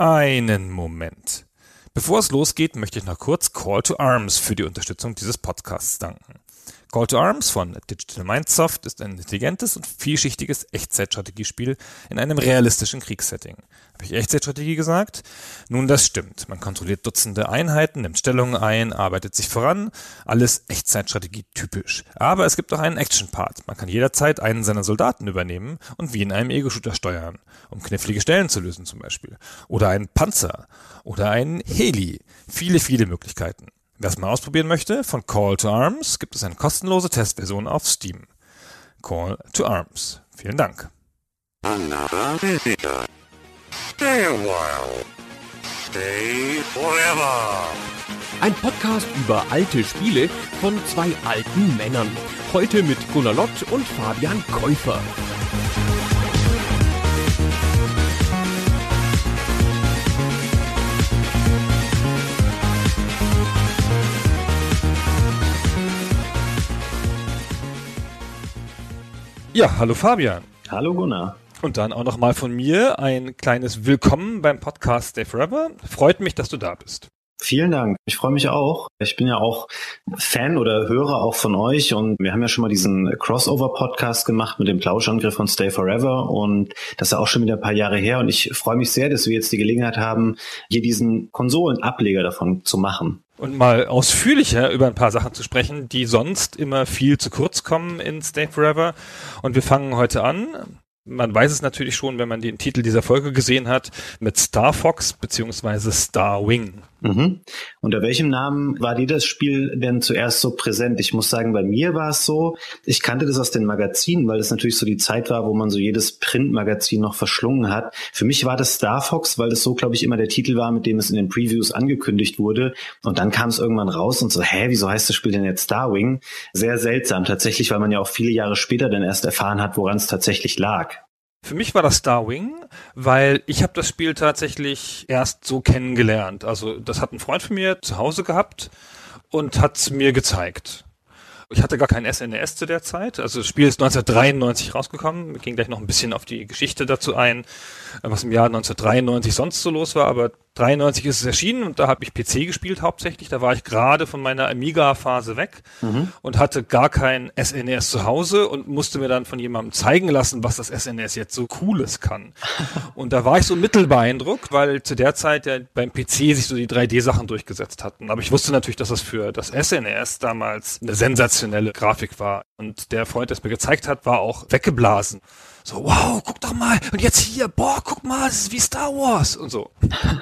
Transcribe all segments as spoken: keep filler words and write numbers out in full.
Einen Moment. Bevor es losgeht, möchte ich noch kurz Call to Arms für die Unterstützung dieses Podcasts danken. Call to Arms von Digital Mindsoft ist ein intelligentes und vielschichtiges Echtzeitstrategiespiel in einem realistischen Kriegssetting. Habe ich Echtzeitstrategie gesagt? Nun, das stimmt. Man kontrolliert Dutzende Einheiten, nimmt Stellungen ein, arbeitet sich voran. Alles Echtzeitstrategie typisch. Aber es gibt auch einen Action-Part. Man kann jederzeit einen seiner Soldaten übernehmen und wie in einem Ego-Shooter steuern, um knifflige Stellen zu lösen zum Beispiel. Oder einen Panzer. Oder einen Heli. Viele, viele Möglichkeiten. Wer es mal ausprobieren möchte, von Call to Arms gibt es eine kostenlose Testversion auf Steam. Call to Arms. Vielen Dank. Another visitor. Stay a while. Stay forever. Ein Podcast über alte Spiele von zwei alten Männern. Heute mit Gunnar Lott und Fabian Käufer. Ja, hallo Fabian. Hallo Gunnar. Und dann auch nochmal von mir ein kleines Willkommen beim Podcast Stay Forever. Freut mich, dass du da bist. Vielen Dank. Ich freue mich auch. Ich bin ja auch Fan oder Hörer auch von euch und wir haben ja schon mal diesen Crossover-Podcast gemacht mit dem Plauschangriff von Stay Forever und das ist ja auch schon wieder ein paar Jahre her und ich freue mich sehr, dass wir jetzt die Gelegenheit haben, hier diesen Konsolenableger davon zu machen. Und mal ausführlicher über ein paar Sachen zu sprechen, die sonst immer viel zu kurz kommen in Stay Forever. Und wir fangen heute an. Man weiß es natürlich schon, wenn man den Titel dieser Folge gesehen hat, mit Star Fox bzw. Star Wing. Mhm. Unter welchem Namen war dir das Spiel denn zuerst so präsent? Ich muss sagen, bei mir war es so, ich kannte das aus den Magazinen, weil es natürlich so die Zeit war, wo man so jedes Printmagazin noch verschlungen hat. Für mich war das Star Fox, weil das so, glaube ich, immer der Titel war, mit dem es in den Previews angekündigt wurde. Und dann kam es irgendwann raus und so, hä, wieso heißt das Spiel denn jetzt Star Wing? Sehr seltsam tatsächlich, weil man ja auch viele Jahre später dann erst erfahren hat, woran es tatsächlich lag. Für mich war das Star Wing, weil ich habe das Spiel tatsächlich erst so kennengelernt. Also das hat ein Freund von mir zu Hause gehabt und hat es mir gezeigt. Ich hatte gar kein S N E S zu der Zeit. Also das Spiel ist neunzehnhundertdreiundneunzig rausgekommen. Wir gehen gleich noch ein bisschen auf die Geschichte dazu ein, was im Jahr neunzehnhundertdreiundneunzig sonst so los war. Aber dreiundneunzig ist es erschienen und da habe ich P C gespielt hauptsächlich. Da war ich gerade von meiner Amiga-Phase weg mhm. und hatte gar kein S N E S zu Hause und musste mir dann von jemandem zeigen lassen, was das S N E S jetzt so Cooles kann. Und da war ich so mittelbeeindruckt, weil zu der Zeit ja beim P C sich so die drei D-Sachen durchgesetzt hatten. Aber ich wusste natürlich, dass das für das S N E S damals eine sensationelle Grafik war. Und der Freund, der es mir gezeigt hat, war auch weggeblasen. So, wow, guck doch mal. Und jetzt hier, boah, guck mal, das ist wie Star Wars und so.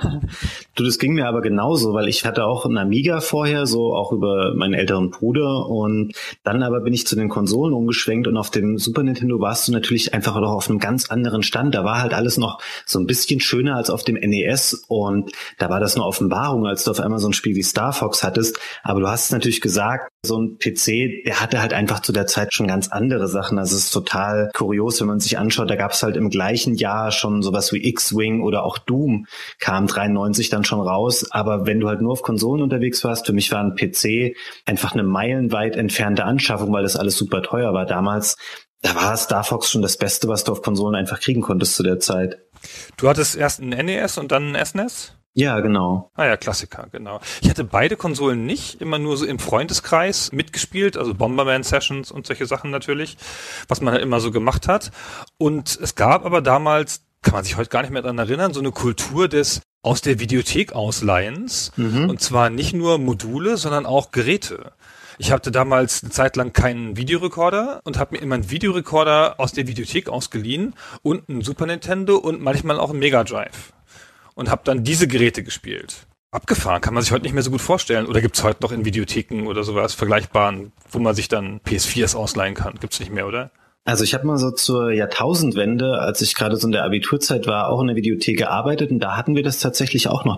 Du, das ging mir aber genauso, weil ich hatte auch einen Amiga vorher, so auch über meinen älteren Bruder und dann aber bin ich zu den Konsolen umgeschwenkt und auf dem Super Nintendo warst du natürlich einfach auch auf einem ganz anderen Stand. Da war halt alles noch so ein bisschen schöner als auf dem N E S und da war das eine Offenbarung, als du auf einmal so ein Spiel wie Star Fox hattest. Aber du hast es natürlich gesagt, so ein P C, der hatte halt einfach zu der Zeit schon ganz andere Sachen. Also es ist total kurios, wenn man sich anschaut, da gab es halt im gleichen Jahr schon sowas wie X-Wing oder auch Doom kam dreiundneunzig dann schon raus. Aber wenn du halt nur auf Konsolen unterwegs warst, für mich war ein P C einfach eine meilenweit entfernte Anschaffung, weil das alles super teuer war damals. Da war Star Fox schon das Beste, was du auf Konsolen einfach kriegen konntest zu der Zeit. Du hattest erst ein N E S und dann ein S N E S? Ja, genau. Ah ja, Klassiker, genau. Ich hatte beide Konsolen nicht, immer nur so im Freundeskreis mitgespielt, also Bomberman-Sessions und solche Sachen natürlich, was man halt immer so gemacht hat. Und es gab aber damals, kann man sich heute gar nicht mehr daran erinnern, so eine Kultur des aus der Videothek ausleihens. Mhm. Und zwar nicht nur Module, sondern auch Geräte. Ich hatte damals eine Zeit lang keinen Videorekorder und habe mir immer einen Videorekorder aus der Videothek ausgeliehen und einen Super Nintendo und manchmal auch einen Mega Drive. Und habe dann diese Geräte gespielt. Abgefahren, kann man sich heute nicht mehr so gut vorstellen. Oder gibt's heute noch in Videotheken oder sowas Vergleichbaren, wo man sich dann P S viers ausleihen kann? Gibt's nicht mehr, oder? Also ich habe mal so zur Jahrtausendwende, als ich gerade so in der Abiturzeit war, auch in der Videothek gearbeitet und da hatten wir das tatsächlich auch noch damals.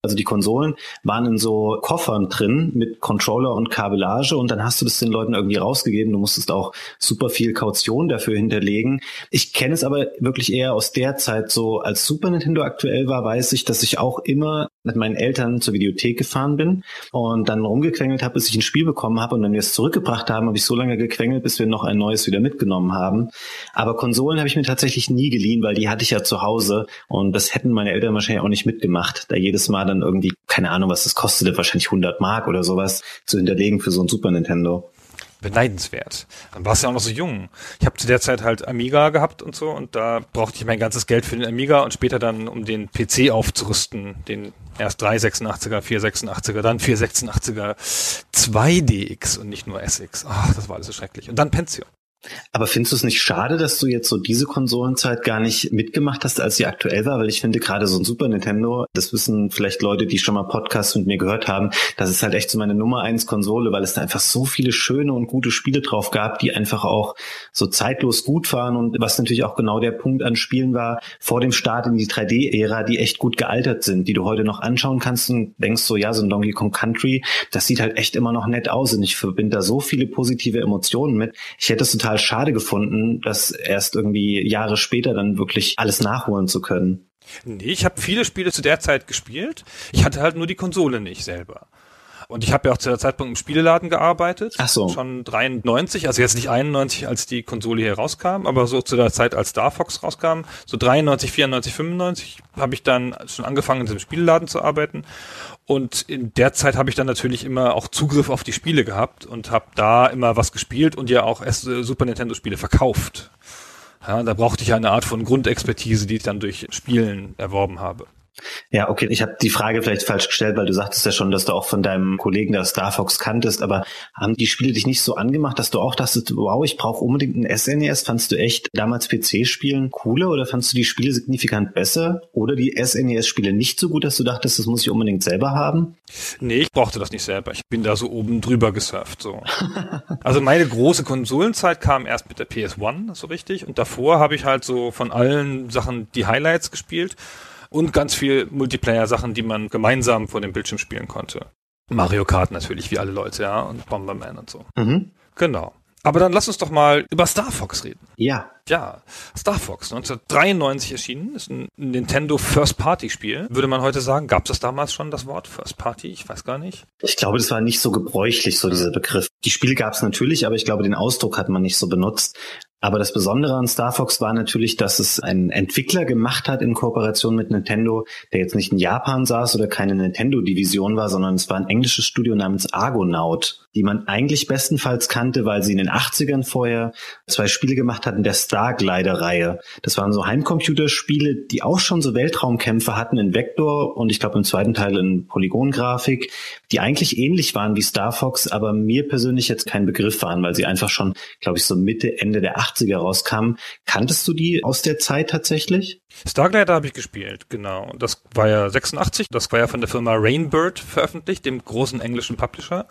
Also die Konsolen waren in so Koffern drin mit Controller und Kabellage und dann hast du das den Leuten irgendwie rausgegeben. Du musstest auch super viel Kaution dafür hinterlegen. Ich kenne es aber wirklich eher aus der Zeit so, als Super Nintendo aktuell war, weiß ich, dass ich auch immer mit meinen Eltern zur Videothek gefahren bin und dann rumgequengelt habe, bis ich ein Spiel bekommen habe. Und wenn wir es zurückgebracht haben, habe ich so lange gequengelt, bis wir noch ein neues wieder mitgenommen haben. Aber Konsolen habe ich mir tatsächlich nie geliehen, weil die hatte ich ja zu Hause und das hätten meine Eltern wahrscheinlich auch nicht mitgemacht, da jedes Mal dann irgendwie, keine Ahnung, was das kostete, wahrscheinlich hundert Mark oder sowas zu hinterlegen für so ein Super Nintendo. Beneidenswert. Dann warst du ja auch noch so jung. Ich habe zu der Zeit halt Amiga gehabt und so und da brauchte ich mein ganzes Geld für den Amiga und später dann, um den P C aufzurüsten, den erst drei sechsundachtziger, vier sechsundachtziger, dann vier sechsundachtziger, zwei D X und nicht nur S X. Ach, das war alles so schrecklich. Und dann Pentium. Aber findest du es nicht schade, dass du jetzt so diese Konsolenzeit gar nicht mitgemacht hast, als sie aktuell war? Weil ich finde gerade so ein Super Nintendo, das wissen vielleicht Leute, die schon mal Podcasts mit mir gehört haben, das ist halt echt so meine Nummer eins Konsole, weil es da einfach so viele schöne und gute Spiele drauf gab, die einfach auch so zeitlos gut waren und was natürlich auch genau der Punkt an Spielen war, vor dem Start in die drei D-Ära, die echt gut gealtert sind, die du heute noch anschauen kannst und denkst so, ja, so ein Donkey Kong Country, das sieht halt echt immer noch nett aus und ich verbinde da so viele positive Emotionen mit. Ich hätte es total schade gefunden, das erst irgendwie Jahre später dann wirklich alles nachholen zu können. Nee, ich habe viele Spiele zu der Zeit gespielt. Ich hatte halt nur die Konsole nicht selber. Und ich habe ja auch zu der Zeitpunkt im Spieleladen gearbeitet. Ach so. Schon dreiundneunzig, also jetzt nicht einundneunzig, als die Konsole hier rauskam, aber so zu der Zeit, als Star Fox rauskam, so dreiundneunzig, vierundneunzig, fünfundneunzig, habe ich dann schon angefangen, in diesem Spieleladen zu arbeiten. Und in der Zeit habe ich dann natürlich immer auch Zugriff auf die Spiele gehabt und habe da immer was gespielt und ja auch erst äh, Super Nintendo-Spiele verkauft. Ja, da brauchte ich ja eine Art von Grundexpertise, die ich dann durch Spielen erworben habe. Ja, okay, ich habe die Frage vielleicht falsch gestellt, weil du sagtest ja schon, dass du auch von deinem Kollegen der Star Fox kanntest, aber haben die Spiele dich nicht so angemacht, dass du auch dachtest, wow, ich brauche unbedingt ein S N E S? Fandst du echt damals P C-Spielen cooler oder fandst du die Spiele signifikant besser oder die S N E S-Spiele nicht so gut, dass du dachtest, das muss ich unbedingt selber haben? Nee, ich brauchte das nicht selber. Ich bin da so oben drüber gesurft. So. Also meine große Konsolenzeit kam erst mit der P S eins, so richtig, und davor habe ich halt so von allen Sachen die Highlights gespielt. Und ganz viel Multiplayer-Sachen, die man gemeinsam vor dem Bildschirm spielen konnte. Mario Kart natürlich, wie alle Leute, ja, und Bomberman und so. Mhm. Genau. Aber dann lass uns doch mal über Star Fox reden. Ja. Ja, Star Fox, neunzehnhundertdreiundneunzig erschienen, ist ein Nintendo First-Party-Spiel. Würde man heute sagen, gab es das damals schon, das Wort First-Party? Ich weiß gar nicht. Ich glaube, das war nicht so gebräuchlich, so dieser Begriff. Die Spiele gab es natürlich, aber ich glaube, den Ausdruck hat man nicht so benutzt. Aber das Besondere an Star Fox war natürlich, dass es ein Entwickler gemacht hat in Kooperation mit Nintendo, der jetzt nicht in Japan saß oder keine Nintendo-Division war, sondern es war ein englisches Studio namens Argonaut, die man eigentlich bestenfalls kannte, weil sie in den achtzigern vorher zwei Spiele gemacht hatten, der Starglider-Reihe. Das waren so Heimcomputerspiele, die auch schon so Weltraumkämpfe hatten in Vektor und ich glaube im zweiten Teil in Polygongrafik, die eigentlich ähnlich waren wie Star Fox, aber mir persönlich jetzt kein Begriff waren, weil sie einfach schon, glaube ich, so Mitte, Ende der achtziger rauskamen. Kanntest du die aus der Zeit tatsächlich? Starglider habe ich gespielt, genau. Das war ja sechsundachtzig, das war ja von der Firma Rainbird veröffentlicht, dem großen englischen Publisher.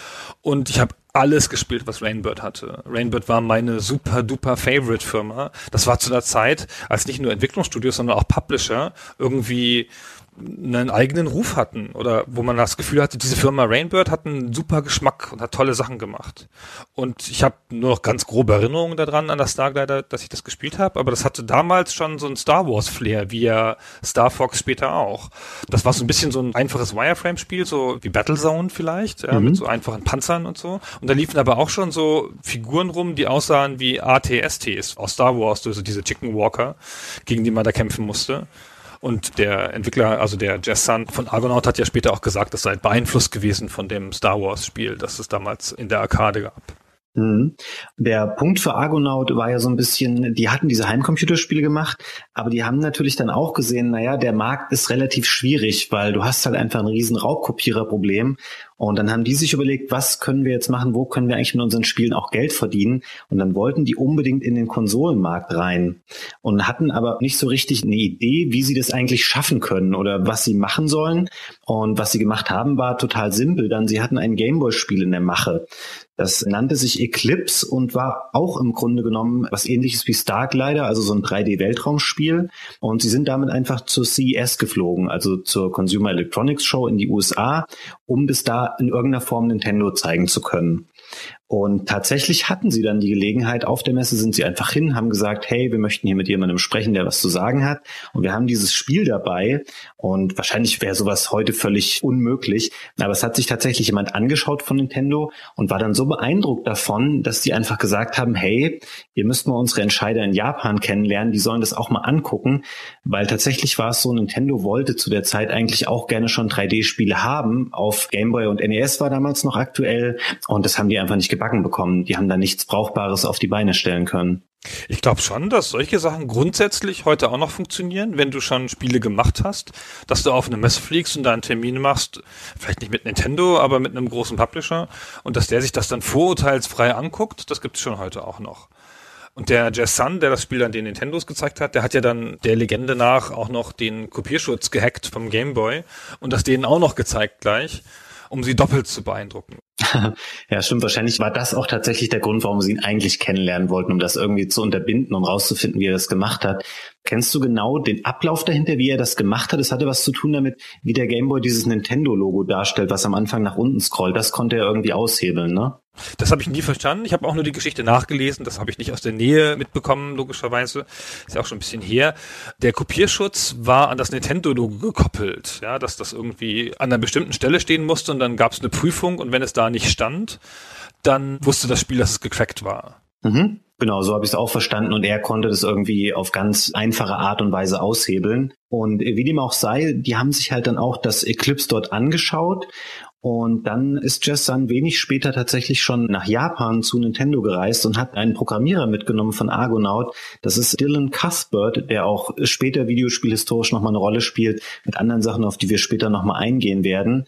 Und ich habe alles gespielt, was Rainbird hatte. Rainbird war meine super-duper Favorite-Firma. Das war zu der Zeit, als nicht nur Entwicklungsstudios, sondern auch Publisher irgendwie einen eigenen Ruf hatten oder wo man das Gefühl hatte, diese Firma Rainbird hat einen super Geschmack und hat tolle Sachen gemacht. Und ich habe nur noch ganz grobe Erinnerungen daran an das Starglider, dass ich das gespielt habe, aber das hatte damals schon so ein Star Wars Flair, wie ja Star Fox später auch. Das war so ein bisschen so ein einfaches Wireframe-Spiel, so wie Battlezone vielleicht, ja, mhm. mit so einfachen Panzern und so. Und da liefen aber auch schon so Figuren rum, die aussahen wie A T S Ts aus Star Wars, also diese Chicken Walker, gegen die man da kämpfen musste. Und der Entwickler, also der Jez Sun von Argonaut, hat ja später auch gesagt, das sei beeinflusst gewesen von dem Star Wars Spiel, das es damals in der Arcade gab. Mhm. Der Punkt für Argonaut war ja so ein bisschen, die hatten diese Heimcomputerspiele gemacht, aber die haben natürlich dann auch gesehen, naja, der Markt ist relativ schwierig, weil du hast halt einfach ein riesen Raubkopiererproblem Und dann haben die sich überlegt, was können wir jetzt machen, wo können wir eigentlich mit unseren Spielen auch Geld verdienen? Und dann wollten die unbedingt in den Konsolenmarkt rein und hatten aber nicht so richtig eine Idee, wie sie das eigentlich schaffen können oder was sie machen sollen. Und was sie gemacht haben, war total simpel. Dann sie hatten ein Gameboy-Spiel in der Mache. Das nannte sich Eclipse und war auch im Grunde genommen was Ähnliches wie Starglider, also so ein drei D-Weltraumspiel. Und sie sind damit einfach zur C E S geflogen, also zur Consumer Electronics Show in die U S A, um bis da in irgendeiner Form Nintendo zeigen zu können. Und tatsächlich hatten sie dann die Gelegenheit, auf der Messe sind sie einfach hin, haben gesagt, hey, wir möchten hier mit jemandem sprechen, der was zu sagen hat. Und wir haben dieses Spiel dabei. Und wahrscheinlich wäre sowas heute völlig unmöglich. Aber es hat sich tatsächlich jemand angeschaut von Nintendo und war dann so beeindruckt davon, dass die einfach gesagt haben, hey, ihr müsst mal unsere Entscheider in Japan kennenlernen, die sollen das auch mal angucken. Weil tatsächlich war es so, Nintendo wollte zu der Zeit eigentlich auch gerne schon drei D-Spiele haben. Auf Game Boy und N E S war damals noch aktuell. Und das haben die einfach nicht gebacken bekommen. Die haben da nichts Brauchbares auf die Beine stellen können. Ich glaube schon, dass solche Sachen grundsätzlich heute auch noch funktionieren, wenn du schon Spiele gemacht hast, dass du auf eine Messe fliegst und da einen Termin machst, vielleicht nicht mit Nintendo, aber mit einem großen Publisher und dass der sich das dann vorurteilsfrei anguckt, das gibt es schon heute auch noch. Und der Jazz Sun, der das Spiel an den Nintendos gezeigt hat, der hat ja dann der Legende nach auch noch den Kopierschutz gehackt vom Game Boy und das denen auch noch gezeigt gleich, um sie doppelt zu beeindrucken. Ja, stimmt. Wahrscheinlich war das auch tatsächlich der Grund, warum sie ihn eigentlich kennenlernen wollten, um das irgendwie zu unterbinden, um rauszufinden, wie er das gemacht hat. Kennst du genau den Ablauf dahinter, wie er das gemacht hat? Es hatte was zu tun damit, wie der Gameboy dieses Nintendo-Logo darstellt, was am Anfang nach unten scrollt. Das konnte er irgendwie aushebeln, ne? Das habe ich nie verstanden. Ich habe auch nur die Geschichte nachgelesen. Das habe ich nicht aus der Nähe mitbekommen, logischerweise. Ist ja auch schon ein bisschen her. Der Kopierschutz war an das Nintendo-Logo gekoppelt. Ja, dass das irgendwie an einer bestimmten Stelle stehen musste und dann gab es eine Prüfung und wenn es da nicht stand, dann wusste das Spiel, dass es gecrackt war. Mhm. Genau, so habe ich es auch verstanden und er konnte das irgendwie auf ganz einfache Art und Weise aushebeln. Und wie dem auch sei, die haben sich halt dann auch das Eclipse dort angeschaut und dann ist Jazz Sun wenig später tatsächlich schon nach Japan zu Nintendo gereist und hat einen Programmierer mitgenommen von Argonaut. Das ist Dylan Cuthbert, der auch später videospielhistorisch nochmal eine Rolle spielt mit anderen Sachen, auf die wir später nochmal eingehen werden.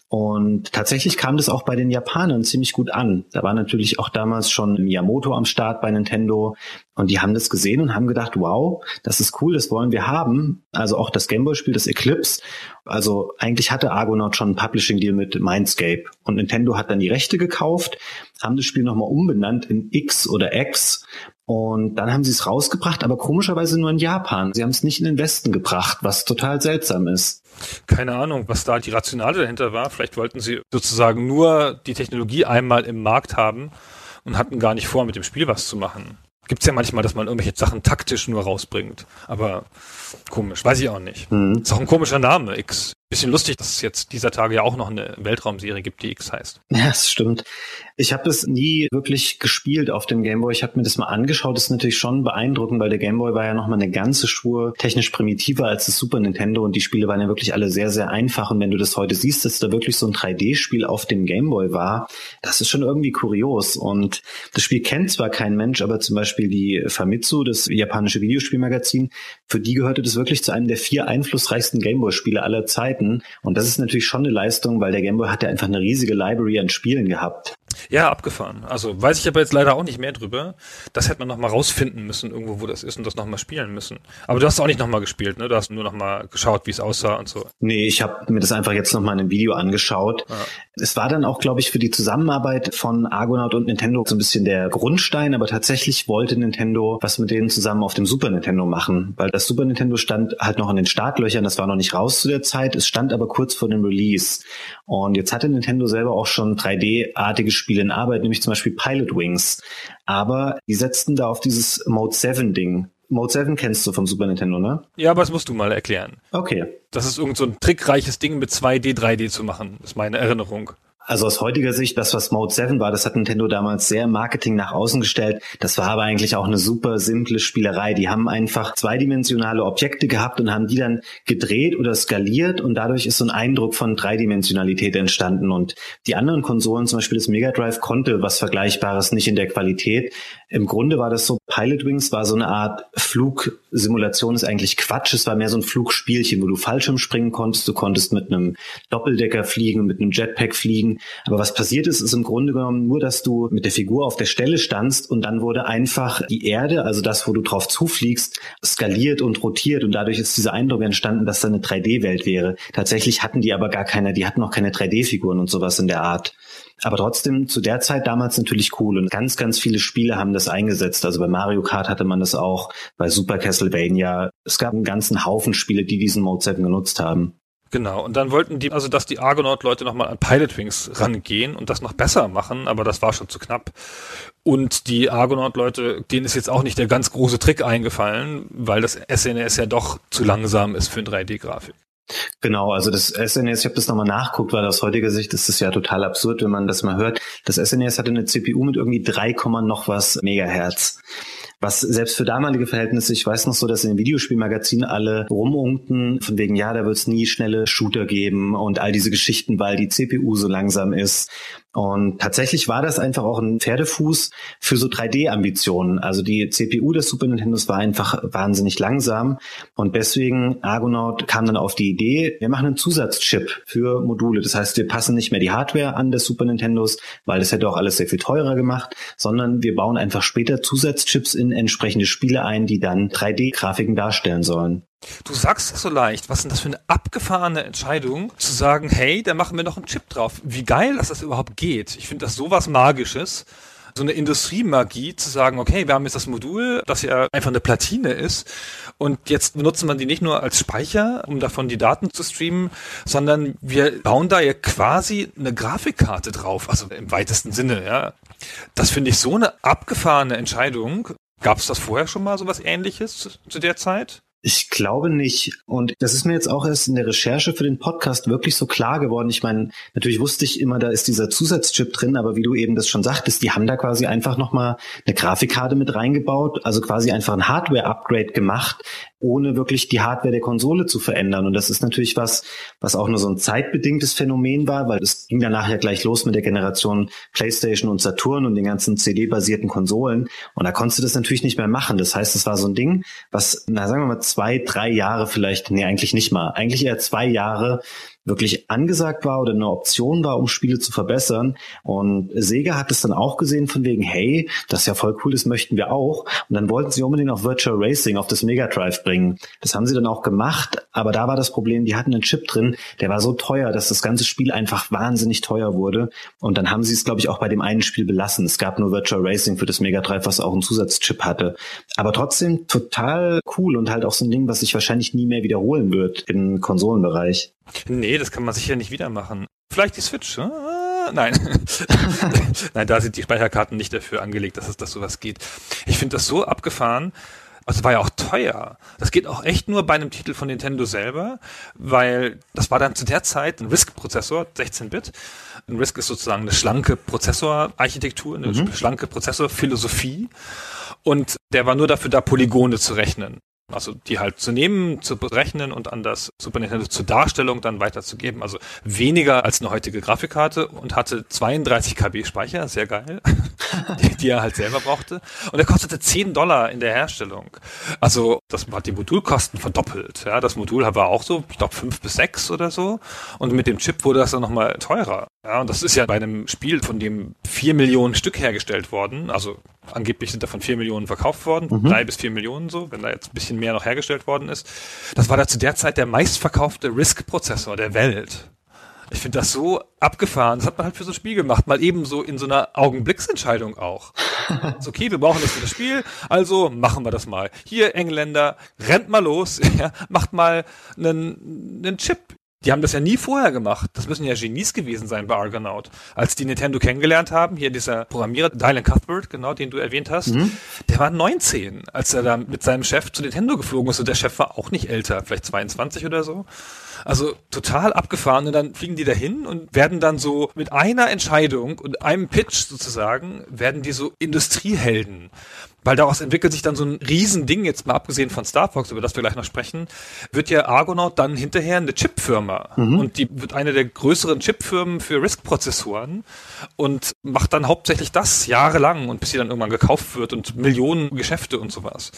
Und tatsächlich kam das auch bei den Japanern ziemlich gut an. Da war natürlich auch damals schon Miyamoto am Start bei Nintendo und die haben das gesehen und haben gedacht, wow, das ist cool, das wollen wir haben. Also auch das Gameboy-Spiel, das Eclipse. Also eigentlich hatte Argonaut schon einen Publishing-Deal mit Mindscape und Nintendo hat dann die Rechte gekauft, haben das Spiel nochmal umbenannt in X oder X und dann haben sie es rausgebracht, aber komischerweise nur in Japan. Sie haben es nicht in den Westen gebracht, was total seltsam ist. Keine Ahnung, was da die Rationale dahinter war. Vielleicht wollten sie sozusagen nur die Technologie einmal im Markt haben und hatten gar nicht vor, mit dem Spiel was zu machen. Gibt's ja manchmal, dass man irgendwelche Sachen taktisch nur rausbringt. Aber komisch, weiß ich auch nicht. Mhm. Ist auch ein komischer Name, X. Bisschen lustig, dass es jetzt dieser Tage ja auch noch eine Weltraumserie gibt, die X heißt. Ja, das stimmt. Ich habe das nie wirklich gespielt auf dem Gameboy. Ich habe mir das mal angeschaut. Das ist natürlich schon beeindruckend, weil der Gameboy war ja noch mal eine ganze Spur technisch primitiver als das Super Nintendo und die Spiele waren ja wirklich alle sehr, sehr einfach. Und wenn du das heute siehst, dass da wirklich so ein drei D-Spiel auf dem Gameboy war, das ist schon irgendwie kurios. Und das Spiel kennt zwar kein Mensch, aber zum Beispiel die Famitsu, das japanische Videospielmagazin, für die gehörte das wirklich zu einem der vier einflussreichsten Gameboy-Spiele aller Zeiten. Und das ist natürlich schon eine Leistung, weil der Gameboy hat ja einfach eine riesige Library an Spielen gehabt. Ja, abgefahren. Also weiß ich aber jetzt leider auch nicht mehr drüber. Das hätte man noch mal rausfinden müssen, irgendwo, wo das ist und das noch mal spielen müssen. Aber du hast auch nicht noch mal gespielt, ne? Du hast nur noch mal geschaut, wie es aussah und so. Nee, ich habe mir das einfach jetzt noch mal in einem Video angeschaut. Ja. Es war dann auch, glaube ich, für die Zusammenarbeit von Argonaut und Nintendo so ein bisschen der Grundstein, aber tatsächlich wollte Nintendo was mit denen zusammen auf dem Super Nintendo machen, weil das Super Nintendo stand halt noch in den Startlöchern, das war noch nicht raus zu der Zeit, es stand aber kurz vor dem Release. Und jetzt hatte Nintendo selber auch schon drei D-artige Spiele in Arbeit, nämlich zum Beispiel Pilot Wings. Aber die setzten da auf dieses Mode sieben Ding. Mode sieben kennst du vom Super Nintendo, ne? Ja, aber das musst du mal erklären. Okay. Das ist irgend so ein trickreiches Ding mit zwei D, drei D zu machen, ist meine Erinnerung. Also aus heutiger Sicht, das, was Mode sieben war, das hat Nintendo damals sehr im Marketing nach außen gestellt. Das war aber eigentlich auch eine super simple Spielerei. Die haben einfach zweidimensionale Objekte gehabt und haben die dann gedreht oder skaliert und dadurch ist so ein Eindruck von Dreidimensionalität entstanden. Und die anderen Konsolen, zum Beispiel das Mega Drive, konnte was Vergleichbares nicht in der Qualität. Im Grunde war das so, Pilot Wings war so eine Art Flug Simulation ist eigentlich Quatsch. Es war mehr so ein Flugspielchen, wo du Fallschirm springen konntest. Du konntest mit einem Doppeldecker fliegen, mit einem Jetpack fliegen. Aber was passiert ist, ist im Grunde genommen nur, dass du mit der Figur auf der Stelle standst und dann wurde einfach die Erde, also das, wo du drauf zufliegst, skaliert und rotiert und dadurch ist dieser Eindruck entstanden, dass da eine drei D-Welt wäre. Tatsächlich hatten die aber gar keine, die hatten noch keine drei D-Figuren und sowas in der Art. Aber trotzdem zu der Zeit damals natürlich cool und ganz, ganz viele Spiele haben das eingesetzt. Also bei Mario Kart hatte man das auch, bei Super Castlevania. Es gab einen ganzen Haufen Spiele, die diesen Mode sieben genutzt haben. Genau, und dann wollten die, also dass die Argonaut-Leute nochmal an Pilotwings rangehen und das noch besser machen, aber das war schon zu knapp. Und die Argonaut-Leute, denen ist jetzt auch nicht der ganz große Trick eingefallen, weil das S N E S ja doch zu langsam ist für eine drei D-Grafik. Genau, also das S N E S, ich habe das nochmal nachgeguckt, weil aus heutiger Sicht ist das ja total absurd, wenn man das mal hört. Das S N E S hatte eine C P U mit irgendwie drei, noch was Megahertz. Was selbst für damalige Verhältnisse, ich weiß noch so, dass in den Videospielmagazinen alle rumunken, von wegen, ja, da wird es nie schnelle Shooter geben und all diese Geschichten, weil die C P U so langsam ist. Und tatsächlich war das einfach auch ein Pferdefuß für so drei D-Ambitionen. Also die C P U des Super Nintendos war einfach wahnsinnig langsam und deswegen Argonaut kam dann auf die Idee, wir machen einen Zusatzchip für Module. Das heißt, wir passen nicht mehr die Hardware an des Super Nintendos, weil das hätte auch alles sehr viel teurer gemacht, sondern wir bauen einfach später Zusatzchips in entsprechende Spiele ein, die dann drei D-Grafiken darstellen sollen. Du sagst das so leicht. Was ist denn das für eine abgefahrene Entscheidung, zu sagen, hey, da machen wir noch einen Chip drauf. Wie geil, dass das überhaupt geht. Ich finde das sowas Magisches. So eine Industriemagie, zu sagen, okay, wir haben jetzt das Modul, das ja einfach eine Platine ist und jetzt benutzen wir die nicht nur als Speicher, um davon die Daten zu streamen, sondern wir bauen da ja quasi eine Grafikkarte drauf, also im weitesten Sinne, ja. Das finde ich so eine abgefahrene Entscheidung. Gab es das vorher schon mal, so was Ähnliches zu, zu der Zeit? Ich glaube nicht. Und das ist mir jetzt auch erst in der Recherche für den Podcast wirklich so klar geworden. Ich meine, natürlich wusste ich immer, da ist dieser Zusatzchip drin, aber wie du eben das schon sagtest, die haben da quasi einfach nochmal eine Grafikkarte mit reingebaut, also quasi einfach ein Hardware-Upgrade gemacht, ohne wirklich die Hardware der Konsole zu verändern. Und das ist natürlich was, was auch nur so ein zeitbedingtes Phänomen war, weil es ging danach ja gleich los mit der Generation PlayStation und Saturn und den ganzen C D-basierten Konsolen. Und da konntest du das natürlich nicht mehr machen. Das heißt, es war so ein Ding, was, na sagen wir mal, zwei, drei Jahre vielleicht, nee, eigentlich nicht mal, eigentlich eher zwei Jahre wirklich angesagt war oder eine Option war, um Spiele zu verbessern. Und Sega hat es dann auch gesehen von wegen, hey, das ist ja voll cool, das möchten wir auch. Und dann wollten sie unbedingt auch Virtual Racing auf das Mega Drive bringen. Das haben sie dann auch gemacht, aber da war das Problem, die hatten einen Chip drin, der war so teuer, dass das ganze Spiel einfach wahnsinnig teuer wurde. Und dann haben sie es, glaube ich, auch bei dem einen Spiel belassen. Es gab nur Virtual Racing für das Mega Drive, was auch einen Zusatzchip hatte. Aber trotzdem total cool und halt auch so ein Ding, was sich wahrscheinlich nie mehr wiederholen wird im Konsolenbereich. Nee, das kann man sicher nicht wieder machen. Vielleicht die Switch, ne? Nein. Nein, da sind die Speicherkarten nicht dafür angelegt, dass es das sowas geht. Ich finde das so abgefahren. Also es war ja auch teuer. Das geht auch echt nur bei einem Titel von Nintendo selber, weil das war dann zu der Zeit ein RISC-Prozessor, sechzehn Bit. Ein RISC ist sozusagen eine schlanke Prozessorarchitektur, eine mhm. schlanke Prozessorphilosophie. Und der war nur dafür da, Polygone zu rechnen. Also die halt zu nehmen, zu berechnen und an das Super Nintendo zur Darstellung dann weiterzugeben. Also weniger als eine heutige Grafikkarte und hatte zweiunddreißig Kilobyte Speicher, sehr geil, die, die er halt selber brauchte. Und er kostete zehn Dollar in der Herstellung. Also das hat die Modulkosten verdoppelt. Ja, das Modul war auch so, ich glaube, fünf bis sechs oder so. Und mit dem Chip wurde das dann nochmal teurer. Ja, und das ist ja bei einem Spiel, von dem vier Millionen Stück hergestellt worden, also angeblich sind davon vier Millionen verkauft worden, mhm. drei bis vier Millionen so, wenn da jetzt ein bisschen mehr noch hergestellt worden ist. Das war da zu der Zeit der meistverkaufte RISC-Prozessor der Welt. Ich finde das so abgefahren. Das hat man halt für so ein Spiel gemacht, mal eben so in so einer Augenblicksentscheidung auch. Ist okay, wir brauchen das für das Spiel, also machen wir das mal. Hier, Engländer, rennt mal los, ja, macht mal einen, einen Chip. Die haben das ja nie vorher gemacht. Das müssen ja Genies gewesen sein bei Argonaut. Als die Nintendo kennengelernt haben, hier dieser Programmierer, Dylan Cuthbert, genau, den du erwähnt hast, mhm. der war neunzehn, als er da mit seinem Chef zu Nintendo geflogen ist. Und der Chef war auch nicht älter, vielleicht zweiundzwanzig oder so. Also total abgefahren. Und dann fliegen die dahin und werden dann so mit einer Entscheidung und einem Pitch sozusagen, werden die so Industriehelden. Weil daraus entwickelt sich dann so ein Riesending, jetzt mal abgesehen von Star Fox, über das wir gleich noch sprechen, wird ja Argonaut dann hinterher eine Chipfirma. Mhm. Und die wird eine der größeren Chipfirmen für RISC-Prozessoren und macht dann hauptsächlich das jahrelang und bis sie dann irgendwann gekauft wird und Millionen Geschäfte und sowas.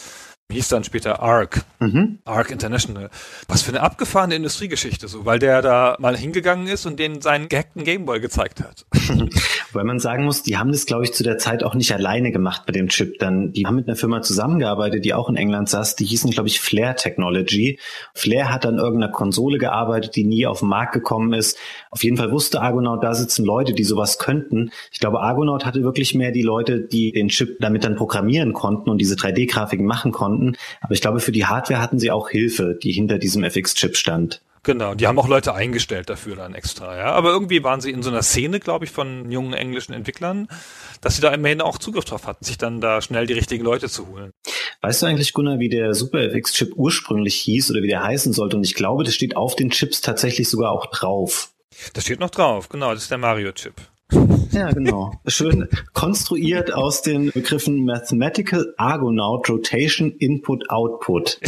hieß dann später Arc, mhm. Arc International. Was für eine abgefahrene Industriegeschichte, so, weil der da mal hingegangen ist und denen seinen gehackten Gameboy gezeigt hat. Weil man sagen muss, die haben das, glaube ich, zu der Zeit auch nicht alleine gemacht bei dem Chip. Dann, die haben mit einer Firma zusammengearbeitet, die auch in England saß, die hießen, glaube ich, Flare Technology. Flare hat an irgendeiner Konsole gearbeitet, die nie auf den Markt gekommen ist. Auf jeden Fall wusste Argonaut, da sitzen Leute, die sowas könnten. Ich glaube, Argonaut hatte wirklich mehr die Leute, die den Chip damit dann programmieren konnten und diese drei D-Grafiken machen konnten. Aber ich glaube, für die Hardware hatten sie auch Hilfe, die hinter diesem F X-Chip stand. Genau, die haben auch Leute eingestellt dafür dann extra, ja. Aber irgendwie waren sie in so einer Szene, glaube ich, von jungen englischen Entwicklern, dass sie da immerhin auch Zugriff drauf hatten, sich dann da schnell die richtigen Leute zu holen. Weißt du eigentlich, Gunnar, wie der Super F X-Chip ursprünglich hieß oder wie der heißen sollte? Und ich glaube, das steht auf den Chips tatsächlich sogar auch drauf. Das steht noch drauf, genau, das ist der Mario-Chip. Ja, genau. Schön konstruiert aus den Begriffen Mathematical Argonaut Rotation Input Output.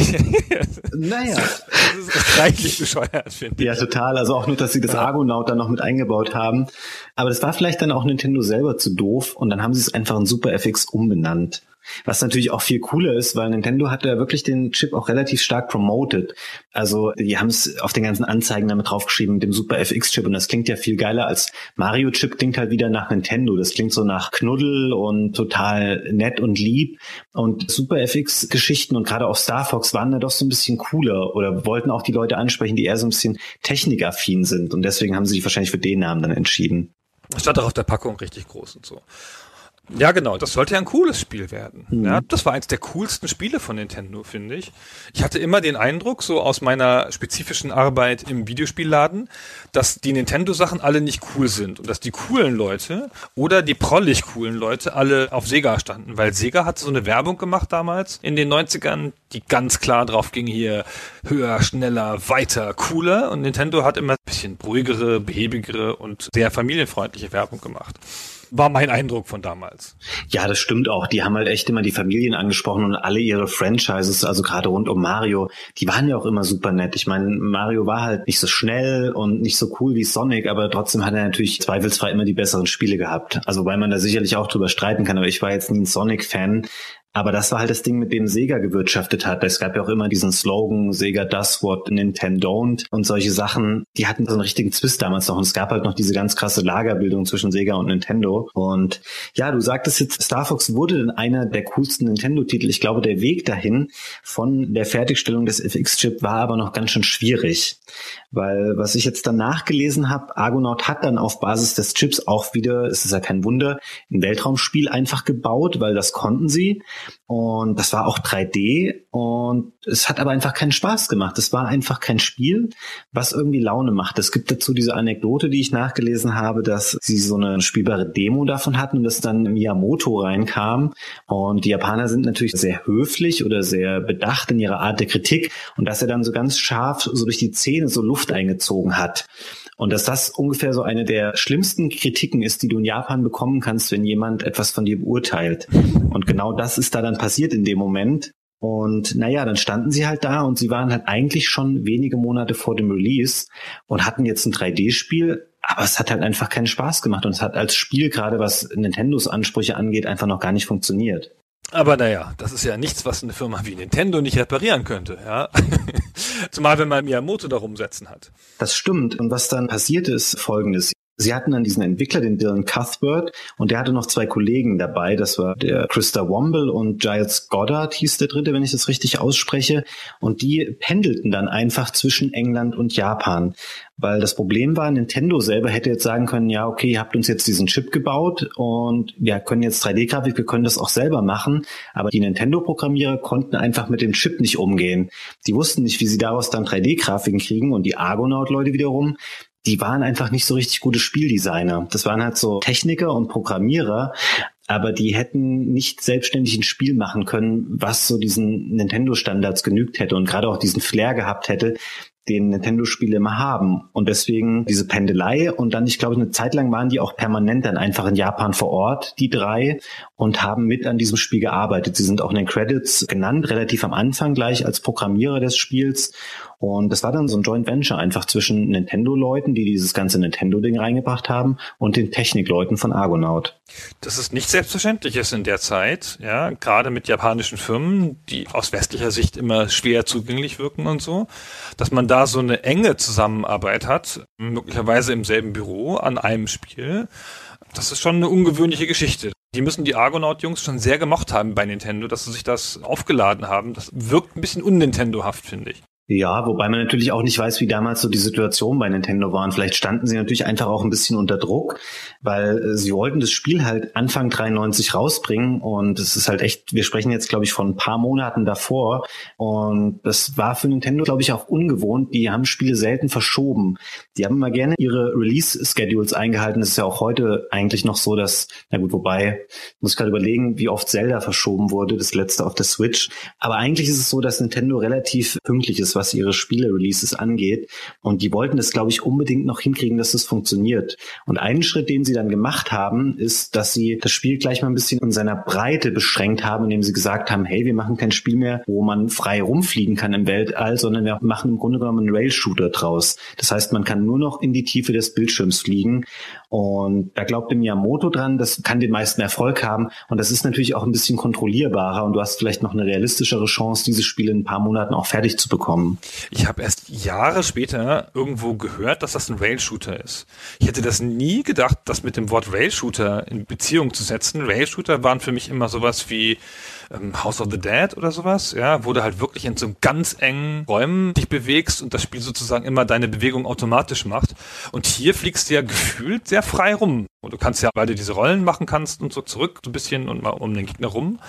Naja. Das ist reichlich bescheuert, finde ich. Ja, total. Also auch nur, dass sie das Argonaut dann noch mit eingebaut haben. Aber das war vielleicht dann auch Nintendo selber zu doof und dann haben sie es einfach in Super F X umbenannt. Was natürlich auch viel cooler ist, weil Nintendo hat ja wirklich den Chip auch relativ stark promoted. Also die haben es auf den ganzen Anzeigen damit draufgeschrieben mit dem Super F X-Chip und das klingt ja viel geiler als Mario-Chip, klingt halt wieder nach Nintendo. Das klingt so nach Knuddel und total nett und lieb. Und Super F X-Geschichten und gerade auch Star Fox waren da doch so ein bisschen cooler oder wollten auch die Leute ansprechen, die eher so ein bisschen technikaffin sind. Und deswegen haben sie sich wahrscheinlich für den Namen dann entschieden. Das stand auch auf der Packung richtig groß und so. Ja, genau, das sollte ja ein cooles Spiel werden. Mhm. Ja, das war eins der coolsten Spiele von Nintendo, finde ich. Ich hatte immer den Eindruck, so aus meiner spezifischen Arbeit im Videospielladen, dass die Nintendo-Sachen alle nicht cool sind und dass die coolen Leute oder die prollig coolen Leute alle auf Sega standen, weil Sega hat so eine Werbung gemacht damals in den neunzigern, die ganz klar drauf ging, hier höher, schneller, weiter, cooler, und Nintendo hat immer ein bisschen ruhigere, behäbigere und sehr familienfreundliche Werbung gemacht. War mein Eindruck von damals. Ja, das stimmt auch. Die haben halt echt immer die Familien angesprochen und alle ihre Franchises, also gerade rund um Mario, die waren ja auch immer super nett. Ich meine, Mario war halt nicht so schnell und nicht so cool wie Sonic, aber trotzdem hat er natürlich zweifelsfrei immer die besseren Spiele gehabt. Also weil man da sicherlich auch drüber streiten kann, aber ich war jetzt nie ein Sonic-Fan. Aber das war halt das Ding, mit dem Sega gewirtschaftet hat. Es gab ja auch immer diesen Slogan, Sega does what Nintendo don't und solche Sachen. Die hatten so einen richtigen Twist damals noch. Und es gab halt noch diese ganz krasse Lagerbildung zwischen Sega und Nintendo. Und ja, du sagtest jetzt, Star Fox wurde dann einer der coolsten Nintendo-Titel. Ich glaube, der Weg dahin von der Fertigstellung des F X-Chip war aber noch ganz schön schwierig. Weil, was ich jetzt dann nachgelesen habe, Argonaut hat dann auf Basis des Chips auch wieder, es ist ja kein Wunder, ein Weltraumspiel einfach gebaut, weil das konnten sie. Und das war auch drei D und es hat aber einfach keinen Spaß gemacht. Es war einfach kein Spiel, was irgendwie Laune macht. Es gibt dazu diese Anekdote, die ich nachgelesen habe, dass sie so eine spielbare Demo davon hatten und dass dann Miyamoto reinkam. Und die Japaner sind natürlich sehr höflich oder sehr bedacht in ihrer Art der Kritik und dass er dann so ganz scharf so durch die Zähne so Luft eingezogen hat. Und dass das ungefähr so eine der schlimmsten Kritiken ist, die du in Japan bekommen kannst, wenn jemand etwas von dir beurteilt. Und genau das ist da dann passiert in dem Moment. Und naja, dann standen sie halt da und sie waren halt eigentlich schon wenige Monate vor dem Release und hatten jetzt ein drei D-Spiel, aber es hat halt einfach keinen Spaß gemacht und es hat als Spiel, gerade was Nintendos Ansprüche angeht, einfach noch gar nicht funktioniert. Aber naja, das ist ja nichts, was eine Firma wie Nintendo nicht reparieren könnte, ja. Zumal, wenn man Miyamoto da rumsetzen hat. Das stimmt. Und was dann passierte, ist Folgendes. Sie hatten dann diesen Entwickler, den Dylan Cuthbert, und der hatte noch zwei Kollegen dabei. Das war der Christa Womble und Giles Goddard hieß der dritte, wenn ich das richtig ausspreche. Und die pendelten dann einfach zwischen England und Japan. Weil das Problem war, Nintendo selber hätte jetzt sagen können, ja, okay, ihr habt uns jetzt diesen Chip gebaut und wir können jetzt drei D-Grafik, wir können das auch selber machen. Aber die Nintendo-Programmierer konnten einfach mit dem Chip nicht umgehen. Die wussten nicht, wie sie daraus dann drei D-Grafiken kriegen, und die Argonaut-Leute wiederum, die waren einfach nicht so richtig gute Spieldesigner. Das waren halt so Techniker und Programmierer, aber die hätten nicht selbstständig ein Spiel machen können, was so diesen Nintendo-Standards genügt hätte und gerade auch diesen Flair gehabt hätte, den Nintendo-Spiele immer haben. Und deswegen diese Pendelei. Und dann, ich glaube, eine Zeit lang waren die auch permanent dann einfach in Japan vor Ort, die drei, und haben mit an diesem Spiel gearbeitet. Sie sind auch in den Credits genannt, relativ am Anfang gleich als Programmierer des Spiels. Und das war dann so ein Joint Venture einfach zwischen Nintendo-Leuten, die dieses ganze Nintendo-Ding reingebracht haben, und den Technikleuten von Argonaut. Das ist nicht selbstverständlich ist in der Zeit, ja, gerade mit japanischen Firmen, die aus westlicher Sicht immer schwer zugänglich wirken und so, dass man da so eine enge Zusammenarbeit hat, möglicherweise im selben Büro an einem Spiel. Das ist schon eine ungewöhnliche Geschichte. Die müssen die Argonaut-Jungs schon sehr gemocht haben bei Nintendo, dass sie sich das aufgeladen haben. Das wirkt ein bisschen un-Nintendohaft, finde ich. Ja, wobei man natürlich auch nicht weiß, wie damals so die Situation bei Nintendo war. Und vielleicht standen sie natürlich einfach auch ein bisschen unter Druck, weil äh, sie wollten das Spiel halt Anfang dreiundneunzig rausbringen. Und es ist halt echt, wir sprechen jetzt, glaube ich, von ein paar Monaten davor. Und das war für Nintendo, glaube ich, auch ungewohnt. Die haben Spiele selten verschoben. Die haben immer gerne ihre Release-Schedules eingehalten. Das ist ja auch heute eigentlich noch so, dass, na gut, wobei, muss ich gerade überlegen, wie oft Zelda verschoben wurde, das letzte auf der Switch. Aber eigentlich ist es so, dass Nintendo relativ pünktlich ist, was ihre Spiele-Releases angeht. Und die wollten das, glaube ich, unbedingt noch hinkriegen, dass das funktioniert. Und einen Schritt, den sie dann gemacht haben, ist, dass sie das Spiel gleich mal ein bisschen in seiner Breite beschränkt haben, indem sie gesagt haben, hey, wir machen kein Spiel mehr, wo man frei rumfliegen kann im Weltall, sondern wir machen im Grunde genommen einen Rail-Shooter draus. Das heißt, man kann nur noch in die Tiefe des Bildschirms fliegen. Und da glaubte Miyamoto dran, das kann den meisten Erfolg haben. Und das ist natürlich auch ein bisschen kontrollierbarer. Und du hast vielleicht noch eine realistischere Chance, dieses Spiel in ein paar Monaten auch fertig zu bekommen. Ich habe erst Jahre später irgendwo gehört, dass das ein Rail-Shooter ist. Ich hätte das nie gedacht, das mit dem Wort Rail-Shooter in Beziehung zu setzen. Rail-Shooter waren für mich immer sowas wie ähm, House of the Dead oder sowas, ja, wo du halt wirklich in so ganz engen Räumen dich bewegst und das Spiel sozusagen immer deine Bewegung automatisch macht. Und hier fliegst du ja gefühlt sehr frei rum. Und du kannst ja, weil du diese Rollen machen kannst und so zurück so ein bisschen und mal um den Gegner rum.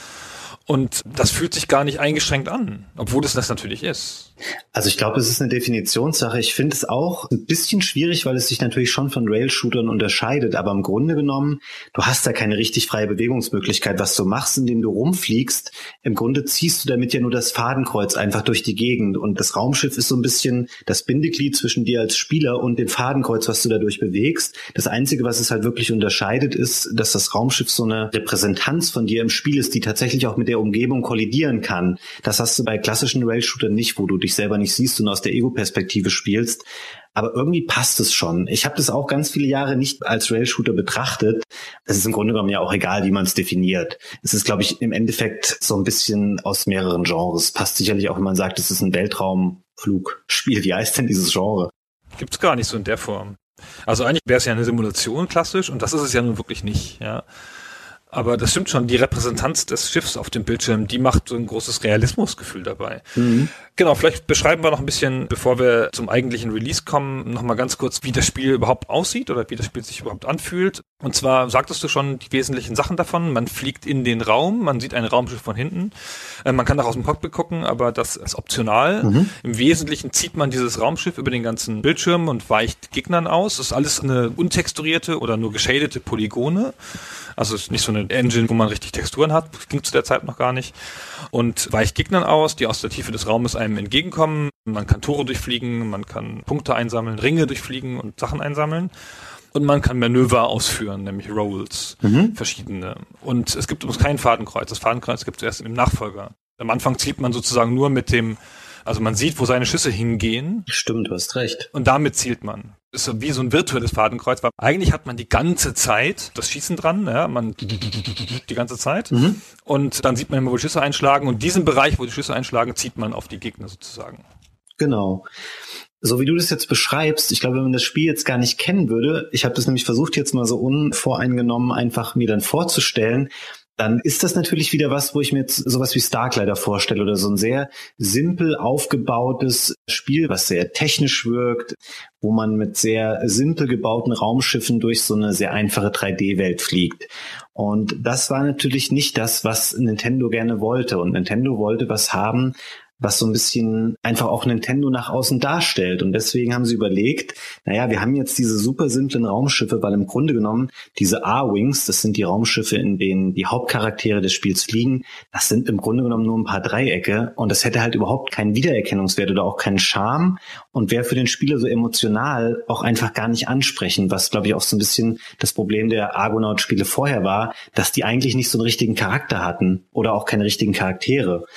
Und das fühlt sich gar nicht eingeschränkt an, obwohl es das natürlich ist. Also ich glaube, es ist eine Definitionssache. Ich finde es auch ein bisschen schwierig, weil es sich natürlich schon von Rail-Shootern unterscheidet. Aber im Grunde genommen, du hast da keine richtig freie Bewegungsmöglichkeit. Was du machst, indem du rumfliegst, im Grunde ziehst du damit ja nur das Fadenkreuz einfach durch die Gegend. Und das Raumschiff ist so ein bisschen das Bindeglied zwischen dir als Spieler und dem Fadenkreuz, was du dadurch bewegst. Das Einzige, was es halt wirklich unterscheidet, ist, dass das Raumschiff so eine Repräsentanz von dir im Spiel ist, die tatsächlich auch mit der Umgebung kollidieren kann. Das hast du bei klassischen Rail-Shootern nicht, wo du dich selber nicht siehst und aus der Ego-Perspektive spielst. Aber irgendwie passt es schon. Ich habe das auch ganz viele Jahre nicht als Rail-Shooter betrachtet. Es ist im Grunde genommen ja auch egal, wie man es definiert. Es ist, glaube ich, im Endeffekt so ein bisschen aus mehreren Genres. Passt sicherlich auch, wenn man sagt, es ist ein Weltraumflugspiel. Wie heißt denn dieses Genre? Gibt's gar nicht so in der Form. Also eigentlich wäre es ja eine Simulation klassisch und das ist es ja nun wirklich nicht, ja. Aber das stimmt schon, die Repräsentanz des Schiffs auf dem Bildschirm, die macht so ein großes Realismusgefühl dabei. Mhm. Genau, vielleicht beschreiben wir noch ein bisschen, bevor wir zum eigentlichen Release kommen, nochmal ganz kurz, wie das Spiel überhaupt aussieht oder wie das Spiel sich überhaupt anfühlt. Und zwar sagtest du schon die wesentlichen Sachen davon. Man fliegt in den Raum, man sieht ein Raumschiff von hinten. Äh, man kann auch aus dem Cockpit gucken, aber das ist optional. Mhm. Im Wesentlichen zieht man dieses Raumschiff über den ganzen Bildschirm und weicht Gegnern aus. Das ist alles eine untexturierte oder nur geschadete Polygone. Also es ist nicht so eine Engine, wo man richtig Texturen hat. Das ging zu der Zeit noch gar nicht. Und weicht Gegnern aus, die aus der Tiefe des Raumes einem entgegenkommen. Man kann Tore durchfliegen, man kann Punkte einsammeln, Ringe durchfliegen und Sachen einsammeln. Und man kann Manöver ausführen, nämlich Rolls, mhm. verschiedene. Und es gibt übrigens kein Fadenkreuz. Das Fadenkreuz gibt es erst im Nachfolger. Am Anfang zielt man sozusagen nur mit dem, also man sieht, wo seine Schüsse hingehen. Stimmt, du hast recht. Und damit zielt man. Das ist so wie so ein virtuelles Fadenkreuz, weil eigentlich hat man die ganze Zeit das Schießen dran, ja, man die ganze Zeit. Mhm. Und dann sieht man immer, wo die Schüsse einschlagen. Und diesen Bereich, wo die Schüsse einschlagen, zieht man auf die Gegner sozusagen. Genau. So wie du das jetzt beschreibst, ich glaube, wenn man das Spiel jetzt gar nicht kennen würde, ich habe das nämlich versucht jetzt mal so unvoreingenommen einfach mir dann vorzustellen, dann ist das natürlich wieder was, wo ich mir jetzt sowas wie Starglider vorstelle oder so ein sehr simpel aufgebautes Spiel, was sehr technisch wirkt, wo man mit sehr simpel gebauten Raumschiffen durch so eine sehr einfache drei D-Welt fliegt. Und das war natürlich nicht das, was Nintendo gerne wollte. Und Nintendo wollte was haben, was so ein bisschen einfach auch Nintendo nach außen darstellt. Und deswegen haben sie überlegt, naja, wir haben jetzt diese super simplen Raumschiffe, weil im Grunde genommen diese A-Wings, das sind die Raumschiffe, in denen die Hauptcharaktere des Spiels fliegen, das sind im Grunde genommen nur ein paar Dreiecke und das hätte halt überhaupt keinen Wiedererkennungswert oder auch keinen Charme und wäre für den Spieler so emotional auch einfach gar nicht ansprechend, was, glaube ich, auch so ein bisschen das Problem der Argonaut-Spiele vorher war, dass die eigentlich nicht so einen richtigen Charakter hatten oder auch keine richtigen Charaktere.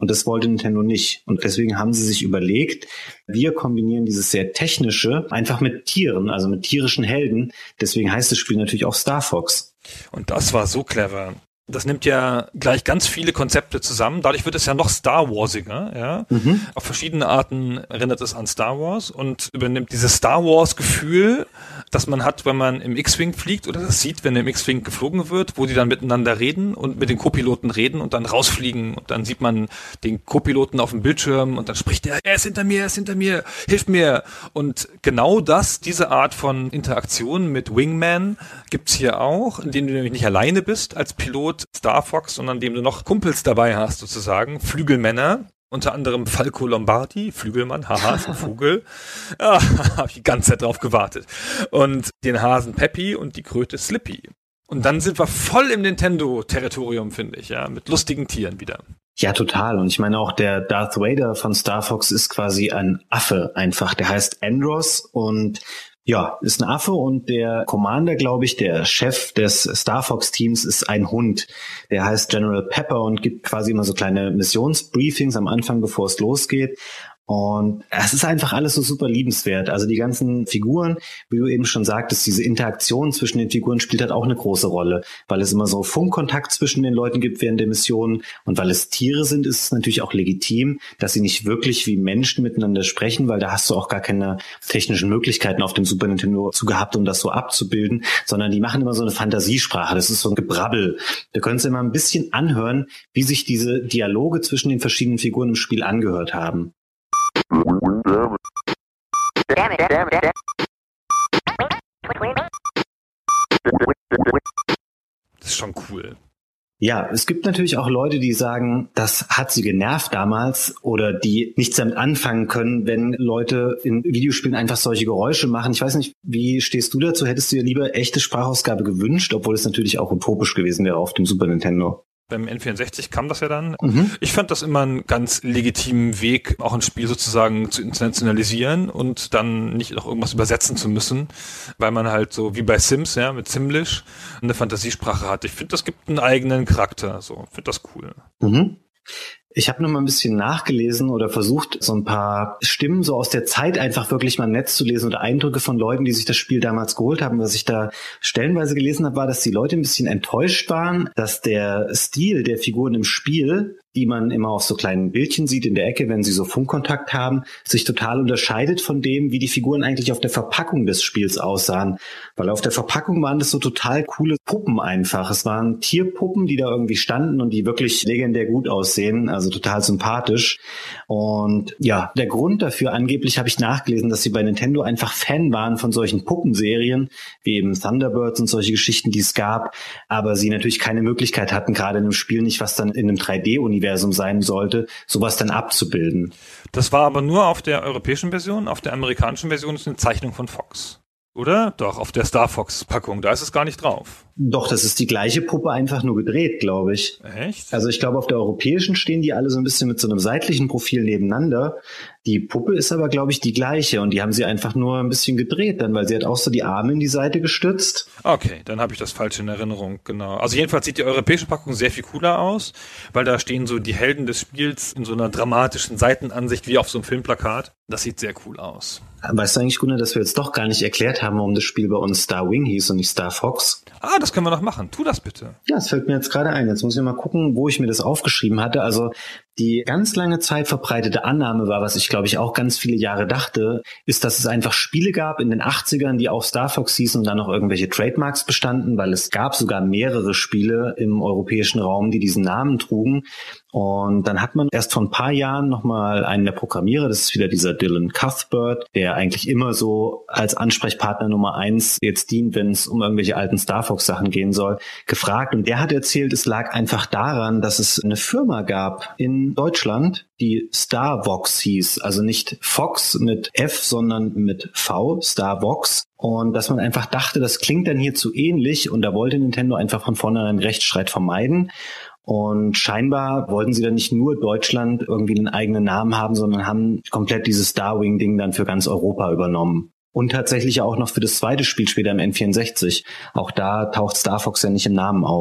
Und das wollte Nintendo nicht. Und deswegen haben sie sich überlegt, wir kombinieren dieses sehr technische einfach mit Tieren, also mit tierischen Helden. Deswegen heißt das Spiel natürlich auch Star Fox. Und das war so clever. Das nimmt ja gleich ganz viele Konzepte zusammen. Dadurch wird es ja noch Star Warsiger, ja. Mhm. Auf verschiedene Arten erinnert es an Star Wars und übernimmt dieses Star Wars Gefühl, das man hat, wenn man im X-Wing fliegt oder das sieht, wenn im X-Wing geflogen wird, wo die dann miteinander reden und mit den Co-Piloten reden und dann rausfliegen und dann sieht man den Co-Piloten auf dem Bildschirm und dann spricht er, er ist hinter mir, er ist hinter mir, hilf mir. Und genau das, diese Art von Interaktion mit Wingman gibt's hier auch, indem du nämlich nicht alleine bist als Pilot Star Fox, sondern indem du noch Kumpels dabei hast, sozusagen, Flügelmänner, unter anderem Falco Lombardi, Flügelmann, haha, ist ein Vogel, ah, habe ich die ganze Zeit drauf gewartet, und den Hasen Peppy und die Kröte Slippy. Und dann sind wir voll im Nintendo-Territorium, finde ich, ja, mit lustigen Tieren wieder. Ja, total. Und ich meine auch, der Darth Vader von Star Fox ist quasi ein Affe einfach, der heißt Andros und ja, ist ein Affe und der Commander, glaube ich, der Chef des Star Fox-Teams ist ein Hund. Der heißt General Pepper und gibt quasi immer so kleine Missionsbriefings am Anfang, bevor es losgeht. Und es ist einfach alles so super liebenswert. Also die ganzen Figuren, wie du eben schon sagtest, diese Interaktion zwischen den Figuren spielt halt auch eine große Rolle, weil es immer so Funkkontakt zwischen den Leuten gibt während der Mission und weil es Tiere sind, ist es natürlich auch legitim, dass sie nicht wirklich wie Menschen miteinander sprechen, weil da hast du auch gar keine technischen Möglichkeiten auf dem Super Nintendo zu gehabt, um das so abzubilden, sondern die machen immer so eine Fantasiesprache. Das ist so ein Gebrabbel. Wir können uns immer ein bisschen anhören, wie sich diese Dialoge zwischen den verschiedenen Figuren im Spiel angehört haben. Das ist schon cool. Ja, es gibt natürlich auch Leute, die sagen, das hat sie genervt damals oder die nichts damit anfangen können, wenn Leute in Videospielen einfach solche Geräusche machen. Ich weiß nicht, wie stehst du dazu? Hättest du dir lieber echte Sprachausgabe gewünscht, obwohl es natürlich auch utopisch gewesen wäre auf dem Super Nintendo? Beim N vierundsechzig kam das ja dann. Mhm. Ich fand das immer einen ganz legitimen Weg, auch ein Spiel sozusagen zu internationalisieren und dann nicht noch irgendwas übersetzen zu müssen, weil man halt so wie bei Sims, ja, mit Simlish eine Fantasiesprache hat. Ich finde, das gibt einen eigenen Charakter. So, finde das cool. Mhm. Ich habe noch mal ein bisschen nachgelesen oder versucht, so ein paar Stimmen so aus der Zeit einfach wirklich mal im Netz zu lesen oder Eindrücke von Leuten, die sich das Spiel damals geholt haben. Was ich da stellenweise gelesen habe, war, dass die Leute ein bisschen enttäuscht waren, dass der Stil der Figuren im Spiel, die man immer auf so kleinen Bildchen sieht in der Ecke, wenn sie so Funkkontakt haben, sich total unterscheidet von dem, wie die Figuren eigentlich auf der Verpackung des Spiels aussahen. Weil auf der Verpackung waren das so total coole Puppen einfach. Es waren Tierpuppen, die da irgendwie standen und die wirklich legendär gut aussehen, also total sympathisch. Und ja, der Grund dafür, angeblich habe ich nachgelesen, dass sie bei Nintendo einfach Fan waren von solchen Puppenserien, wie eben Thunderbirds und solche Geschichten, die es gab, aber sie natürlich keine Möglichkeit hatten, gerade in einem Spiel nicht, was dann in einem drei D-Universum sein sollte, sowas dann abzubilden. Das war aber nur auf der europäischen Version, auf der amerikanischen Version ist eine Zeichnung von Fox. Oder? Doch, auf der Star Fox-Packung, da ist es gar nicht drauf. Doch, das ist die gleiche Puppe, einfach nur gedreht, glaube ich. Echt? Also ich glaube, auf der europäischen stehen die alle so ein bisschen mit so einem seitlichen Profil nebeneinander. Die Puppe ist aber, glaube ich, die gleiche und die haben sie einfach nur ein bisschen gedreht dann, weil sie hat auch so die Arme in die Seite gestützt. Okay, dann habe ich das falsch in Erinnerung, genau. Also jedenfalls sieht die europäische Packung sehr viel cooler aus, weil da stehen so die Helden des Spiels in so einer dramatischen Seitenansicht wie auf so einem Filmplakat. Das sieht sehr cool aus. Weißt du eigentlich, Gunnar, dass wir jetzt doch gar nicht erklärt haben, warum das Spiel bei uns Star Wing hieß und nicht Star Fox? Ah, das können wir noch machen. Tu das bitte. Ja, es fällt mir jetzt gerade ein. Jetzt muss ich mal gucken, wo ich mir das aufgeschrieben hatte. Also die ganz lange Zeit verbreitete Annahme war, was ich glaube ich auch ganz viele Jahre dachte, ist, dass es einfach Spiele gab in den achtzigern, die auch Star Fox hießen und dann noch irgendwelche Trademarks bestanden, weil es gab sogar mehrere Spiele im europäischen Raum, die diesen Namen trugen. Und dann hat man erst vor ein paar Jahren nochmal einen der Programmierer, das ist wieder dieser Dylan Cuthbert, der eigentlich immer so als Ansprechpartner Nummer eins jetzt dient, wenn es um irgendwelche alten Star Fox Sachen gehen soll, gefragt. Und der hat erzählt, es lag einfach daran, dass es eine Firma gab in Deutschland, die Starvox hieß. Also nicht Fox mit F, sondern mit V, Starvox. Und dass man einfach dachte, das klingt dann hier zu ähnlich. Und da wollte Nintendo einfach von vornherein einen Rechtsstreit vermeiden. Und scheinbar wollten sie dann nicht nur Deutschland irgendwie einen eigenen Namen haben, sondern haben komplett dieses Starwing-Ding dann für ganz Europa übernommen. Und tatsächlich auch noch für das zweite Spiel später im N vierundsechzig. Auch da taucht Star Fox ja nicht im Namen auf.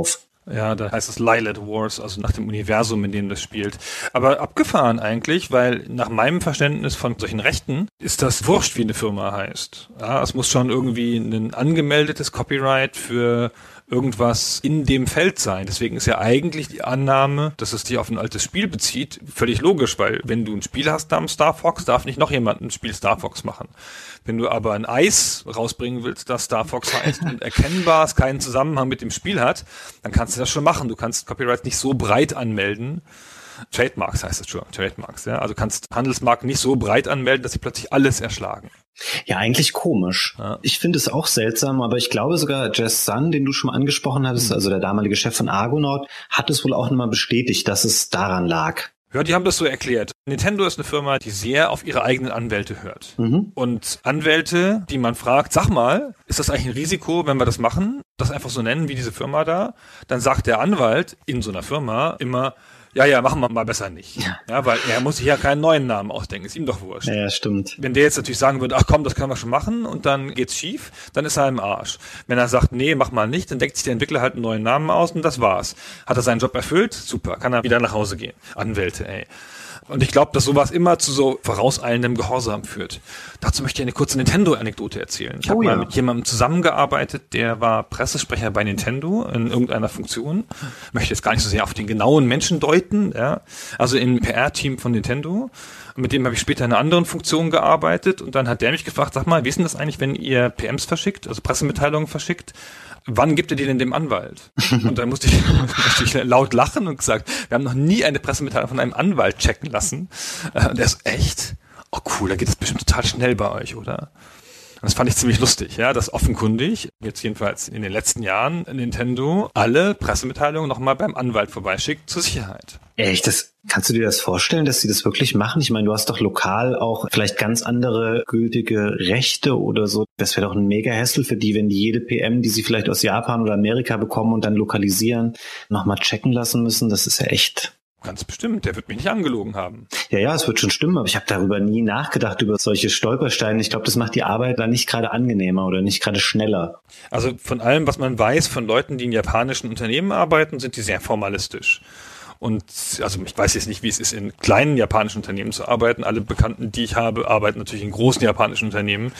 Ja, da heißt es Lylat Wars, also nach dem Universum, in dem das spielt. Aber abgefahren eigentlich, weil nach meinem Verständnis von solchen Rechten ist das wurscht, wie eine Firma heißt. Ja, es muss schon irgendwie ein angemeldetes Copyright für irgendwas in dem Feld sein. Deswegen ist ja eigentlich die Annahme, dass es sich auf ein altes Spiel bezieht, völlig logisch, weil wenn du ein Spiel hast namens Star Fox, darf nicht noch jemand ein Spiel Star Fox machen. Wenn du aber ein Eis rausbringen willst, das Star Fox heißt und erkennbar es keinen Zusammenhang mit dem Spiel hat, dann kannst du das schon machen. Du kannst Copyright nicht so breit anmelden. Trademarks heißt es schon, Trademarks, ja. Also kannst Handelsmarken nicht so breit anmelden, dass sie plötzlich alles erschlagen. Ja, eigentlich komisch. Ja. Ich finde es auch seltsam, aber ich glaube sogar Jez Sun, den du schon mal angesprochen hattest, mhm. also der damalige Chef von Argonaut, hat es wohl auch nochmal bestätigt, dass es daran lag. Ja, die haben das so erklärt. Nintendo ist eine Firma, die sehr auf ihre eigenen Anwälte hört. Mhm. Und Anwälte, die man fragt, sag mal, ist das eigentlich ein Risiko, wenn wir das machen, das einfach so nennen wie diese Firma da? Dann sagt der Anwalt in so einer Firma immer, ja, ja, machen wir mal besser nicht. Ja, ja, weil er muss sich ja keinen neuen Namen ausdenken, ist ihm doch wurscht. Ja, ja, stimmt. Wenn der jetzt natürlich sagen würde, ach komm, das können wir schon machen und dann geht's schief, dann ist er im Arsch. Wenn er sagt, nee, mach mal nicht, dann deckt sich der Entwickler halt einen neuen Namen aus und das war's. Hat er seinen Job erfüllt? Super, kann er wieder nach Hause gehen. Anwälte, ey. Und ich glaube, dass sowas immer zu so vorauseilendem Gehorsam führt. Dazu möchte ich eine kurze Nintendo-Anekdote erzählen. Ich oh, habe ja. mal mit jemandem zusammengearbeitet, der war Pressesprecher bei Nintendo in irgendeiner Funktion. Ich möchte jetzt gar nicht so sehr auf den genauen Menschen deuten, ja. Also im P R-Team von Nintendo. Mit dem habe ich später in einer anderen Funktion gearbeitet und dann hat der mich gefragt, sag mal, wie ist denn das eigentlich, wenn ihr P Ms verschickt, also Pressemitteilungen verschickt? Wann gibt ihr die denn dem Anwalt? Und dann musste ich, musste ich laut lachen und gesagt, wir haben noch nie eine Pressemitteilung von einem Anwalt checken lassen. Und der ist echt, oh cool, da geht es bestimmt total schnell bei euch, oder? Und das fand ich ziemlich lustig, ja, dass offenkundig, jetzt jedenfalls in den letzten Jahren, Nintendo alle Pressemitteilungen nochmal beim Anwalt vorbeischickt zur Sicherheit. Echt, das, kannst du dir das vorstellen, dass sie das wirklich machen? Ich meine, du hast doch lokal auch vielleicht ganz andere gültige Rechte oder so. Das wäre doch ein Mega-Hassel für die, wenn die jede P M, die sie vielleicht aus Japan oder Amerika bekommen und dann lokalisieren, nochmal checken lassen müssen. Das ist ja echt... Ganz bestimmt, der wird mich nicht angelogen haben. Ja, ja, es wird schon stimmen, aber ich habe darüber nie nachgedacht, über solche Stolpersteine. Ich glaube, das macht die Arbeit dann nicht gerade angenehmer oder nicht gerade schneller. Also von allem, was man weiß von Leuten, die in japanischen Unternehmen arbeiten, sind die sehr formalistisch. Und also ich weiß jetzt nicht, wie es ist, in kleinen japanischen Unternehmen zu arbeiten. Alle Bekannten, die ich habe, arbeiten natürlich in großen japanischen Unternehmen.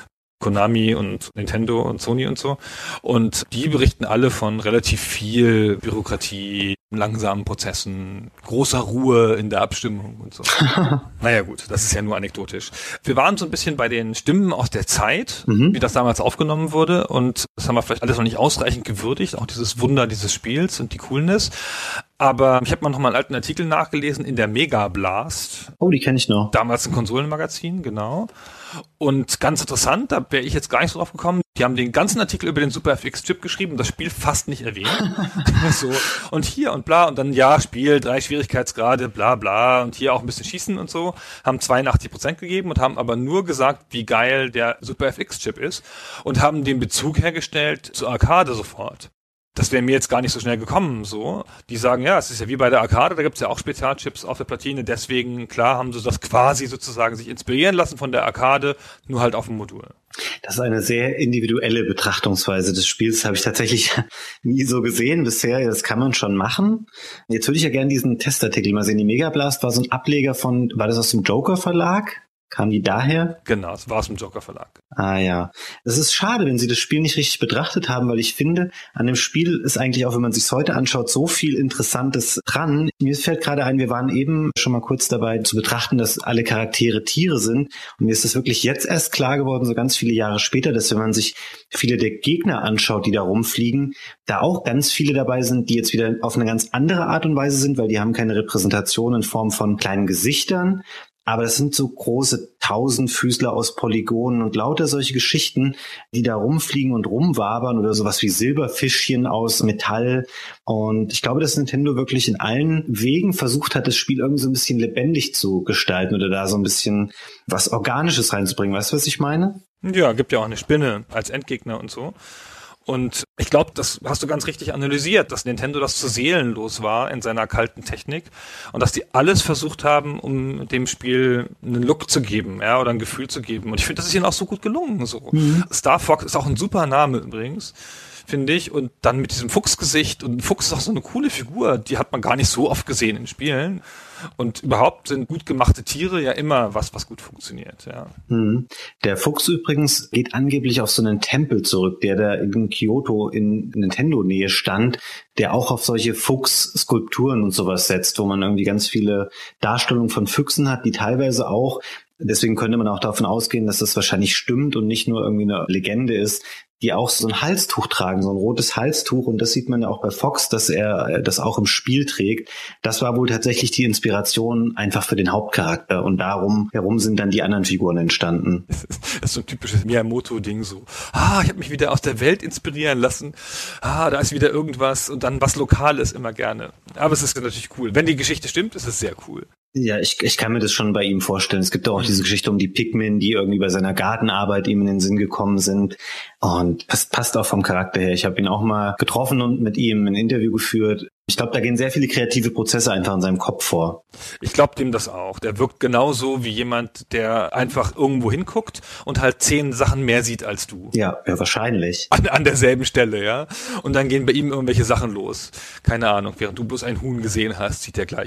Konami und Nintendo und Sony und so. Und die berichten alle von relativ viel Bürokratie, langsamen Prozessen, großer Ruhe in der Abstimmung und so. Naja gut, das ist ja nur anekdotisch. Wir waren so ein bisschen bei den Stimmen aus der Zeit, mhm. wie das damals aufgenommen wurde. Und das haben wir vielleicht alles noch nicht ausreichend gewürdigt, auch dieses Wunder dieses Spiels und die Coolness. Aber ich habe mal noch mal einen alten Artikel nachgelesen in der Mega Blast. Oh, die kenne ich noch. Damals ein Konsolenmagazin, genau. Und ganz interessant, da wäre ich jetzt gar nicht so drauf gekommen, die haben den ganzen Artikel über den Super F X-Chip geschrieben, das Spiel fast nicht erwähnt. so. Und hier und bla, und dann ja, Spiel, drei Schwierigkeitsgrade, bla bla, und hier auch ein bisschen Schießen und so, haben zweiundachtzig Prozent gegeben und haben aber nur gesagt, wie geil der Super F X-Chip ist und haben den Bezug hergestellt zur Arcade sofort. Das wäre mir jetzt gar nicht so schnell gekommen, so. Die sagen, ja, es ist ja wie bei der Arcade, da gibt's ja auch Spezialchips auf der Platine, deswegen, klar, haben sie das quasi sozusagen sich inspirieren lassen von der Arcade, nur halt auf dem Modul. Das ist eine sehr individuelle Betrachtungsweise des Spiels, habe ich tatsächlich nie so gesehen bisher. Das kann man schon machen. Jetzt würde ich ja gerne diesen Testartikel mal sehen. Die Mega Blast war so ein Ableger von, war das aus dem Joker Verlag? Kam die daher? Genau, es war aus dem Joker Verlag. Ah ja. Es ist schade, wenn sie das Spiel nicht richtig betrachtet haben, weil ich finde, an dem Spiel ist eigentlich auch, wenn man sich heute anschaut, so viel Interessantes dran. Mir fällt gerade ein, wir waren eben schon mal kurz dabei zu betrachten, dass alle Charaktere Tiere sind. Und mir ist das wirklich jetzt erst klar geworden, so ganz viele Jahre später, dass wenn man sich viele der Gegner anschaut, die da rumfliegen, da auch ganz viele dabei sind, die jetzt wieder auf eine ganz andere Art und Weise sind, weil die haben keine Repräsentation in Form von kleinen Gesichtern. Aber das sind so große Tausendfüßler aus Polygonen und lauter solche Geschichten, die da rumfliegen und rumwabern oder sowas wie Silberfischchen aus Metall. Und ich glaube, dass Nintendo wirklich in allen Wegen versucht hat, das Spiel irgendwie so ein bisschen lebendig zu gestalten oder da so ein bisschen was Organisches reinzubringen. Weißt du, was ich meine? Ja, gibt ja auch eine Spinne als Endgegner und so. Und ich glaube, das hast du ganz richtig analysiert, dass Nintendo das zu seelenlos war in seiner kalten Technik und dass die alles versucht haben, um dem Spiel einen Look zu geben, ja, oder ein Gefühl zu geben. Und ich finde, das ist ihnen auch so gut gelungen. So. Mhm. Star Fox ist auch ein super Name übrigens. finde ich. Und dann mit diesem Fuchsgesicht. Und ein Fuchs ist auch so eine coole Figur, die hat man gar nicht so oft gesehen in Spielen. Und überhaupt sind gut gemachte Tiere ja immer was, was gut funktioniert, ja. Hm. Der Fuchs übrigens geht angeblich auf so einen Tempel zurück, der da in Kyoto in Nintendo-Nähe stand, der auch auf solche Fuchs-Skulpturen und sowas setzt, wo man irgendwie ganz viele Darstellungen von Füchsen hat, die teilweise auch, deswegen könnte man auch davon ausgehen, dass das wahrscheinlich stimmt und nicht nur irgendwie eine Legende ist, die auch so ein Halstuch tragen, so ein rotes Halstuch. Und das sieht man ja auch bei Fox, dass er das auch im Spiel trägt. Das war wohl tatsächlich die Inspiration einfach für den Hauptcharakter. Und darum herum sind dann die anderen Figuren entstanden. Das ist, das ist so ein typisches Miyamoto-Ding so. Ah, ich habe mich wieder aus der Welt inspirieren lassen. Ah, da ist wieder irgendwas. Und dann was Lokales immer gerne. Aber es ist natürlich cool. Wenn die Geschichte stimmt, ist es sehr cool. Ja, ich, ich kann mir das schon bei ihm vorstellen. Es gibt auch diese Geschichte um die Pikmin, die irgendwie bei seiner Gartenarbeit ihm in den Sinn gekommen sind. Und das passt auch vom Charakter her. Ich habe ihn auch mal getroffen und mit ihm ein Interview geführt. Ich glaube, da gehen sehr viele kreative Prozesse einfach in seinem Kopf vor. Ich glaube dem das auch. Der wirkt genauso wie jemand, der einfach irgendwo hinguckt und halt zehn Sachen mehr sieht als du. Ja, ja, wahrscheinlich. An, an derselben Stelle, ja. Und dann gehen bei ihm irgendwelche Sachen los. Keine Ahnung, während du bloß ein Huhn gesehen hast, sieht er gleich.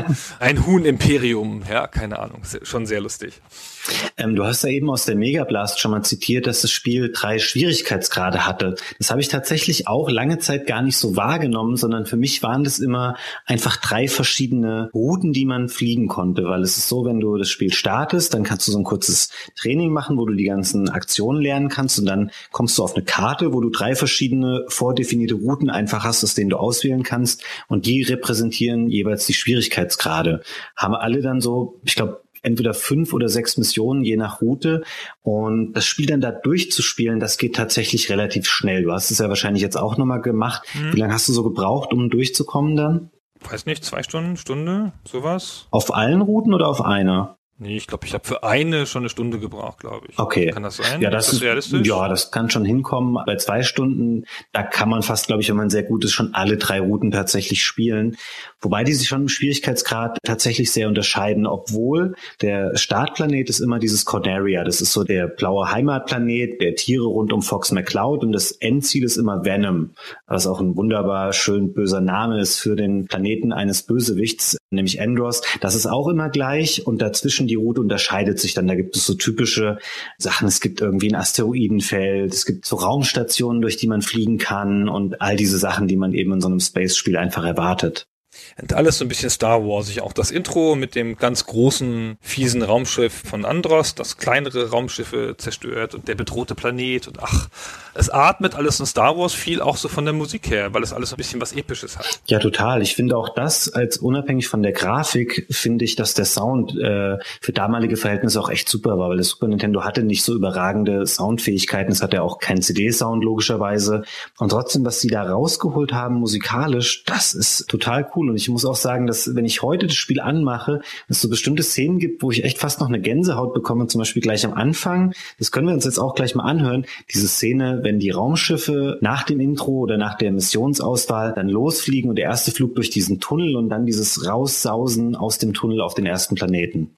Ein Huhn-Imperium, ja, keine Ahnung. Schon sehr lustig. Ähm, du hast ja eben aus der Mega Blast schon mal zitiert, dass das Spiel drei Schwierigkeitsgrade hatte. Das habe ich tatsächlich auch lange Zeit gar nicht so wahrgenommen, sondern für mich waren das immer einfach drei verschiedene Routen, die man fliegen konnte, weil es ist so, wenn du das Spiel startest, dann kannst du so ein kurzes Training machen, wo du die ganzen Aktionen lernen kannst und dann kommst du auf eine Karte, wo du drei verschiedene vordefinierte Routen einfach hast, aus denen du auswählen kannst und die repräsentieren jeweils die Schwierigkeitsgrade. Haben alle dann so, ich glaube, entweder fünf oder sechs Missionen, je nach Route. Und das Spiel dann da durchzuspielen, das geht tatsächlich relativ schnell. Du hast es ja wahrscheinlich jetzt auch nochmal gemacht. Mhm. Wie lange hast du so gebraucht, um durchzukommen dann? Weiß nicht, zwei Stunden, Stunde, sowas. Auf allen Routen oder auf einer? Nee, ich glaube, ich habe für eine schon eine Stunde gebraucht, glaube ich. Okay. Kann das sein? Ja, das ist das realistisch? Ja, das kann schon hinkommen. Bei zwei Stunden, da kann man fast, glaube ich, wenn man sehr gut ist, schon alle drei Routen tatsächlich spielen. Wobei die sich schon im Schwierigkeitsgrad tatsächlich sehr unterscheiden, obwohl der Startplanet ist immer dieses Corneria. Das ist so der blaue Heimatplanet der Tiere rund um Fox McCloud und das Endziel ist immer Venom, was auch ein wunderbar schön böser Name ist für den Planeten eines Bösewichts, nämlich Andros. Das ist auch immer gleich und dazwischen die Route unterscheidet sich dann. Da gibt es so typische Sachen. Es gibt irgendwie ein Asteroidenfeld. Es gibt so Raumstationen, durch die man fliegen kann und all diese Sachen, die man eben in so einem Space-Spiel einfach erwartet. Und alles so ein bisschen Star Wars. Auch das Intro mit dem ganz großen, fiesen Raumschiff von Andros, das kleinere Raumschiffe zerstört und der bedrohte Planet und ach, es atmet alles in Star Wars viel auch so von der Musik her, weil es alles ein bisschen was Episches hat. Ja, total. Ich finde auch das, als unabhängig von der Grafik, finde ich, dass der Sound äh, für damalige Verhältnisse auch echt super war, weil das Super Nintendo hatte nicht so überragende Soundfähigkeiten. Es hatte auch keinen C D-Sound logischerweise. Und trotzdem, was sie da rausgeholt haben musikalisch, das ist total cool. Und ich muss auch sagen, dass wenn ich heute das Spiel anmache, es so bestimmte Szenen gibt, wo ich echt fast noch eine Gänsehaut bekomme, zum Beispiel gleich am Anfang. Das können wir uns jetzt auch gleich mal anhören. Diese Szene, wenn die Raumschiffe nach dem Intro oder nach der Missionsauswahl dann losfliegen und der erste Flug durch diesen Tunnel und dann dieses Raussausen aus dem Tunnel auf den ersten Planeten.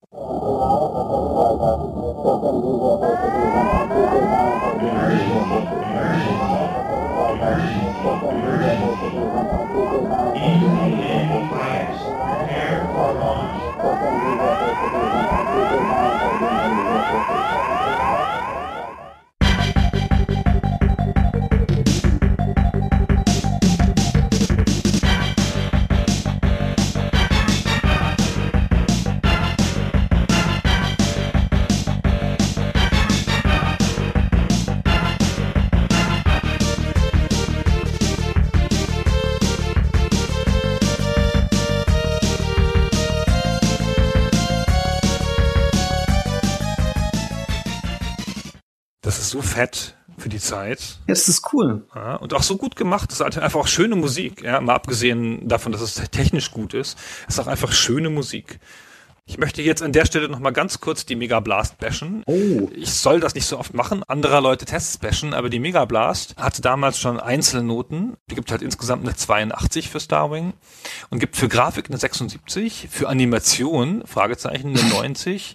So fett für die Zeit. Ja, das ist cool. Ja, und auch so gut gemacht. Das ist einfach auch schöne Musik. Ja, mal abgesehen davon, dass es technisch gut ist, ist auch einfach schöne Musik. Ich möchte jetzt an der Stelle noch mal ganz kurz die Mega Blast bashen. Oh. Ich soll das nicht so oft machen, anderer Leute Tests bashen, aber die Mega Blast hatte damals schon Einzelnoten. Die gibt halt insgesamt eine zweiundachtzig für Starwing und gibt für Grafik eine sechsundsiebzig, für Animation, Fragezeichen, eine neunzig,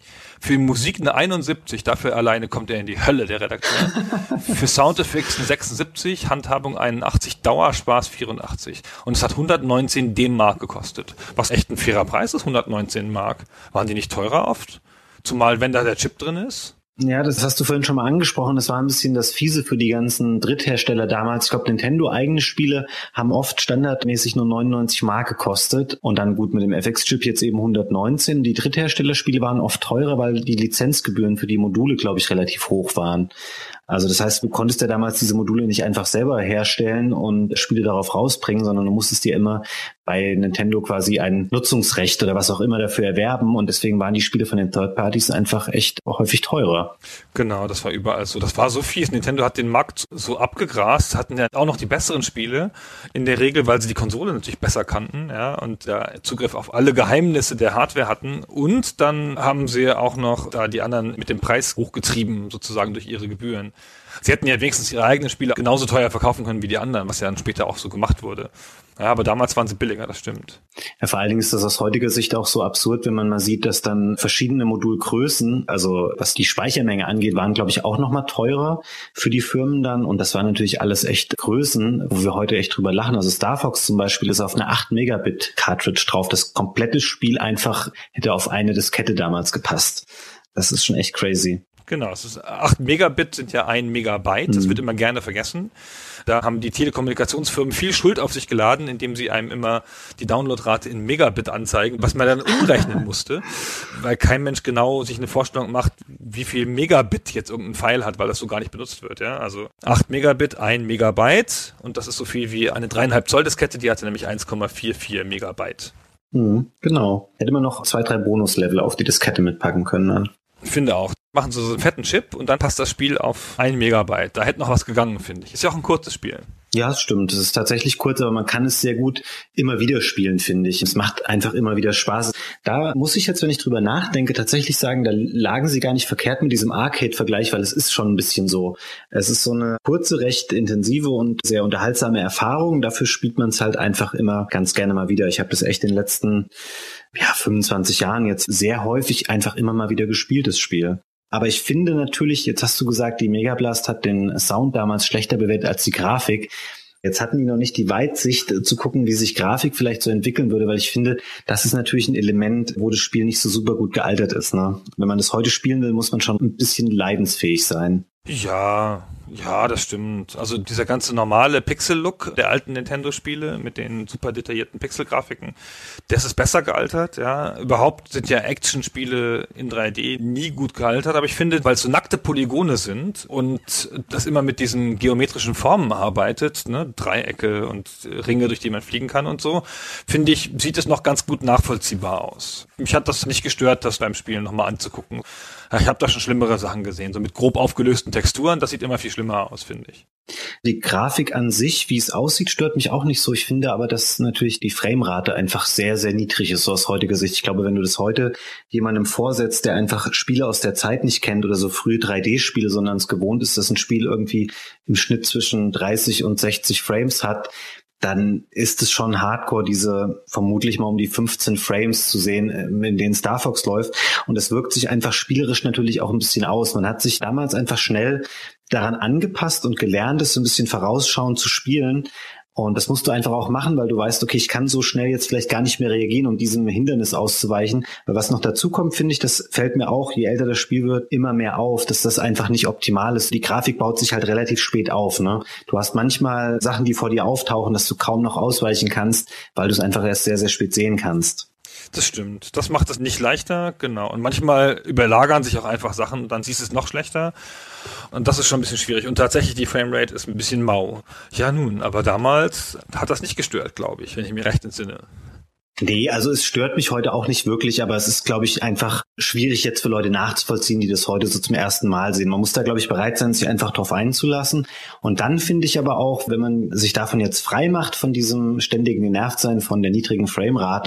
Für Musik eine einundsiebzig, dafür alleine kommt er in die Hölle, der Redakteur. Für Soundeffekte eine sechsundsiebzig, Handhabung einundachtzig, Dauerspaß vierundachtzig. Und es hat hundertneunzehn D-Mark gekostet. Was echt ein fairer Preis ist, hundertneunzehn Mark. Waren die nicht teurer oft? Zumal, wenn da der Chip drin ist. Ja, das hast du vorhin schon mal angesprochen. Das war ein bisschen das Fiese für die ganzen Dritthersteller damals. Ich glaube, Nintendo eigene Spiele haben oft standardmäßig nur neunundneunzig Mark gekostet. Und dann gut mit dem F X-Chip jetzt eben hundertneunzehn. Die Drittherstellerspiele waren oft teurer, weil die Lizenzgebühren für die Module, glaube ich, relativ hoch waren. Also das heißt, du konntest ja damals diese Module nicht einfach selber herstellen und Spiele darauf rausbringen, sondern du musstest dir immer bei Nintendo quasi ein Nutzungsrecht oder was auch immer dafür erwerben. Und deswegen waren die Spiele von den Third Parties einfach echt häufig teurer. Genau, das war überall so. Das war so fies. Nintendo hat den Markt so abgegrast, hatten ja auch noch die besseren Spiele in der Regel, weil sie die Konsole natürlich besser kannten, ja, und ja, Zugriff auf alle Geheimnisse der Hardware hatten. Und dann haben sie auch noch da die anderen mit dem Preis hochgetrieben, sozusagen durch ihre Gebühren. Sie hätten ja wenigstens ihre eigenen Spiele genauso teuer verkaufen können wie die anderen, was ja dann später auch so gemacht wurde. Ja, aber damals waren sie billiger, das stimmt. Ja, vor allen Dingen ist das aus heutiger Sicht auch so absurd, wenn man mal sieht, dass dann verschiedene Modulgrößen, also was die Speichermenge angeht, waren, glaube ich, auch nochmal teurer für die Firmen dann. Und das waren natürlich alles echt Größen, wo wir heute echt drüber lachen. Also Star Fox zum Beispiel ist auf eine acht Megabit Cartridge drauf. Das komplette Spiel einfach hätte auf eine Diskette damals gepasst. Das ist schon echt crazy. Genau, es ist acht Megabit sind ja ein Megabyte, das mhm. wird immer gerne vergessen. Da haben die Telekommunikationsfirmen viel Schuld auf sich geladen, indem sie einem immer die Downloadrate in Megabit anzeigen, was man dann umrechnen musste, weil kein Mensch genau sich eine Vorstellung macht, wie viel Megabit jetzt irgendein File hat, weil das so gar nicht benutzt wird. Ja, also acht Megabit, ein Megabyte, und das ist so viel wie eine dreieinhalb Zoll Diskette, die hatte nämlich eins Komma vierundvierzig Megabyte. Mhm, genau. Hätte man noch zwei, drei Bonuslevel auf die Diskette mitpacken können dann. Ich finde auch. Machen sie so einen fetten Chip und dann passt das Spiel auf ein Megabyte. Da hätte noch was gegangen, finde ich. Ist ja auch ein kurzes Spiel. Ja, das stimmt. Es ist tatsächlich kurz, aber man kann es sehr gut immer wieder spielen, finde ich. Es macht einfach immer wieder Spaß. Da muss ich jetzt, wenn ich drüber nachdenke, tatsächlich sagen, da lagen sie gar nicht verkehrt mit diesem Arcade-Vergleich, weil es ist schon ein bisschen so. Es ist so eine kurze, recht intensive und sehr unterhaltsame Erfahrung. Dafür spielt man es halt einfach immer ganz gerne mal wieder. Ich habe das echt in den letzten ja, fünfundzwanzig Jahren jetzt sehr häufig einfach immer mal wieder gespielt, das Spiel. Aber ich finde natürlich, jetzt hast du gesagt, die Mega Blast hat den Sound damals schlechter bewertet als die Grafik. Jetzt hatten die noch nicht die Weitsicht zu gucken, wie sich Grafik vielleicht so entwickeln würde, weil ich finde, das ist natürlich ein Element, wo das Spiel nicht so super gut gealtert ist. Ne? Wenn man das heute spielen will, muss man schon ein bisschen leidensfähig sein. Ja, ja, das stimmt. Also dieser ganze normale Pixel-Look der alten Nintendo-Spiele mit den super detaillierten Pixel-Grafiken, das ist besser gealtert, ja. Überhaupt sind ja Action-Spiele in drei D nie gut gealtert, aber ich finde, weil es so nackte Polygone sind und das immer mit diesen geometrischen Formen arbeitet, ne, Dreiecke und Ringe, durch die man fliegen kann und so, finde ich, sieht es noch ganz gut nachvollziehbar aus. Mich hat das nicht gestört, das beim Spielen nochmal anzugucken. Ich habe da schon schlimmere Sachen gesehen, so mit grob aufgelösten Texturen, das sieht immer viel schlimmer aus, finde ich. Die Grafik an sich, wie es aussieht, stört mich auch nicht so. Ich finde aber, dass natürlich die Framerate einfach sehr, sehr niedrig ist, so aus heutiger Sicht. Ich glaube, wenn du das heute jemandem vorsetzt, der einfach Spiele aus der Zeit nicht kennt oder so frühe drei D-Spiele, sondern es gewohnt ist, dass ein Spiel irgendwie im Schnitt zwischen dreißig und sechzig Frames hat, dann ist es schon hardcore, diese vermutlich mal um die fünfzehn Frames zu sehen, in denen Star Fox läuft. Und es wirkt sich einfach spielerisch natürlich auch ein bisschen aus. Man hat sich damals einfach schnell daran angepasst und gelernt, es so ein bisschen vorausschauend zu spielen. Und das musst du einfach auch machen, weil du weißt, okay, ich kann so schnell jetzt vielleicht gar nicht mehr reagieren, um diesem Hindernis auszuweichen. Weil was noch dazu kommt, finde ich, das fällt mir auch, je älter das Spiel wird, immer mehr auf, dass das einfach nicht optimal ist. Die Grafik baut sich halt relativ spät auf, ne? Du hast manchmal Sachen, die vor dir auftauchen, dass du kaum noch ausweichen kannst, weil du es einfach erst sehr, sehr spät sehen kannst. Das stimmt. Das macht es nicht leichter, genau. Und manchmal überlagern sich auch einfach Sachen und dann siehst du es noch schlechter. Und das ist schon ein bisschen schwierig. Und tatsächlich, die Framerate ist ein bisschen mau. Ja nun, aber damals hat das nicht gestört, glaube ich, wenn ich mir recht entsinne. Nee, also es stört mich heute auch nicht wirklich, aber es ist, glaube ich, einfach schwierig jetzt für Leute nachzuvollziehen, die das heute so zum ersten Mal sehen. Man muss da, glaube ich, bereit sein, sich einfach drauf einzulassen. Und dann finde ich aber auch, wenn man sich davon jetzt frei macht, von diesem ständigen Genervtsein, von der niedrigen Framerate,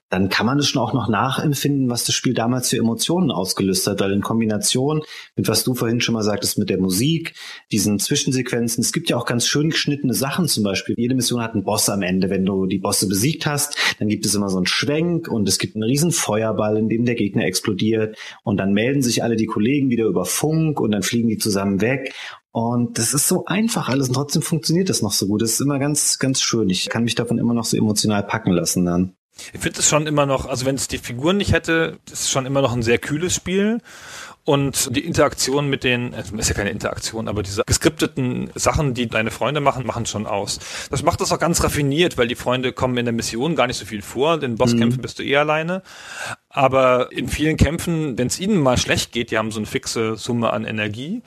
dann kann man es schon auch noch nachempfinden, was das Spiel damals für Emotionen ausgelöst hat, weil in Kombination mit, was du vorhin schon mal sagtest, mit der Musik, diesen Zwischensequenzen, es gibt ja auch ganz schön geschnittene Sachen zum Beispiel. Jede Mission hat einen Boss am Ende. Wenn du die Bosse besiegt hast, dann gibt es immer so einen Schwenk und es gibt einen riesen Feuerball, in dem der Gegner explodiert und dann melden sich alle die Kollegen wieder über Funk und dann fliegen die zusammen weg. Und das ist so einfach alles und trotzdem funktioniert das noch so gut. Das ist immer ganz, ganz schön. Ich kann mich davon immer noch so emotional packen lassen dann. Ich finde es schon immer noch, also wenn es die Figuren nicht hätte, das ist schon immer noch ein sehr kühles Spiel. Und die Interaktion mit den, es ist ja keine Interaktion, aber diese geskripteten Sachen, die deine Freunde machen, machen schon aus. Das macht das auch ganz raffiniert, weil die Freunde kommen in der Mission gar nicht so viel vor. In den Bosskämpfen mhm. bist du eh alleine. Aber in vielen Kämpfen, wenn es ihnen mal schlecht geht, die haben so eine fixe Summe an Energie.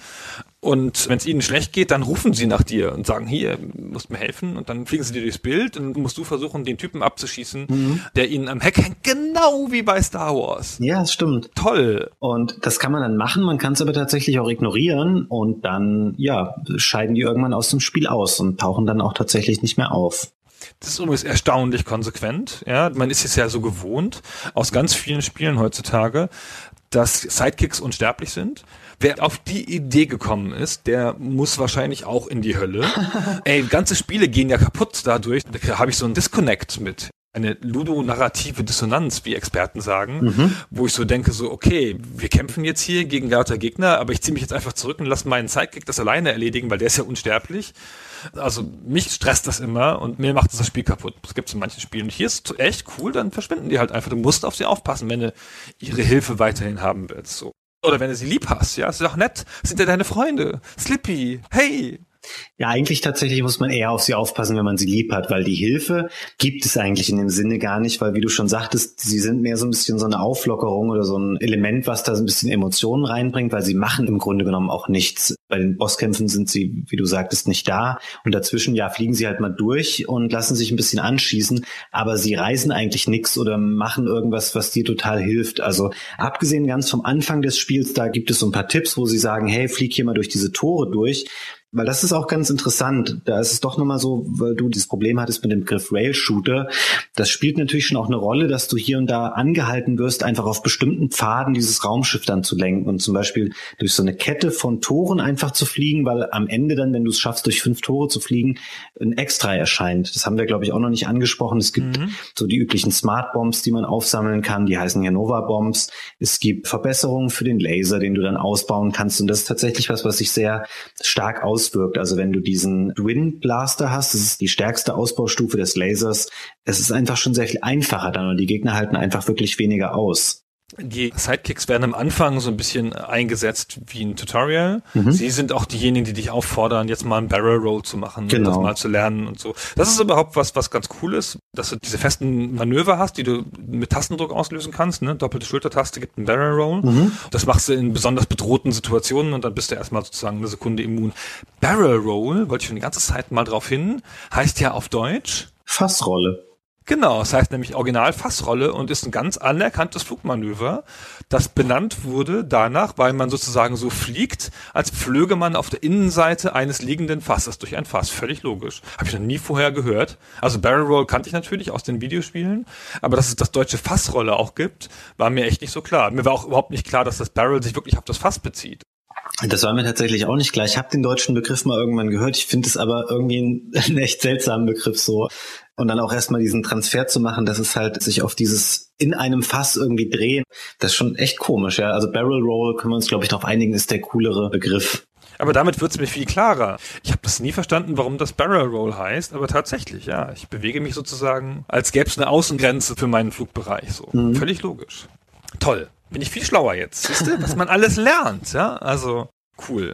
Und wenn es ihnen schlecht geht, dann rufen sie nach dir und sagen, hier, musst mir helfen. Und dann fliegen sie dir durchs Bild und musst du versuchen, den Typen abzuschießen, mhm. der ihnen am Heck hängt, genau wie bei Star Wars. Ja, das stimmt. Toll. Und das kann man dann machen, man kann es aber tatsächlich auch ignorieren und dann, ja, scheiden die irgendwann aus dem Spiel aus und tauchen dann auch tatsächlich nicht mehr auf. Das ist übrigens erstaunlich konsequent. Ja, man ist es ja so gewohnt aus ganz vielen Spielen heutzutage, dass Sidekicks unsterblich sind. Wer auf die Idee gekommen ist, der muss wahrscheinlich auch in die Hölle. Ey, ganze Spiele gehen ja kaputt dadurch. Da habe ich so einen Disconnect mit. Eine ludonarrative Dissonanz, wie Experten sagen, mhm. wo ich so denke, so okay, wir kämpfen jetzt hier gegen lauter Gegner, aber ich ziehe mich jetzt einfach zurück und lasse meinen Sidekick das alleine erledigen, weil der ist ja unsterblich. Also mich stresst das immer und mir macht das, das Spiel kaputt. Das gibt es in manchen Spielen. Und hier ist es echt cool, dann verschwinden die halt einfach. Du musst auf sie aufpassen, wenn du ihre Hilfe weiterhin haben willst. So. Oder wenn du sie lieb hast, ja, ist doch nett. Das sind ja deine Freunde. Slippy, hey. Ja, eigentlich tatsächlich muss man eher auf sie aufpassen, wenn man sie lieb hat, weil die Hilfe gibt es eigentlich in dem Sinne gar nicht, weil wie du schon sagtest, sie sind mehr so ein bisschen so eine Auflockerung oder so ein Element, was da so ein bisschen Emotionen reinbringt, weil sie machen im Grunde genommen auch nichts. Bei den Bosskämpfen sind sie, wie du sagtest, nicht da und dazwischen, ja, fliegen sie halt mal durch und lassen sich ein bisschen anschießen, aber sie reißen eigentlich nichts oder machen irgendwas, was dir total hilft. Also abgesehen ganz vom Anfang des Spiels, da gibt es so ein paar Tipps, wo sie sagen, hey, flieg hier mal durch diese Tore durch. Weil das ist auch ganz interessant. Da ist es doch nochmal so, weil du dieses Problem hattest mit dem Begriff Rail-Shooter. Das spielt natürlich schon auch eine Rolle, dass du hier und da angehalten wirst, einfach auf bestimmten Pfaden dieses Raumschiff dann zu lenken und zum Beispiel durch so eine Kette von Toren einfach zu fliegen, weil am Ende dann, wenn du es schaffst, durch fünf Tore zu fliegen, ein Extra erscheint. Das haben wir, glaube ich, auch noch nicht angesprochen. Es gibt mhm. so die üblichen Smart Bombs, die man aufsammeln kann. Die heißen ja Nova Bombs. Es gibt Verbesserungen für den Laser, den du dann ausbauen kannst. Und das ist tatsächlich was, was sich sehr stark aus auswirkt. Also wenn du diesen Twin Blaster hast, das ist die stärkste Ausbaustufe des Lasers, es ist einfach schon sehr viel einfacher dann und die Gegner halten einfach wirklich weniger aus. Die Sidekicks werden am Anfang so ein bisschen eingesetzt wie ein Tutorial. Mhm. Sie sind auch diejenigen, die dich auffordern, jetzt mal einen Barrel Roll zu machen, genau. und das mal zu lernen und so. Das ist überhaupt was, was ganz cool ist, dass du diese festen Manöver hast, die du mit Tastendruck auslösen kannst. Ne? Doppelte Schultertaste gibt einen Barrel Roll. Mhm. Das machst du in besonders bedrohten Situationen und dann bist du erstmal sozusagen eine Sekunde immun. Barrel Roll, wollte ich schon die ganze Zeit mal drauf hin, heißt ja auf Deutsch Fassrolle. Genau, das heißt nämlich Original Fassrolle und ist ein ganz anerkanntes Flugmanöver, das benannt wurde danach, weil man sozusagen so fliegt, als flöge man auf der Innenseite eines liegenden Fasses durch ein Fass. Völlig logisch. Habe ich noch nie vorher gehört. Also Barrel Roll kannte ich natürlich aus den Videospielen, aber dass es das deutsche Fassrolle auch gibt, war mir echt nicht so klar. Mir war auch überhaupt nicht klar, dass das Barrel sich wirklich auf das Fass bezieht. Das war mir tatsächlich auch nicht klar. Ich habe den deutschen Begriff mal irgendwann gehört. Ich finde es aber irgendwie ein, ein echt seltsamen Begriff so. Und dann auch erstmal diesen Transfer zu machen, dass es halt sich auf dieses in einem Fass irgendwie drehen. Das ist schon echt komisch, ja. Also Barrel Roll, können wir uns, glaube ich, darauf einigen, ist der coolere Begriff. Aber damit wird es mir viel klarer. Ich habe das nie verstanden, warum das Barrel Roll heißt, aber tatsächlich, ja. Ich bewege mich sozusagen, als gäbe es eine Außengrenze für meinen Flugbereich. So. Mhm. Völlig logisch. Toll. Bin ich viel schlauer jetzt. Siehst du, was man alles lernt, ja? Also, cool.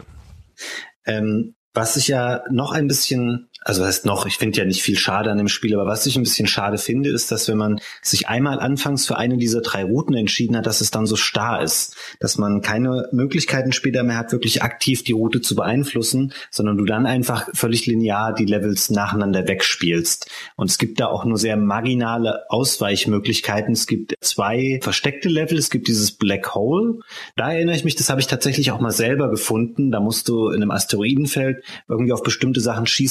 Ähm, was ich ja noch ein bisschen, also was heißt noch, ich finde ja nicht viel schade an dem Spiel, aber was ich ein bisschen schade finde, ist, dass wenn man sich einmal anfangs für eine dieser drei Routen entschieden hat, dass es dann so starr ist, dass man keine Möglichkeiten später mehr hat, wirklich aktiv die Route zu beeinflussen, sondern du dann einfach völlig linear die Levels nacheinander wegspielst. Und es gibt da auch nur sehr marginale Ausweichmöglichkeiten. Es gibt zwei versteckte Level, es gibt dieses Black Hole. Da erinnere ich mich, das habe ich tatsächlich auch mal selber gefunden. Da musst du in einem Asteroidenfeld irgendwie auf bestimmte Sachen schießen und dann irgendwann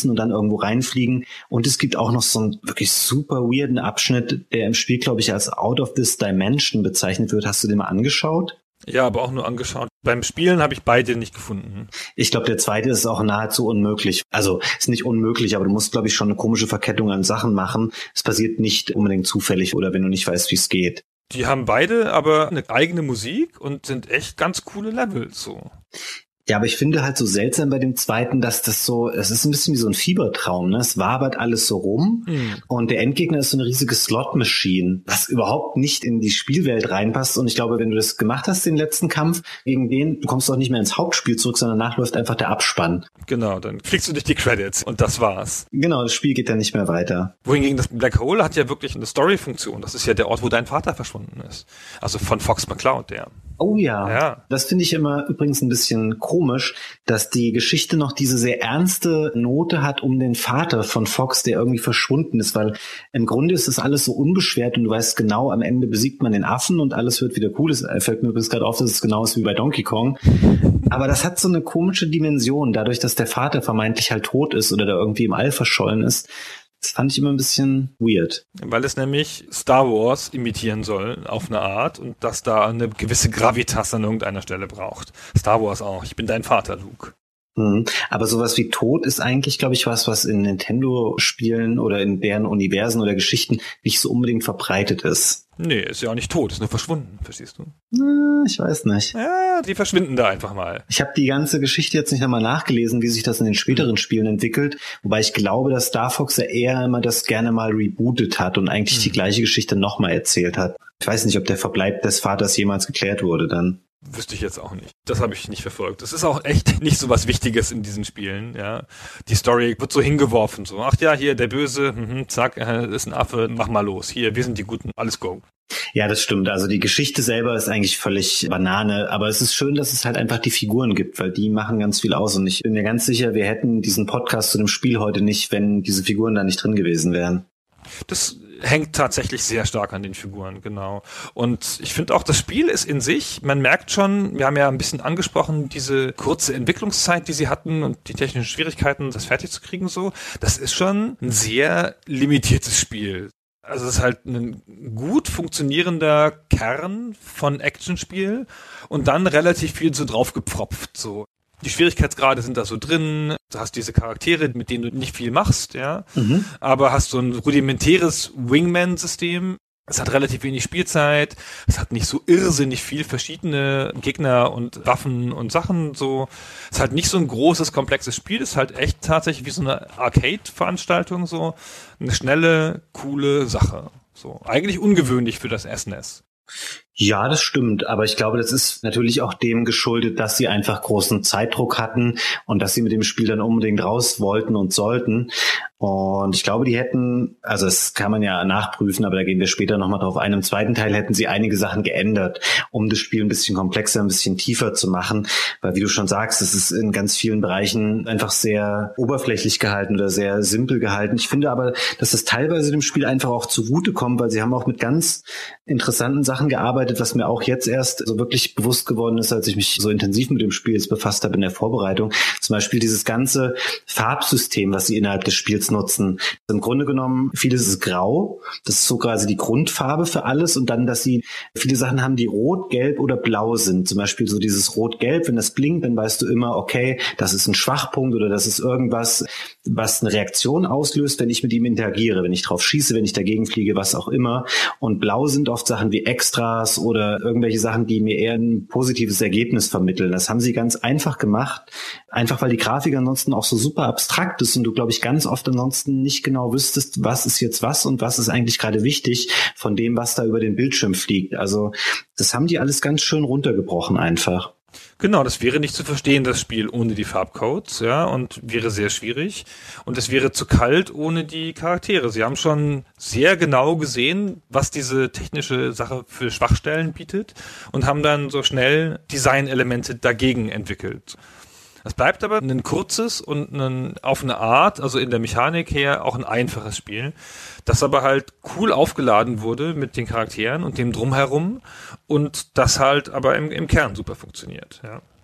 irgendwo reinfliegen. Und es gibt auch noch so einen wirklich super weirden Abschnitt, der im Spiel, glaube ich, als Out of this Dimension bezeichnet wird. Hast du den mal angeschaut? Ja, aber auch nur angeschaut. Beim Spielen habe ich beide nicht gefunden. Ich glaube, der zweite ist auch nahezu unmöglich. Also ist nicht unmöglich, aber du musst, glaube ich, schon eine komische Verkettung an Sachen machen. Es passiert nicht unbedingt zufällig oder wenn du nicht weißt, wie es geht. Die haben beide aber eine eigene Musik und sind echt ganz coole Levels so. Ja, aber ich finde halt so seltsam bei dem zweiten, dass das so, es ist ein bisschen wie so ein Fiebertraum, ne? Es wabert alles so rum mhm. und der Endgegner ist so eine riesige Slot-Machine, was überhaupt nicht in die Spielwelt reinpasst. Und ich glaube, wenn du das gemacht hast, den letzten Kampf gegen den, du kommst auch nicht mehr ins Hauptspiel zurück, sondern danach läuft einfach der Abspann. Genau, dann kriegst du durch die Credits und das war's. Genau, das Spiel geht dann nicht mehr weiter. Wohingegen das Black Hole hat ja wirklich eine Story-Funktion. Das ist ja der Ort, wo dein Vater verschwunden ist. Also von Fox McCloud, der. Oh ja, ja. Das finde ich immer übrigens ein bisschen komisch, dass die Geschichte noch diese sehr ernste Note hat um den Vater von Fox, der irgendwie verschwunden ist, weil im Grunde ist das alles so unbeschwert und du weißt genau, am Ende besiegt man den Affen und alles wird wieder cool. Es fällt mir übrigens gerade auf, dass es genau ist wie bei Donkey Kong. Aber das hat so eine komische Dimension, dadurch, dass der Vater vermeintlich halt tot ist oder da irgendwie im All verschollen ist. Das fand ich immer ein bisschen weird. Weil es nämlich Star Wars imitieren soll, auf eine Art, und dass da eine gewisse Gravitas an irgendeiner Stelle braucht. Star Wars auch. Ich bin dein Vater, Luke. Mhm. Aber sowas wie Tod ist eigentlich, glaube ich, was, was in Nintendo-Spielen oder in deren Universen oder Geschichten nicht so unbedingt verbreitet ist. Nee, ist ja auch nicht tot, ist nur verschwunden, verstehst du? Na, ich weiß nicht. Ja, die verschwinden da einfach mal. Ich habe die ganze Geschichte jetzt nicht nochmal nachgelesen, wie sich das in den späteren Spielen entwickelt, wobei ich glaube, dass Star Fox ja eher immer das gerne mal rebootet hat und eigentlich hm. die gleiche Geschichte nochmal erzählt hat. Ich weiß nicht, ob der Verbleib des Vaters jemals geklärt wurde dann. Wüsste ich jetzt auch nicht. Das habe ich nicht verfolgt. Das ist auch echt nicht so was Wichtiges in diesen Spielen, ja. Die Story wird so hingeworfen, so, ach ja, hier, der Böse, mhm, zack, äh, ist ein Affe, mach mal los. Hier, wir sind die Guten, alles go. Ja, das stimmt. Also die Geschichte selber ist eigentlich völlig Banane, aber es ist schön, dass es halt einfach die Figuren gibt, weil die machen ganz viel aus und ich bin mir ganz sicher, wir hätten diesen Podcast zu dem Spiel heute nicht, wenn diese Figuren da nicht drin gewesen wären. Das hängt tatsächlich sehr stark an den Figuren, genau. Und ich finde auch, das Spiel ist in sich, man merkt schon, wir haben ja ein bisschen angesprochen, diese kurze Entwicklungszeit, die sie hatten und die technischen Schwierigkeiten, das fertig zu kriegen so, das ist schon ein sehr limitiertes Spiel. Also es ist halt ein gut funktionierender Kern von Actionspiel und dann relativ viel so draufgepfropft, so. Die Schwierigkeitsgrade sind da so drin, du hast diese Charaktere, mit denen du nicht viel machst, ja, mhm. aber hast so ein rudimentäres Wingman-System. Es hat relativ wenig Spielzeit, es hat nicht so irrsinnig viel verschiedene Gegner und Waffen und Sachen, so. Es ist halt nicht so ein großes, komplexes Spiel, es ist halt echt tatsächlich wie so eine Arcade-Veranstaltung, so. Eine schnelle, coole Sache, so. Eigentlich ungewöhnlich für das S N E S. Ja, das stimmt, aber ich glaube, das ist natürlich auch dem geschuldet, dass sie einfach großen Zeitdruck hatten und dass sie mit dem Spiel dann unbedingt raus wollten und sollten. Und ich glaube, die hätten, also das kann man ja nachprüfen, aber da gehen wir später nochmal drauf ein. Im zweiten Teil hätten sie einige Sachen geändert, um das Spiel ein bisschen komplexer, ein bisschen tiefer zu machen. Weil wie du schon sagst, es ist in ganz vielen Bereichen einfach sehr oberflächlich gehalten oder sehr simpel gehalten. Ich finde aber, dass das teilweise dem Spiel einfach auch zugutekommt, weil sie haben auch mit ganz interessanten Sachen gearbeitet, was mir auch jetzt erst so wirklich bewusst geworden ist, als ich mich so intensiv mit dem Spiel jetzt befasst habe in der Vorbereitung. Zum Beispiel dieses ganze Farbsystem, was sie innerhalb des Spiels nutzen. Im Grunde genommen, vieles ist grau. Das ist so quasi die Grundfarbe für alles. Und dann, dass sie viele Sachen haben, die rot, gelb oder blau sind. Zum Beispiel so dieses rot-gelb, wenn das blinkt, dann weißt du immer, okay, das ist ein Schwachpunkt oder das ist irgendwas, was eine Reaktion auslöst, wenn ich mit ihm interagiere, wenn ich drauf schieße, wenn ich dagegen fliege, was auch immer. Und blau sind oft Sachen wie Extras oder irgendwelche Sachen, die mir eher ein positives Ergebnis vermitteln. Das haben sie ganz einfach gemacht, einfach weil die Grafik ansonsten auch so super abstrakt ist und du, glaube ich, ganz oft ansonsten nicht genau wüsstest, was ist jetzt was und was ist eigentlich gerade wichtig von dem, was da über den Bildschirm fliegt. Also das haben die alles ganz schön runtergebrochen einfach. Genau, das wäre nicht zu verstehen, das Spiel, ohne die Farbcodes, ja, und wäre sehr schwierig. Und es wäre zu kalt ohne die Charaktere. Sie haben schon sehr genau gesehen, was diese technische Sache für Schwachstellen bietet und haben dann so schnell Designelemente dagegen entwickelt. Es bleibt aber ein kurzes und ein, auf eine Art, also in der Mechanik her, auch ein einfaches Spiel, das aber halt cool aufgeladen wurde mit den Charakteren und dem Drumherum und das halt aber im, im Kern super funktioniert. Ja.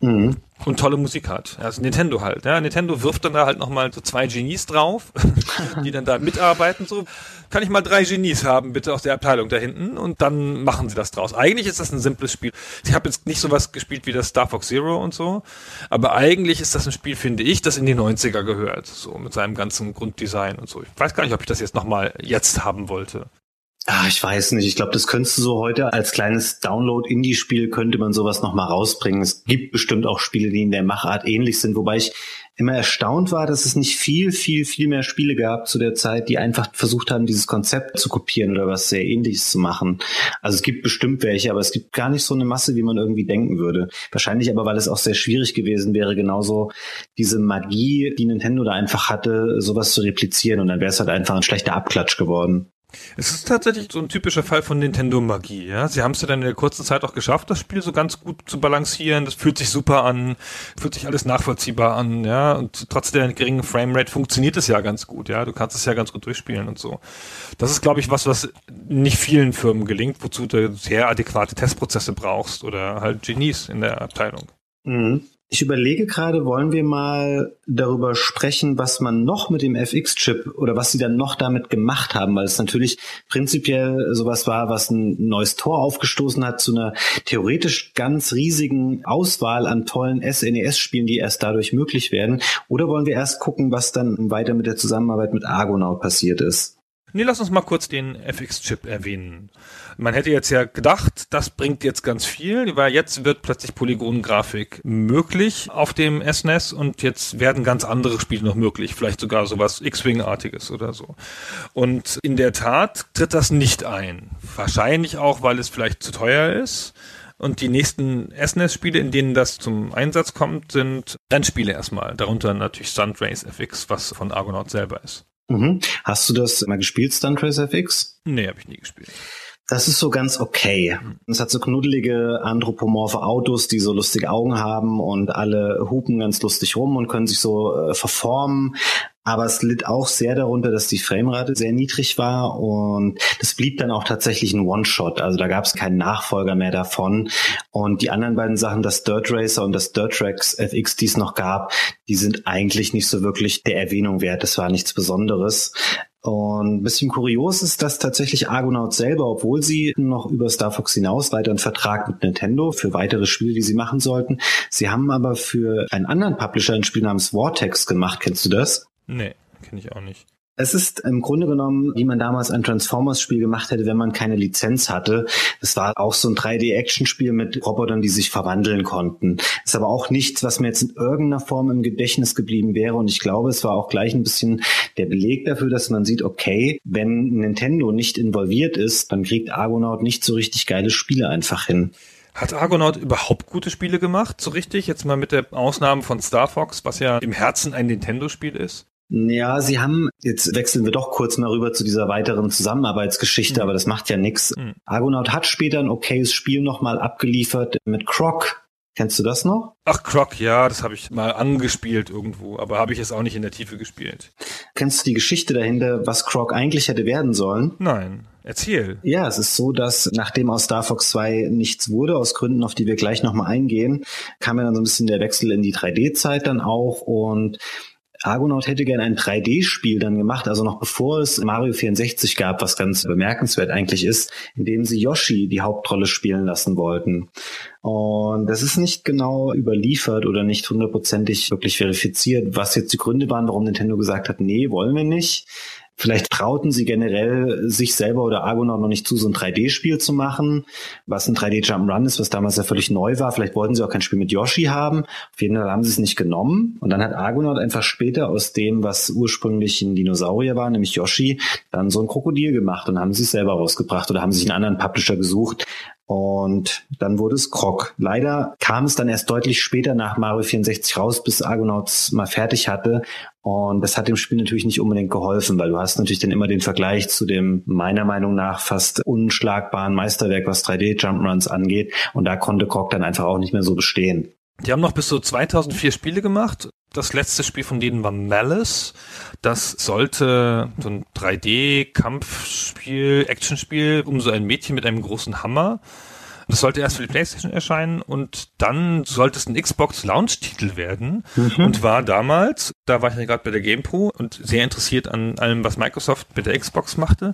Mhm. Und tolle Musik hat. Also Nintendo halt. Ja, Nintendo wirft dann da halt nochmal so zwei Genies drauf, die dann da mitarbeiten. So, kann ich mal drei Genies haben, bitte aus der Abteilung da hinten? Und dann machen sie das draus. Eigentlich ist das ein simples Spiel. Ich habe jetzt nicht sowas gespielt wie das Star Fox Zero und so, aber eigentlich ist das ein Spiel, finde ich, das in die neunziger gehört. So mit seinem ganzen Grunddesign und so. Ich weiß gar nicht, ob ich das jetzt nochmal jetzt haben wollte. Ah, ich weiß nicht. Ich glaube, das könntest du so heute als kleines Download-Indie-Spiel könnte man sowas noch mal rausbringen. Es gibt bestimmt auch Spiele, die in der Machart ähnlich sind, wobei ich immer erstaunt war, dass es nicht viel, viel, viel mehr Spiele gab zu der Zeit, die einfach versucht haben, dieses Konzept zu kopieren oder was sehr Ähnliches zu machen. Also es gibt bestimmt welche, aber es gibt gar nicht so eine Masse, wie man irgendwie denken würde. Wahrscheinlich aber, weil es auch sehr schwierig gewesen wäre, genauso diese Magie, die Nintendo da einfach hatte, sowas zu replizieren, und dann wäre es halt einfach ein schlechter Abklatsch geworden. Es ist tatsächlich so ein typischer Fall von Nintendo-Magie, ja. Sie haben es ja dann in der kurzen Zeit auch geschafft, das Spiel so ganz gut zu balancieren. Das fühlt sich super an, fühlt sich alles nachvollziehbar an, ja. Und trotz der geringen Framerate funktioniert es ja ganz gut, ja. Du kannst es ja ganz gut durchspielen und so. Das ist, glaube ich, was, was nicht vielen Firmen gelingt, wozu du sehr adäquate Testprozesse brauchst oder halt Genies in der Abteilung. Mhm. Ich überlege gerade, wollen wir mal darüber sprechen, was man noch mit dem F X-Chip oder was sie dann noch damit gemacht haben, weil es natürlich prinzipiell sowas war, was ein neues Tor aufgestoßen hat zu einer theoretisch ganz riesigen Auswahl an tollen S N E S-Spielen, die erst dadurch möglich werden. Oder wollen wir erst gucken, was dann weiter mit der Zusammenarbeit mit Argonaut passiert ist? Nee, lass uns mal kurz den F X-Chip erwähnen. Man hätte jetzt ja gedacht, das bringt jetzt ganz viel, weil jetzt wird plötzlich Polygongrafik möglich auf dem S N E S und jetzt werden ganz andere Spiele noch möglich, vielleicht sogar sowas X-Wing-artiges oder so. Und in der Tat tritt das nicht ein. Wahrscheinlich auch, weil es vielleicht zu teuer ist. Und die nächsten S N E S-Spiele, in denen das zum Einsatz kommt, sind Rennspiele erstmal. Darunter natürlich Stunt Race F X, was von Argonaut selber ist. Mhm. Hast du das mal gespielt, Stunt Race F X? Nee, habe ich nie gespielt. Das ist so ganz okay. Es hat so knuddelige, anthropomorphe Autos, die so lustige Augen haben und alle hupen ganz lustig rum und können sich so äh, verformen. Aber es litt auch sehr darunter, dass die Framerate sehr niedrig war, und das blieb dann auch tatsächlich ein One-Shot. Also da gab es keinen Nachfolger mehr davon. Und die anderen beiden Sachen, das Dirt Racer und das Dirt Tracks F X, die es noch gab, die sind eigentlich nicht so wirklich der Erwähnung wert. Das war nichts Besonderes. Und ein bisschen kurios ist, dass tatsächlich Argonaut selber, obwohl sie noch über Star Fox hinaus weiter einen Vertrag mit Nintendo für weitere Spiele, die sie machen sollten, sie haben aber für einen anderen Publisher ein Spiel namens Vortex gemacht. Kennst du das? Nee, kenne ich auch nicht. Es ist im Grunde genommen, wie man damals ein Transformers-Spiel gemacht hätte, wenn man keine Lizenz hatte. Es war auch so ein drei D-Action-Spiel mit Robotern, die sich verwandeln konnten. Ist aber auch nichts, was mir jetzt in irgendeiner Form im Gedächtnis geblieben wäre. Und ich glaube, es war auch gleich ein bisschen der Beleg dafür, dass man sieht, okay, wenn Nintendo nicht involviert ist, dann kriegt Argonaut nicht so richtig geile Spiele einfach hin. Hat Argonaut überhaupt gute Spiele gemacht, so richtig? Jetzt mal mit der Ausnahme von Star Fox, was ja im Herzen ein Nintendo-Spiel ist? Ja, sie haben, jetzt wechseln wir doch kurz mal rüber zu dieser weiteren Zusammenarbeitsgeschichte, mhm. aber das macht ja nichts. Mhm. Argonaut hat später ein okayes Spiel nochmal abgeliefert mit Croc. Kennst du das noch? Ach, Croc, ja, das habe ich mal angespielt irgendwo, aber habe ich es auch nicht in der Tiefe gespielt. Kennst du die Geschichte dahinter, was Croc eigentlich hätte werden sollen? Nein, erzähl. Ja, es ist so, dass nachdem aus Star Fox zwei nichts wurde, aus Gründen, auf die wir gleich nochmal eingehen, kam ja dann so ein bisschen der Wechsel in die drei D-Zeit dann auch, und Argonaut hätte gerne ein drei D-Spiel dann gemacht, also noch bevor es Mario vierundsechzig gab, was ganz bemerkenswert eigentlich ist, in dem sie Yoshi die Hauptrolle spielen lassen wollten. Und das ist nicht genau überliefert oder nicht hundertprozentig wirklich verifiziert, was jetzt die Gründe waren, warum Nintendo gesagt hat, nee, wollen wir nicht. Vielleicht trauten sie generell sich selber oder Argonaut noch nicht zu, so ein drei D-Spiel zu machen, was ein drei D-Jump'n'Run ist, was damals ja völlig neu war. Vielleicht wollten sie auch kein Spiel mit Yoshi haben. Auf jeden Fall haben sie es nicht genommen. Und dann hat Argonaut einfach später aus dem, was ursprünglich ein Dinosaurier war, nämlich Yoshi, dann so ein Krokodil gemacht und haben sie es selber rausgebracht oder haben sich einen anderen Publisher gesucht. Und dann wurde es Croc. Leider kam es dann erst deutlich später nach Mario vierundsechzig raus, bis Argonauts mal fertig hatte. Und das hat dem Spiel natürlich nicht unbedingt geholfen, weil du hast natürlich dann immer den Vergleich zu dem meiner Meinung nach fast unschlagbaren Meisterwerk, was drei D-Jump'n'Runs angeht. Und da konnte Croc dann einfach auch nicht mehr so bestehen. Die haben noch bis so zweitausendvier Spiele gemacht. Das letzte Spiel von denen war Malice. Das sollte so ein drei D-Kampfspiel, Actionspiel um so ein Mädchen mit einem großen Hammer. Das sollte erst für die PlayStation erscheinen und dann sollte es ein Xbox-Launch-Titel werden mhm. und war damals, da war ich ja gerade bei der GamePro und sehr interessiert an allem, was Microsoft mit der Xbox machte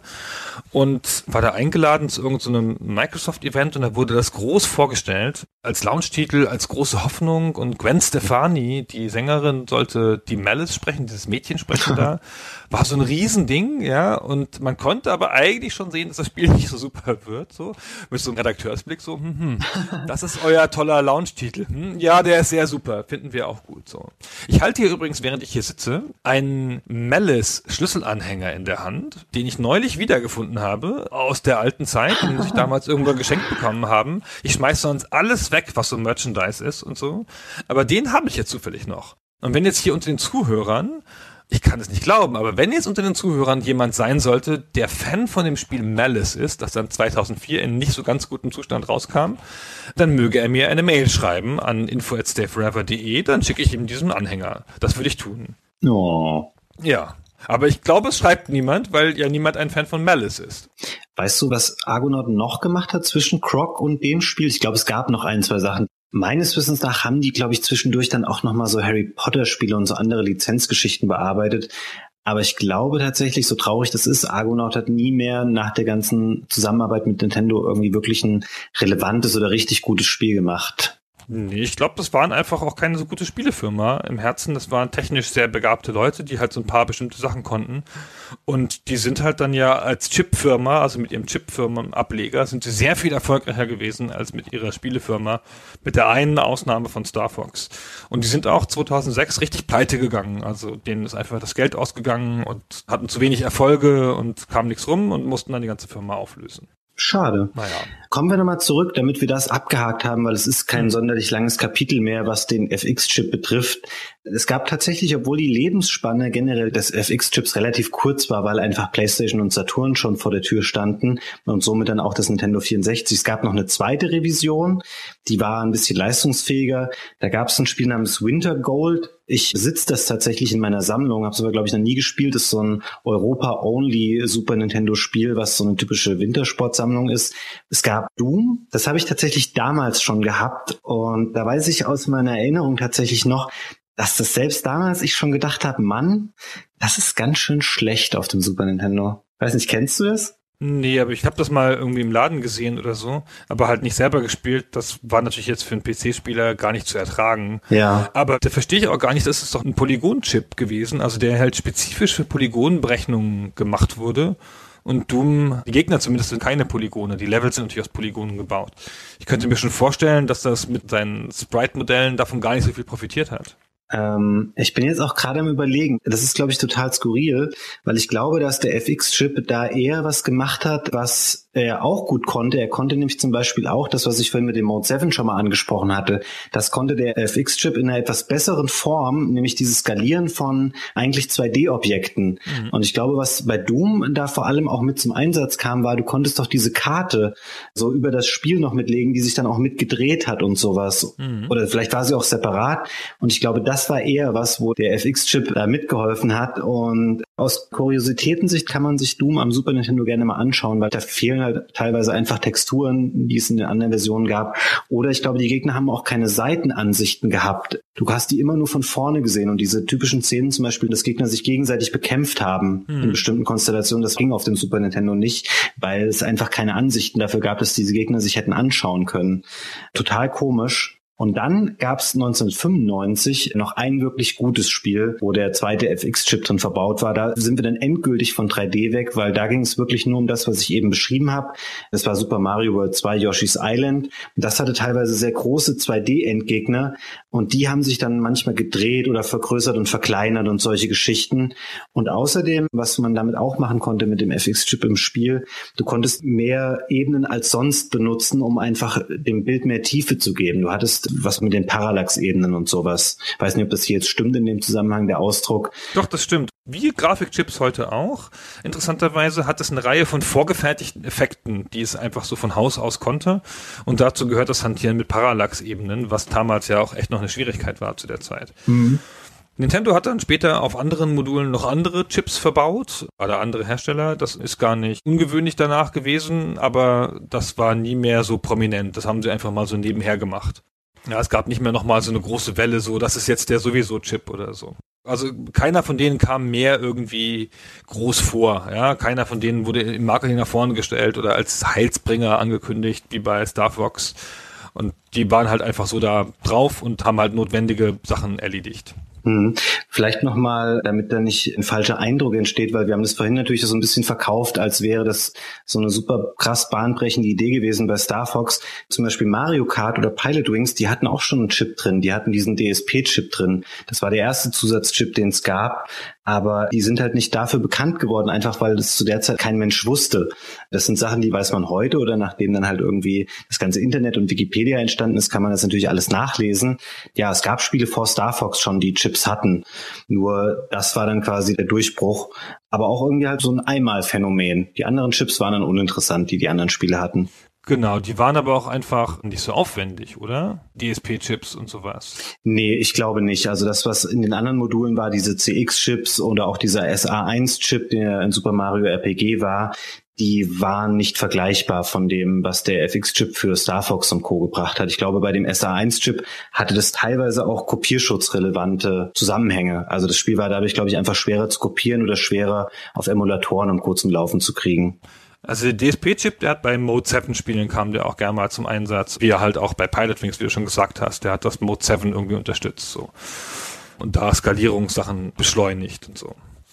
und war da eingeladen zu irgendeinem Microsoft-Event und da wurde das groß vorgestellt als Launch-Titel, als große Hoffnung und Gwen Stefani, die Sängerin, sollte die Malice sprechen, dieses Mädchen sprechen da, war so ein Riesending, ja, und man konnte aber eigentlich schon sehen, dass das Spiel nicht so super wird, so, mit so einem Redakteursblick, so, hm, hm, das ist euer toller Launch-Titel, hm, ja, der ist sehr super, finden wir auch gut, so. Ich halte hier übrigens, während ich hier sitze, einen Malice-Schlüsselanhänger in der Hand, den ich neulich wiedergefunden habe, aus der alten Zeit, den ich damals irgendwo geschenkt bekommen haben. Ich schmeiß sonst alles weg, was so Merchandise ist und so, aber den habe ich jetzt zufällig noch. Und wenn jetzt hier unter den Zuhörern, ich kann es nicht glauben, aber wenn jetzt unter den Zuhörern jemand sein sollte, der Fan von dem Spiel Malice ist, das dann zweitausendvier in nicht so ganz gutem Zustand rauskam, dann möge er mir eine Mail schreiben an info at stayforever punkt de, dann schicke ich ihm diesen Anhänger. Das würde ich tun. Oh. Ja, aber ich glaube, es schreibt niemand, weil ja niemand ein Fan von Malice ist. Weißt du, was Argonaut noch gemacht hat zwischen Croc und dem Spiel? Ich glaube, es gab noch ein, zwei Sachen. Meines Wissens nach haben die, glaube ich, zwischendurch dann auch nochmal so Harry Potter-Spiele und so andere Lizenzgeschichten bearbeitet. Aber ich glaube tatsächlich, so traurig das ist, Argonaut hat nie mehr nach der ganzen Zusammenarbeit mit Nintendo irgendwie wirklich ein relevantes oder richtig gutes Spiel gemacht. Nee, ich glaube, das waren einfach auch keine so gute Spielefirma im Herzen. Das waren technisch sehr begabte Leute, die halt so ein paar bestimmte Sachen konnten. Und die sind halt dann ja als Chipfirma, also mit ihrem Chipfirmen-Ableger, sind sie sehr viel erfolgreicher gewesen als mit ihrer Spielefirma, mit der einen Ausnahme von Star Fox. Und die sind auch zweitausendsechs richtig pleite gegangen. Also denen ist einfach das Geld ausgegangen und hatten zu wenig Erfolge und kam nichts rum und mussten dann die ganze Firma auflösen. Schade. Naja. Kommen wir nochmal zurück, damit wir das abgehakt haben, weil es ist kein mhm. sonderlich langes Kapitel mehr, was den F X-Chip betrifft. Es gab tatsächlich, obwohl die Lebensspanne generell des F X-Chips relativ kurz war, weil einfach PlayStation und Saturn schon vor der Tür standen und somit dann auch das Nintendo vierundsechzig. Es gab noch eine zweite Revision, die war ein bisschen leistungsfähiger. Da gab es ein Spiel namens Winter Gold. Ich besitze das tatsächlich in meiner Sammlung, habe es aber, glaube ich, noch nie gespielt. Das ist so ein Europa-only Super Nintendo-Spiel, was so eine typische Wintersportsammlung ist. Es gab Doom, das habe ich tatsächlich damals schon gehabt und da weiß ich aus meiner Erinnerung tatsächlich noch, dass das selbst damals ich schon gedacht habe, Mann, das ist ganz schön schlecht auf dem Super Nintendo. Weiß nicht, kennst du das? Nee, aber ich habe das mal irgendwie im Laden gesehen oder so, aber halt nicht selber gespielt. Das war natürlich jetzt für einen P C-Spieler gar nicht zu ertragen. Ja. Aber da verstehe ich auch gar nicht, das ist doch ein Polygon-Chip gewesen, also der halt spezifisch für Polygonberechnungen gemacht wurde. Und Doom, die Gegner zumindest sind keine Polygone, die Levels sind natürlich aus Polygonen gebaut. Ich könnte mir schon vorstellen, dass das mit seinen Sprite-Modellen davon gar nicht so viel profitiert hat. Ähm, ich bin jetzt auch gerade am Überlegen. Das ist, glaube ich, total skurril, weil ich glaube, dass der F X-Chip da eher was gemacht hat, was er auch gut konnte. Er konnte nämlich zum Beispiel auch das, was ich vorhin mit dem Mode sieben schon mal angesprochen hatte. Das konnte der F X-Chip in einer etwas besseren Form, nämlich dieses Skalieren von eigentlich zwei D-Objekten. Mhm. Und ich glaube, was bei Doom da vor allem auch mit zum Einsatz kam, war, du konntest doch diese Karte so über das Spiel noch mitlegen, die sich dann auch mitgedreht hat und sowas. Mhm. Oder vielleicht war sie auch separat. Und ich glaube, das war eher was, wo der F X-Chip da mitgeholfen hat. Und aus Kuriositätensicht kann man sich Doom am Super Nintendo gerne mal anschauen, weil da fehlen halt teilweise einfach Texturen, die es in den anderen Versionen gab. Oder ich glaube, die Gegner haben auch keine Seitenansichten gehabt. Du hast die immer nur von vorne gesehen und diese typischen Szenen zum Beispiel, dass Gegner sich gegenseitig bekämpft haben hm. in bestimmten Konstellationen, das ging auf dem Super Nintendo nicht, weil es einfach keine Ansichten dafür gab, dass diese Gegner sich hätten anschauen können. Total komisch. Und dann gab es neunzehnhundertfünfundneunzig noch ein wirklich gutes Spiel, wo der zweite F X-Chip drin verbaut war. Da sind wir dann endgültig von drei D weg, weil da ging es wirklich nur um das, was ich eben beschrieben habe. Das war Super Mario World zwei, Yoshi's Island. Und das hatte teilweise sehr große zwei D-Endgegner und die haben sich dann manchmal gedreht oder vergrößert und verkleinert und solche Geschichten. Und außerdem, was man damit auch machen konnte mit dem F X-Chip im Spiel, du konntest mehr Ebenen als sonst benutzen, um einfach dem Bild mehr Tiefe zu geben. Du hattest was mit den Parallax-Ebenen und sowas. Ich weiß nicht, ob das hier jetzt stimmt in dem Zusammenhang, der Ausdruck. Doch, das stimmt. Wie Grafikchips heute auch. Interessanterweise hat es eine Reihe von vorgefertigten Effekten, die es einfach so von Haus aus konnte. Und dazu gehört das Hantieren mit Parallax-Ebenen, was damals ja auch echt noch eine Schwierigkeit war zu der Zeit. Mhm. Nintendo hat dann später auf anderen Modulen noch andere Chips verbaut, oder andere Hersteller. Das ist gar nicht ungewöhnlich danach gewesen, aber das war nie mehr so prominent. Das haben sie einfach mal so nebenher gemacht. Ja, es gab nicht mehr nochmal so eine große Welle, so, das ist jetzt der sowieso Chip oder so. Also keiner von denen kam mehr irgendwie groß vor. Ja, keiner von denen wurde im Marketing nach vorne gestellt oder als Heilsbringer angekündigt, wie bei Star Fox. Und die waren halt einfach so da drauf und haben halt notwendige Sachen erledigt. Hm. Vielleicht nochmal, damit da nicht ein falscher Eindruck entsteht, weil wir haben das vorhin natürlich so ein bisschen verkauft, als wäre das so eine super krass bahnbrechende Idee gewesen bei Star Fox. Zum Beispiel Mario Kart oder Pilot Wings, die hatten auch schon einen Chip drin, die hatten diesen D S P-Chip drin. Das war der erste Zusatzchip, den es gab. Aber die sind halt nicht dafür bekannt geworden, einfach weil das zu der Zeit kein Mensch wusste. Das sind Sachen, die weiß man heute oder nachdem dann halt irgendwie das ganze Internet und Wikipedia entstanden ist, kann man das natürlich alles nachlesen. Ja, es gab Spiele vor Star Fox schon, die Chips hatten. Nur das war dann quasi der Durchbruch. Aber auch irgendwie halt so ein Einmalphänomen. Die anderen Chips waren dann uninteressant, die die anderen Spiele hatten. Genau, die waren aber auch einfach nicht so aufwendig, oder? D S P-Chips und sowas. Nee, ich glaube nicht. Also das, was in den anderen Modulen war, diese C X-Chips oder auch dieser S A eins Chip, der in Super Mario R P G war, die waren nicht vergleichbar von dem, was der F X-Chip für Star Fox und Co. gebracht hat. Ich glaube, bei dem S A eins Chip hatte das teilweise auch kopierschutzrelevante Zusammenhänge. Also das Spiel war dadurch, glaube ich, einfach schwerer zu kopieren oder schwerer auf Emulatoren und kurz zum Laufen zu kriegen. Also der D S P-Chip, der hat bei Mode sieben Spielen kam der auch gerne mal zum Einsatz, wie er halt auch bei Pilot Wings, wie du schon gesagt hast, der hat das Mode sieben irgendwie unterstützt, so. Und da Skalierungssachen beschleunigt und so.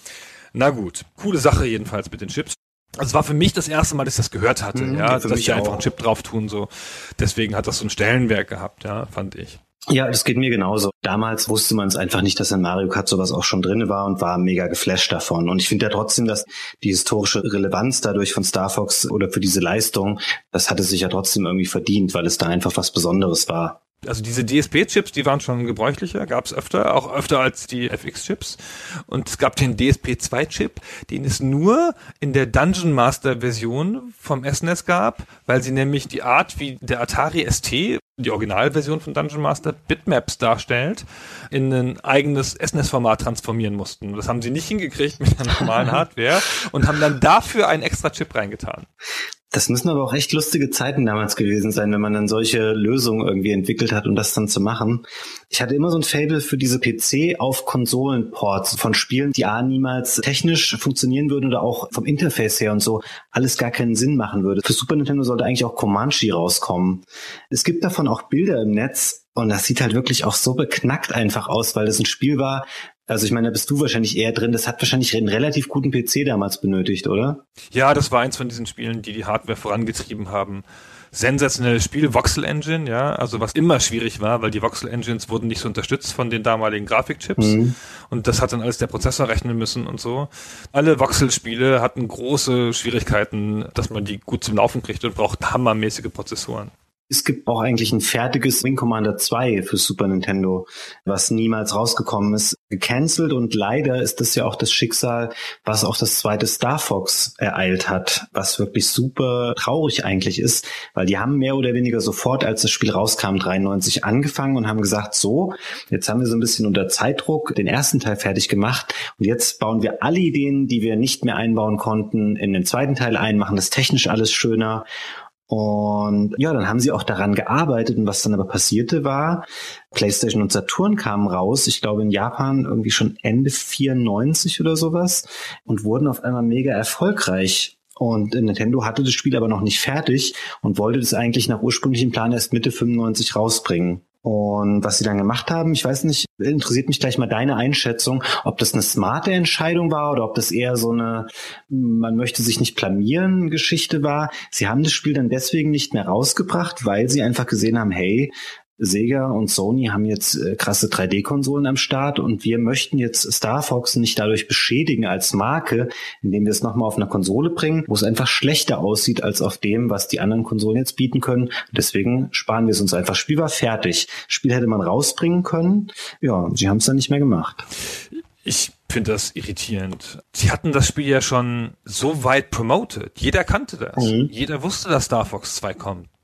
Na gut, coole Sache jedenfalls mit den Chips. Also es war für mich das erste Mal, dass ich das gehört hatte, mhm, ja, dass ich einfach einen Chip drauf tun, so. Deswegen hat das so einen Stellenwert gehabt, ja, fand ich. Ja, das geht mir genauso. Damals wusste man es einfach nicht, dass in Mario Kart sowas auch schon drin war und war mega geflasht davon. Und ich finde ja trotzdem, dass die historische Relevanz dadurch von Star Fox oder für diese Leistung, das hatte sich ja trotzdem irgendwie verdient, weil es da einfach was Besonderes war. Also diese D S P-Chips, die waren schon gebräuchlicher, gab es öfter, auch öfter als die F X-Chips. Und es gab den D S P zwei Chip, den es nur in der Dungeon Master-Version vom S N E S gab, weil sie nämlich die Art, wie der Atari S T, die Originalversion von Dungeon Master, Bitmaps darstellt, in ein eigenes S N E S-Format transformieren mussten. Das haben sie nicht hingekriegt mit der normalen Hardware und haben dann dafür einen extra Chip reingetan. Das müssen aber auch echt lustige Zeiten damals gewesen sein, wenn man dann solche Lösungen irgendwie entwickelt hat, um das dann zu machen. Ich hatte immer so ein Faible für diese P C auf Konsolenports von Spielen, die A, niemals technisch funktionieren würden oder auch vom Interface her und so alles gar keinen Sinn machen würde. Für Super Nintendo sollte eigentlich auch Comanche rauskommen. Es gibt davon auch Bilder im Netz und das sieht halt wirklich auch so beknackt einfach aus, weil das ein Spiel war. Also ich meine, da bist du wahrscheinlich eher drin. Das hat wahrscheinlich einen relativ guten P C damals benötigt, oder? Ja, das war eins von diesen Spielen, die die Hardware vorangetrieben haben. Sensationelles Spiel, Voxel Engine, ja, also was immer schwierig war, weil die Voxel Engines wurden nicht so unterstützt von den damaligen Grafikchips. Mhm. Und das hat dann alles der Prozessor rechnen müssen und so. Alle Voxel-Spiele hatten große Schwierigkeiten, dass man die gut zum Laufen kriegt und braucht hammermäßige Prozessoren. Es gibt auch eigentlich ein fertiges Wing Commander zwei für Super Nintendo, was niemals rausgekommen ist, gecancelt, und leider ist das ja auch das Schicksal, was auch das zweite Star Fox ereilt hat, was wirklich super traurig eigentlich ist, weil die haben mehr oder weniger sofort, als das Spiel rauskam, dreiundneunzig angefangen und haben gesagt, so, jetzt haben wir so ein bisschen unter Zeitdruck den ersten Teil fertig gemacht und jetzt bauen wir alle Ideen, die wir nicht mehr einbauen konnten, in den zweiten Teil ein, machen das technisch alles schöner. Und ja, dann haben sie auch daran gearbeitet, und was dann aber passierte war, PlayStation und Saturn kamen raus, ich glaube in Japan irgendwie schon Ende vierundneunzig oder sowas, und wurden auf einmal mega erfolgreich. Und Nintendo hatte das Spiel aber noch nicht fertig und wollte das eigentlich nach ursprünglichem Plan erst Mitte fünfundneunzig rausbringen. Und was sie dann gemacht haben, ich weiß nicht, interessiert mich gleich mal deine Einschätzung, ob das eine smarte Entscheidung war oder ob das eher so eine, man möchte sich nicht blamieren Geschichte war. Sie haben das Spiel dann deswegen nicht mehr rausgebracht, weil sie einfach gesehen haben, hey, Sega und Sony haben jetzt äh, krasse drei D-Konsolen am Start und wir möchten jetzt Star Fox nicht dadurch beschädigen als Marke, indem wir es nochmal auf einer Konsole bringen, wo es einfach schlechter aussieht als auf dem, was die anderen Konsolen jetzt bieten können. Deswegen sparen wir es uns einfach. Spiel war fertig. Spiel hätte man rausbringen können. Ja, sie haben es dann nicht mehr gemacht. Ich finde das irritierend. Sie hatten das Spiel ja schon so weit promoted. Jeder kannte das. Mhm. Jeder wusste, dass Star Fox zwei kommt.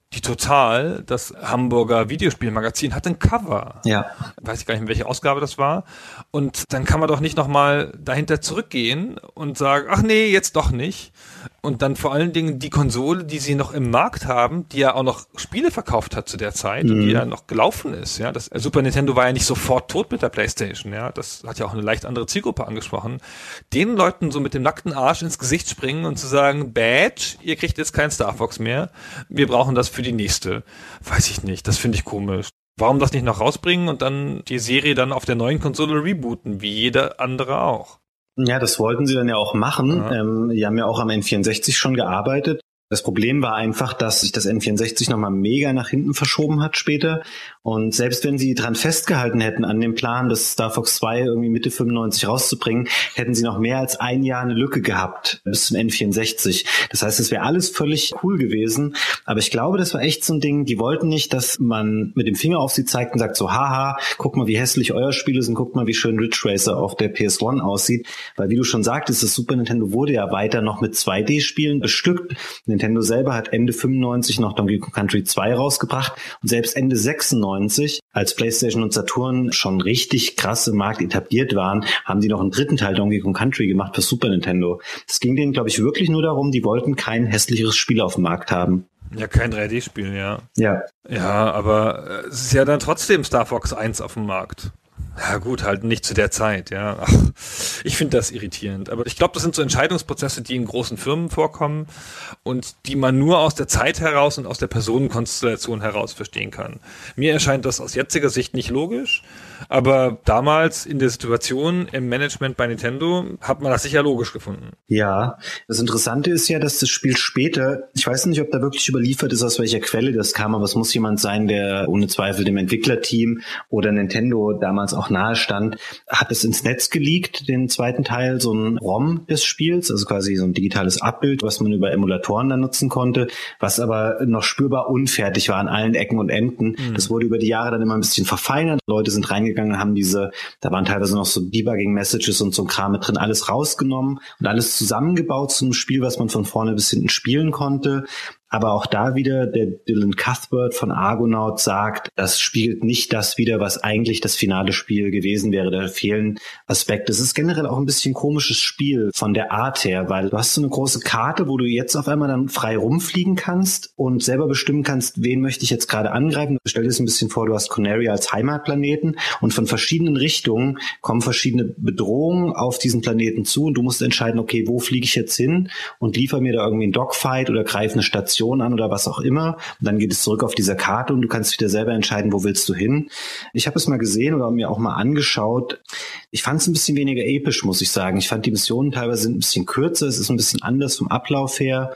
Die Total, das Hamburger Videospielmagazin, hat ein Cover. Ja. Weiß ich gar nicht, in welche Ausgabe das war. Und dann kann man doch nicht nochmal dahinter zurückgehen und sagen, ach nee, jetzt doch nicht. Und dann vor allen Dingen die Konsole, die sie noch im Markt haben, die ja auch noch Spiele verkauft hat zu der Zeit mhm. und die ja noch gelaufen ist. Ja, das Super Nintendo war ja nicht sofort tot mit der PlayStation. Ja, das hat ja auch eine leicht andere Zielgruppe angesprochen. Den Leuten so mit dem nackten Arsch ins Gesicht springen und zu sagen, Badge, ihr kriegt jetzt kein Star Fox mehr. Wir brauchen das für die nächste. Weiß ich nicht. Das finde ich komisch. Warum das nicht noch rausbringen und dann die Serie dann auf der neuen Konsole rebooten, wie jeder andere auch? Ja, das wollten sie dann ja auch machen. Ja. Ähm, die haben ja auch am N vierundsechzig schon gearbeitet. Das Problem war einfach, dass sich das N vierundsechzig nochmal mega nach hinten verschoben hat später. Und selbst wenn sie dran festgehalten hätten an dem Plan, das Star Fox zwei irgendwie Mitte fünfundneunzig rauszubringen, hätten sie noch mehr als ein Jahr eine Lücke gehabt bis zum N vierundsechzig. Das heißt, es wäre alles völlig cool gewesen. Aber ich glaube, das war echt so ein Ding, die wollten nicht, dass man mit dem Finger auf sie zeigt und sagt so, haha, guck mal, wie hässlich euer Spiel ist und guck mal, wie schön Ridge Racer auf der P S eins aussieht. Weil wie du schon sagtest, das Super Nintendo wurde ja weiter noch mit zwei D-Spielen bestückt. Nintendo selber hat Ende fünfundneunzig noch Donkey Kong Country zwei rausgebracht und selbst Ende sechsundneunzig, als PlayStation und Saturn schon richtig krass im Markt etabliert waren, haben die noch einen dritten Teil Donkey Kong Country gemacht für Super Nintendo. Es ging denen, glaube ich, wirklich nur darum, die wollten kein hässlicheres Spiel auf dem Markt haben. Ja, kein drei D-Spiel, ja. Ja. Ja, aber es ist ja dann trotzdem Star Fox eins auf dem Markt. Ja gut, halt nicht zu der Zeit, ja. Ach, ich finde das irritierend. Aber ich glaube, das sind so Entscheidungsprozesse, die in großen Firmen vorkommen und die man nur aus der Zeit heraus und aus der Personenkonstellation heraus verstehen kann. Mir erscheint das aus jetziger Sicht nicht logisch, aber damals in der Situation im Management bei Nintendo hat man das sicher logisch gefunden. Ja, das Interessante ist ja, dass das Spiel später, ich weiß nicht, ob da wirklich überliefert ist, aus welcher Quelle das kam, aber es muss jemand sein, der ohne Zweifel dem Entwicklerteam oder Nintendo damals auch nahe stand, hat es ins Netz geleakt, den zweiten Teil, so ein ROM des Spiels, also quasi so ein digitales Abbild, was man über Emulatoren dann nutzen konnte, was aber noch spürbar unfertig war an allen Ecken und Enden. Mhm. Das wurde über die Jahre dann immer ein bisschen verfeinert. Leute sind reingegangen und haben diese, da waren teilweise noch so Debugging-Messages und so ein Kram mit drin, alles rausgenommen und alles zusammengebaut zu einem Spiel, was man von vorne bis hinten spielen konnte. Aber auch da wieder, der Dylan Cuthbert von Argonaut sagt, das spiegelt nicht das wider, was eigentlich das finale Spiel gewesen wäre. Da fehlen Aspekte. Es ist generell auch ein bisschen komisches Spiel von der Art her, weil du hast so eine große Karte, wo du jetzt auf einmal dann frei rumfliegen kannst und selber bestimmen kannst, wen möchte ich jetzt gerade angreifen. Stell dir das ein bisschen vor, du hast Conaria als Heimatplaneten und von verschiedenen Richtungen kommen verschiedene Bedrohungen auf diesen Planeten zu und du musst entscheiden, okay, wo fliege ich jetzt hin und liefer mir da irgendwie einen Dogfight oder greife eine Station an oder was auch immer. Und dann geht es zurück auf diese Karte und du kannst wieder selber entscheiden, wo willst du hin. Ich habe es mal gesehen oder mir auch mal angeschaut. Ich fand es ein bisschen weniger episch, muss ich sagen. Ich fand die Missionen teilweise sind ein bisschen kürzer. Es ist ein bisschen anders vom Ablauf her.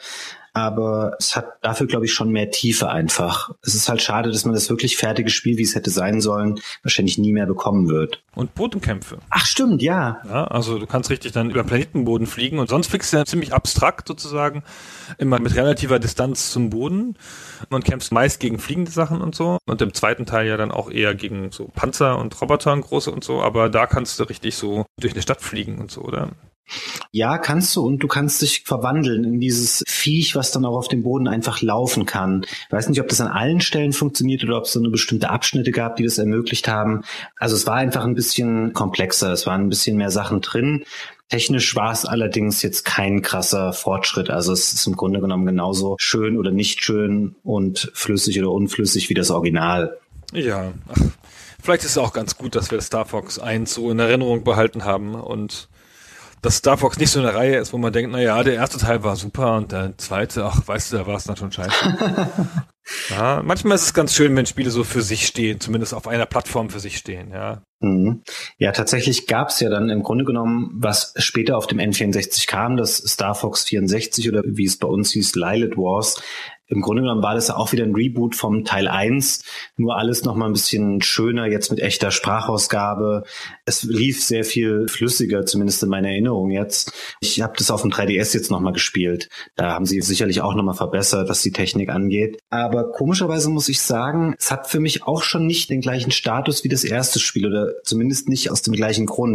Aber es hat dafür, glaube ich, schon mehr Tiefe einfach. Es ist halt schade, dass man das wirklich fertige Spiel, wie es hätte sein sollen, wahrscheinlich nie mehr bekommen wird. Und Bodenkämpfe. Ach, stimmt, ja. Ja, also du kannst richtig dann über Planetenboden fliegen und sonst fliegst du ja ziemlich abstrakt sozusagen, immer mit relativer Distanz zum Boden und kämpfst meist gegen fliegende Sachen und so. Und im zweiten Teil ja dann auch eher gegen so Panzer und Roboter und große und so, aber da kannst du richtig so durch eine Stadt fliegen und so, oder? Ja, kannst du und du kannst dich verwandeln in dieses Viech, was dann auch auf dem Boden einfach laufen kann. Ich weiß nicht, ob das an allen Stellen funktioniert oder ob es so eine bestimmte Abschnitte gab, die das ermöglicht haben. Also es war einfach ein bisschen komplexer, es waren ein bisschen mehr Sachen drin. Technisch war es allerdings jetzt kein krasser Fortschritt. Also es ist im Grunde genommen genauso schön oder nicht schön und flüssig oder unflüssig wie das Original. Ja, ach, vielleicht ist es auch ganz gut, dass wir Star Fox eins so in Erinnerung behalten haben und dass Star Fox nicht so eine Reihe ist, wo man denkt, na ja, der erste Teil war super und der zweite, ach, weißt du, da war es dann schon scheiße. Ja, manchmal ist es ganz schön, wenn Spiele so für sich stehen, zumindest auf einer Plattform für sich stehen, ja. Mhm. Ja, tatsächlich gab es ja dann im Grunde genommen, was später auf dem N vierundsechzig kam, das Star Fox vierundsechzig oder wie es bei uns hieß, Lilith Wars. Im Grunde genommen war das ja auch wieder ein Reboot vom Teil eins, nur alles noch mal ein bisschen schöner, jetzt mit echter Sprachausgabe. Es lief sehr viel flüssiger, zumindest in meiner Erinnerung jetzt. Ich habe das auf dem drei D S jetzt noch mal gespielt. Da haben sie sicherlich auch noch mal verbessert, was die Technik angeht. Aber komischerweise muss ich sagen, es hat für mich auch schon nicht den gleichen Status wie das erste Spiel oder zumindest nicht aus dem gleichen Grund.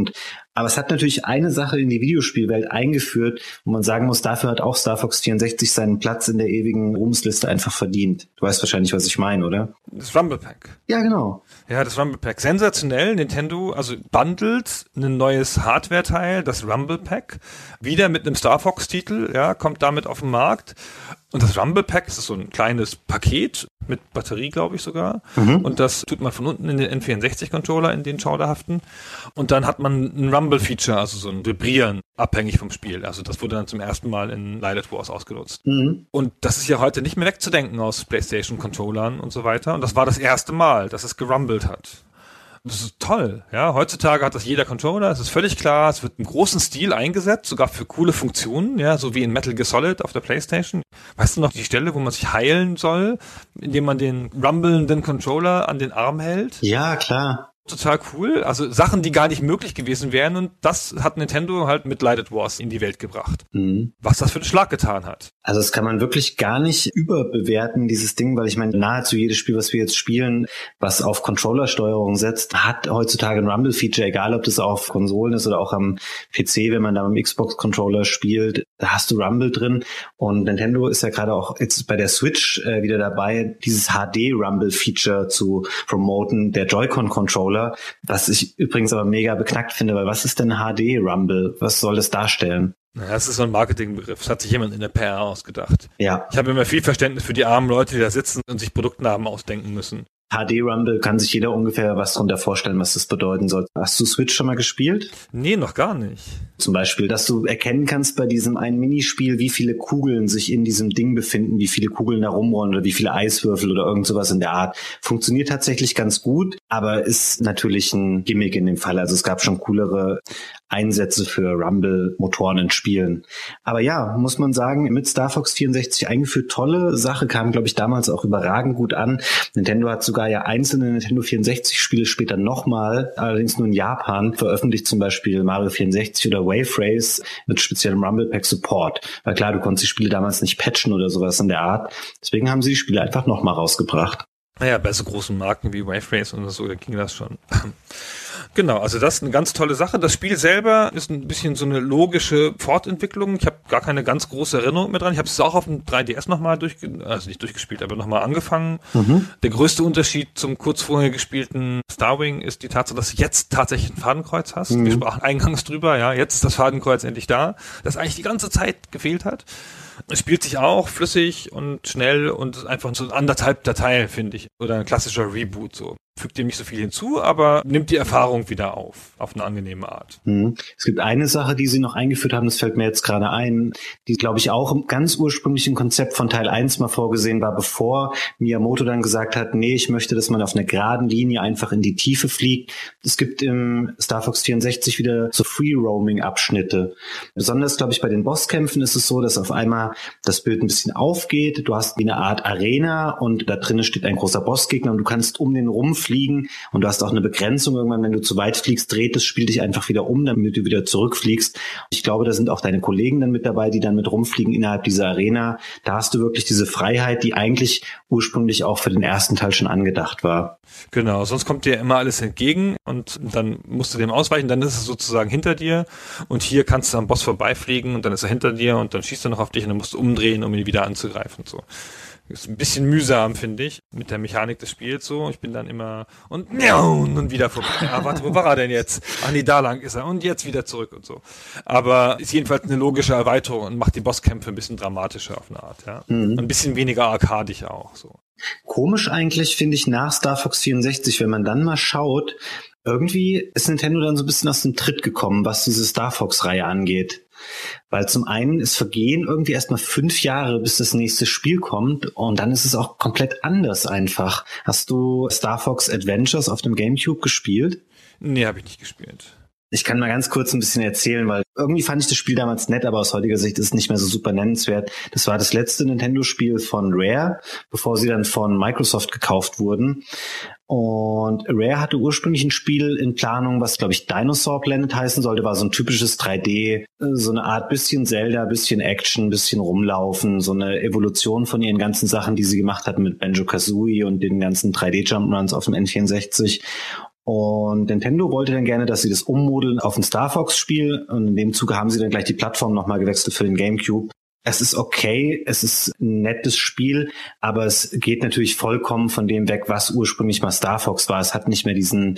Aber es hat natürlich eine Sache in die Videospielwelt eingeführt, wo man sagen muss, dafür hat auch Star Fox vierundsechzig seinen Platz in der ewigen Ruhmsliste einfach verdient. Du weißt wahrscheinlich, was ich meine, oder? Das Rumble Pack. Ja, genau. Ja, das Rumble Pack. Sensationell. Nintendo, also bundelt ein neues Hardware-Teil, das Rumble Pack, wieder mit einem Star Fox-Titel, ja, kommt damit auf den Markt. Und das Rumble Pack, das ist so ein kleines Paket mit Batterie, glaube ich sogar. Mhm. Und das tut man von unten in den N vierundsechzig-Controller, in den schauderhaften. Und dann hat man ein Rumble-Feature, also so ein Vibrieren, abhängig vom Spiel. Also das wurde dann zum ersten Mal in Lylat Wars ausgenutzt. Mhm. Und das ist ja heute nicht mehr wegzudenken aus PlayStation-Controllern und so weiter. Und das war das erste Mal, dass es gerumbelt hat. Das ist toll, ja. Heutzutage hat das jeder Controller, es ist völlig klar, es wird im großen Stil eingesetzt, sogar für coole Funktionen, ja, so wie in Metal Gear Solid auf der PlayStation. Weißt du noch die Stelle, wo man sich heilen soll, indem man den rumbelnden Controller an den Arm hält? Ja, klar. Total cool, also Sachen, die gar nicht möglich gewesen wären, und das hat Nintendo halt mit Lylat Wars in die Welt gebracht. Mhm. Was das für einen Schlag getan hat. Also das kann man wirklich gar nicht überbewerten, dieses Ding, weil ich meine, nahezu jedes Spiel, was wir jetzt spielen, was auf Controllersteuerung setzt, hat heutzutage ein Rumble-Feature, egal ob das auf Konsolen ist oder auch am P C, wenn man da mit dem Xbox-Controller spielt, da hast du Rumble drin, und Nintendo ist ja gerade auch jetzt bei der Switch äh, wieder dabei, dieses H D-Rumble-Feature zu promoten, der Joy-Con-Controller, was ich übrigens aber mega beknackt finde, weil was ist denn H D-Rumble? Was soll das darstellen? Naja, das ist so ein Marketingbegriff. Das hat sich jemand in der P R ausgedacht. Ja. Ich habe immer viel Verständnis für die armen Leute, die da sitzen und sich Produktnamen ausdenken müssen. H D-Rumble kann sich jeder ungefähr was darunter vorstellen, was das bedeuten soll. Hast du Switch schon mal gespielt? Nee, noch gar nicht. Zum Beispiel, dass du erkennen kannst bei diesem einen Minispiel, wie viele Kugeln sich in diesem Ding befinden, wie viele Kugeln da rumrollen oder wie viele Eiswürfel oder irgend sowas in der Art. Funktioniert tatsächlich ganz gut, aber ist natürlich ein Gimmick in dem Fall. Also es gab schon coolere Einsätze für Rumble-Motoren in Spielen. Aber ja, muss man sagen, mit Star Fox vierundsechzig eingeführt, tolle Sache, kam, glaube ich, damals auch überragend gut an. Nintendo hat sogar ja einzelne Nintendo vierundsechzig-Spiele später nochmal, allerdings nur in Japan, veröffentlicht, zum Beispiel Mario vierundsechzig oder Wave Race mit speziellem Rumble Pack Support. Weil klar, du konntest die Spiele damals nicht patchen oder sowas in der Art. Deswegen haben sie die Spiele einfach nochmal rausgebracht. Naja, bei so großen Marken wie Wave Race und so, da ging das schon. Genau, also das ist eine ganz tolle Sache. Das Spiel selber ist ein bisschen so eine logische Fortentwicklung. Ich habe gar keine ganz große Erinnerung mehr dran. Ich habe es auch auf dem drei D S nochmal durchgespielt, also nicht durchgespielt, aber nochmal angefangen. Mhm. Der größte Unterschied zum kurz vorher gespielten Starwing ist die Tatsache, dass du jetzt tatsächlich ein Fadenkreuz hast. Mhm. Wir sprachen eingangs drüber, ja, jetzt ist das Fadenkreuz endlich da, das eigentlich die ganze Zeit gefehlt hat. Es spielt sich auch flüssig und schnell und ist einfach so ein anderthalbter Teil, finde ich. Oder ein klassischer Reboot so. Fügt dem nicht so viel hinzu, aber nimmt die Erfahrung wieder auf, auf eine angenehme Art. Mhm. Es gibt eine Sache, die sie noch eingeführt haben, das fällt mir jetzt gerade ein, die, glaube ich, auch im ganz ursprünglichen Konzept von Teil eins mal vorgesehen war, bevor Miyamoto dann gesagt hat, nee, ich möchte, dass man auf einer geraden Linie einfach in die Tiefe fliegt. Es gibt im Star Fox vierundsechzig wieder so Free-Roaming-Abschnitte. Besonders, glaube ich, bei den Bosskämpfen ist es so, dass auf einmal das Bild ein bisschen aufgeht. Du hast wie eine Art Arena und da drinnen steht ein großer Bossgegner und du kannst um den rum fliegen und du hast auch eine Begrenzung. Irgendwann, wenn du zu weit fliegst, dreht das Spiel dich einfach wieder um, damit du wieder zurückfliegst. Ich glaube, da sind auch deine Kollegen dann mit dabei, die dann mit rumfliegen innerhalb dieser Arena. Da hast du wirklich diese Freiheit, die eigentlich ursprünglich auch für den ersten Teil schon angedacht war. Genau, sonst kommt dir immer alles entgegen und dann musst du dem ausweichen, dann ist es sozusagen hinter dir und hier kannst du am Boss vorbeifliegen und dann ist er hinter dir und dann schießt er noch auf dich und dann musst du umdrehen, um ihn wieder anzugreifen. So. Ist ein bisschen mühsam, finde ich, mit der Mechanik des Spiels so. Ich bin dann immer und und wieder vorbei. Ah, warte, wo war er denn jetzt? Ach nee, da lang ist er und jetzt wieder zurück und so. Aber ist jedenfalls eine logische Erweiterung und macht die Bosskämpfe ein bisschen dramatischer auf eine Art, ja. Mhm. Ein bisschen weniger arkadisch auch, so. Komisch eigentlich, finde ich, nach Star Fox vierundsechzig, wenn man dann mal schaut, irgendwie ist Nintendo dann so ein bisschen aus dem Tritt gekommen, was diese Star Fox-Reihe angeht. Weil zum einen, es vergehen irgendwie erstmal fünf Jahre, bis das nächste Spiel kommt und dann ist es auch komplett anders einfach. Hast du Star Fox Adventures auf dem GameCube gespielt? Nee, habe ich nicht gespielt. Ich kann mal ganz kurz ein bisschen erzählen, weil irgendwie fand ich das Spiel damals nett, aber aus heutiger Sicht ist es nicht mehr so super nennenswert. Das war das letzte Nintendo-Spiel von Rare, bevor sie dann von Microsoft gekauft wurden. Und Rare hatte ursprünglich ein Spiel in Planung, was, glaube ich, Dinosaur Planet heißen sollte, war so ein typisches drei D, so eine Art bisschen Zelda, bisschen Action, bisschen rumlaufen, so eine Evolution von ihren ganzen Sachen, die sie gemacht hatten mit Banjo-Kazooie und den ganzen drei D Jump'n'Runs auf dem N vierundsechzig. Und Nintendo wollte dann gerne, dass sie das ummodeln auf ein Star Fox-Spiel. Und in dem Zuge haben sie dann gleich die Plattform nochmal gewechselt für den GameCube. Es ist okay, es ist ein nettes Spiel, aber es geht natürlich vollkommen von dem weg, was ursprünglich mal Star Fox war. Es hat nicht mehr diesen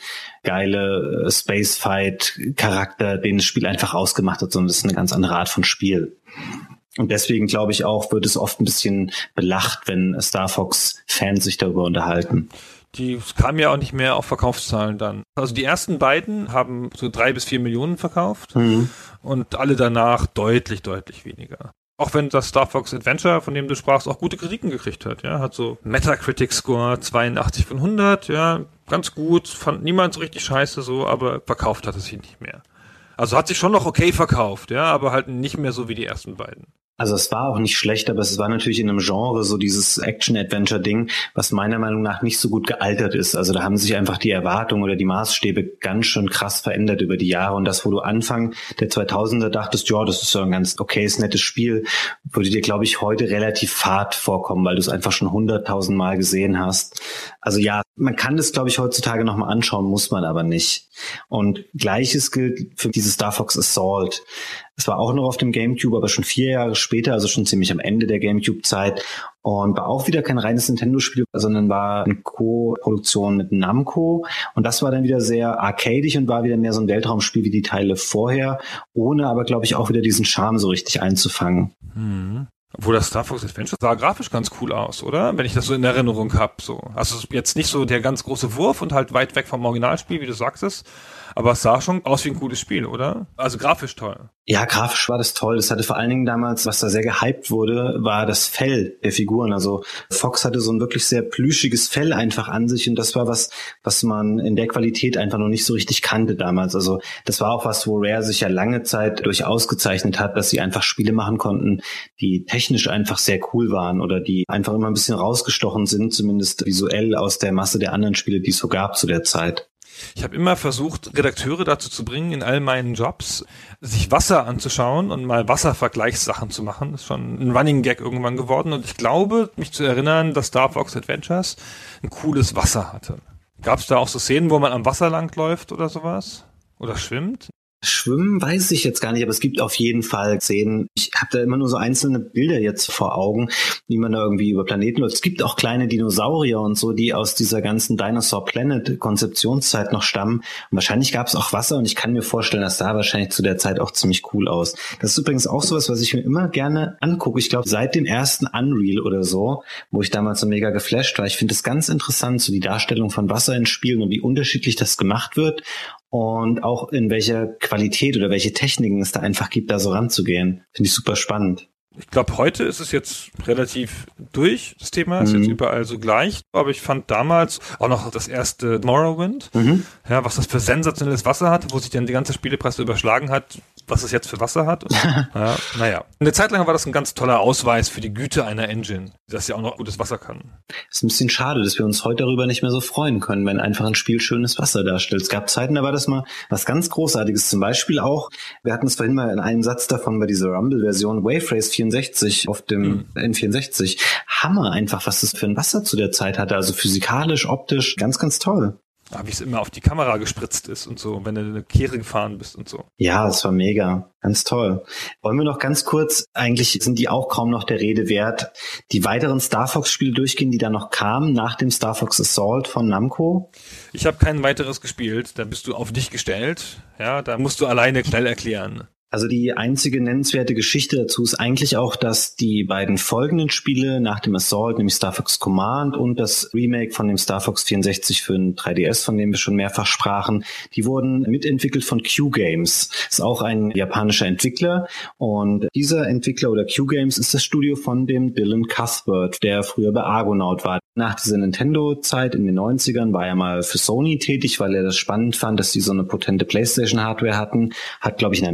geile Space-Fight-Charakter, den das Spiel einfach ausgemacht hat, sondern es ist eine ganz andere Art von Spiel. Und deswegen glaube ich auch, wird es oft ein bisschen belacht, wenn Star Fox-Fans sich darüber unterhalten. Die kamen ja auch nicht mehr auf Verkaufszahlen dann. Also die ersten beiden haben so drei bis vier Millionen verkauft mhm. und alle danach deutlich, deutlich weniger. Auch wenn das Star Fox Adventure, von dem du sprachst, auch gute Kritiken gekriegt hat, ja, hat so Metacritic-Score zweiundachtzig von hundert, ja, ganz gut, fand niemand so richtig scheiße so, aber verkauft hat es sich nicht mehr. Also hat sich schon noch okay verkauft, ja, aber halt nicht mehr so wie die ersten beiden. Also es war auch nicht schlecht, aber es war natürlich in einem Genre so dieses Action-Adventure-Ding, was meiner Meinung nach nicht so gut gealtert ist. Also da haben sich einfach die Erwartungen oder die Maßstäbe ganz schön krass verändert über die Jahre. Und das, wo du Anfang der zweitausender dachtest, ja, das ist so ein ganz okayes, nettes Spiel, würde dir, glaube ich, heute relativ fad vorkommen, weil du es einfach schon hunderttausend Mal gesehen hast. Also ja, man kann das, glaube ich, heutzutage nochmal anschauen, muss man aber nicht. Und Gleiches gilt für dieses Star Fox Assault. Es war auch noch auf dem GameCube, aber schon vier Jahre später, also schon ziemlich am Ende der GameCube-Zeit. Und war auch wieder kein reines Nintendo-Spiel, sondern war eine Co-Produktion mit Namco. Und das war dann wieder sehr arcadig und war wieder mehr so ein Weltraumspiel wie die Teile vorher, ohne aber, glaube ich, auch wieder diesen Charme so richtig einzufangen. Hm. Obwohl das Star Fox Adventure sah grafisch ganz cool aus, oder? Wenn ich das so in Erinnerung habe. So. Also jetzt nicht so der ganz große Wurf und halt weit weg vom Originalspiel, wie du sagtest. Aber es sah schon aus wie ein cooles Spiel, oder? Also grafisch toll. Ja, grafisch war das toll. Es hatte vor allen Dingen damals, was da sehr gehypt wurde, war das Fell der Figuren. Also Fox hatte so ein wirklich sehr plüschiges Fell einfach an sich und das war was, was man in der Qualität einfach noch nicht so richtig kannte damals. Also das war auch was, wo Rare sich ja lange Zeit durchaus gezeichnet hat, dass sie einfach Spiele machen konnten, die technisch einfach sehr cool waren oder die einfach immer ein bisschen rausgestochen sind, zumindest visuell aus der Masse der anderen Spiele, die es so gab zu der Zeit. Ich habe immer versucht, Redakteure dazu zu bringen, in all meinen Jobs, sich Wasser anzuschauen und mal Wasservergleichssachen zu machen. Das ist schon ein Running Gag irgendwann geworden. Und ich glaube, mich zu erinnern, dass Star Fox Adventures ein cooles Wasser hatte. Gab es da auch so Szenen, wo man am Wasser langläuft oder sowas? Oder schwimmt? Schwimmen weiß ich jetzt gar nicht, aber es gibt auf jeden Fall Szenen. Ich habe da immer nur so einzelne Bilder jetzt vor Augen, wie man da irgendwie über Planeten läuft. Es gibt auch kleine Dinosaurier und so, die aus dieser ganzen Dinosaur Planet Konzeptionszeit noch stammen. Und wahrscheinlich gab es auch Wasser und ich kann mir vorstellen, das sah wahrscheinlich zu der Zeit auch ziemlich cool aus. Das ist übrigens auch sowas, was ich mir immer gerne angucke. Ich glaube, seit dem ersten Unreal oder so, wo ich damals so mega geflasht war. Ich finde es ganz interessant, so die Darstellung von Wasser in Spielen und wie unterschiedlich das gemacht wird. Und auch in welcher Qualität oder welche Techniken es da einfach gibt, da so ranzugehen. Finde ich super spannend. Ich glaube, heute ist es jetzt relativ durch, das Thema, ist mhm. jetzt überall so gleich. Aber ich fand damals auch noch das erste Morrowind, mhm. ja, was das für sensationelles Wasser hat, wo sich dann die ganze Spielepresse überschlagen hat, was es jetzt für Wasser hat. Und, ja, naja. Eine Zeit lang war das ein ganz toller Ausweis für die Güte einer Engine, dass sie auch noch gutes Wasser kann. Ist ein bisschen schade, dass wir uns heute darüber nicht mehr so freuen können, wenn einfach ein Spiel schönes Wasser darstellt. Es gab Zeiten, da war das mal was ganz Großartiges. Zum Beispiel auch, wir hatten es vorhin mal in einem Satz davon bei dieser Rumble-Version, Wave Race vierundsechzig auf dem mhm. N vierundsechzig. Hammer einfach, was das für ein Wasser zu der Zeit hatte. Also physikalisch, optisch, ganz, ganz toll. Ja, wie es immer auf die Kamera gespritzt ist und so, wenn du eine Kehre gefahren bist und so. Ja, das war mega. Ganz toll. Wollen wir noch ganz kurz, eigentlich sind die auch kaum noch der Rede wert, die weiteren Star Fox-Spiele durchgehen, die da noch kamen, nach dem Star Fox Assault von Namco? Ich habe kein weiteres gespielt, da bist du auf dich gestellt. Ja, da musst du alleine schnell erklären. Also die einzige nennenswerte Geschichte dazu ist eigentlich auch, dass die beiden folgenden Spiele nach dem Assault, nämlich Star Fox Command und das Remake von dem Star Fox vierundsechzig für den drei D S, von dem wir schon mehrfach sprachen, die wurden mitentwickelt von Q-Games. Das ist auch ein japanischer Entwickler und dieser Entwickler oder Q-Games ist das Studio von dem Dylan Cuthbert, der früher bei Argonaut war. Nach dieser Nintendo-Zeit in den neunzigern war er mal für Sony tätig, weil er das spannend fand, dass die so eine potente PlayStation-Hardware hatten. Hat, glaube ich, in Amerika eine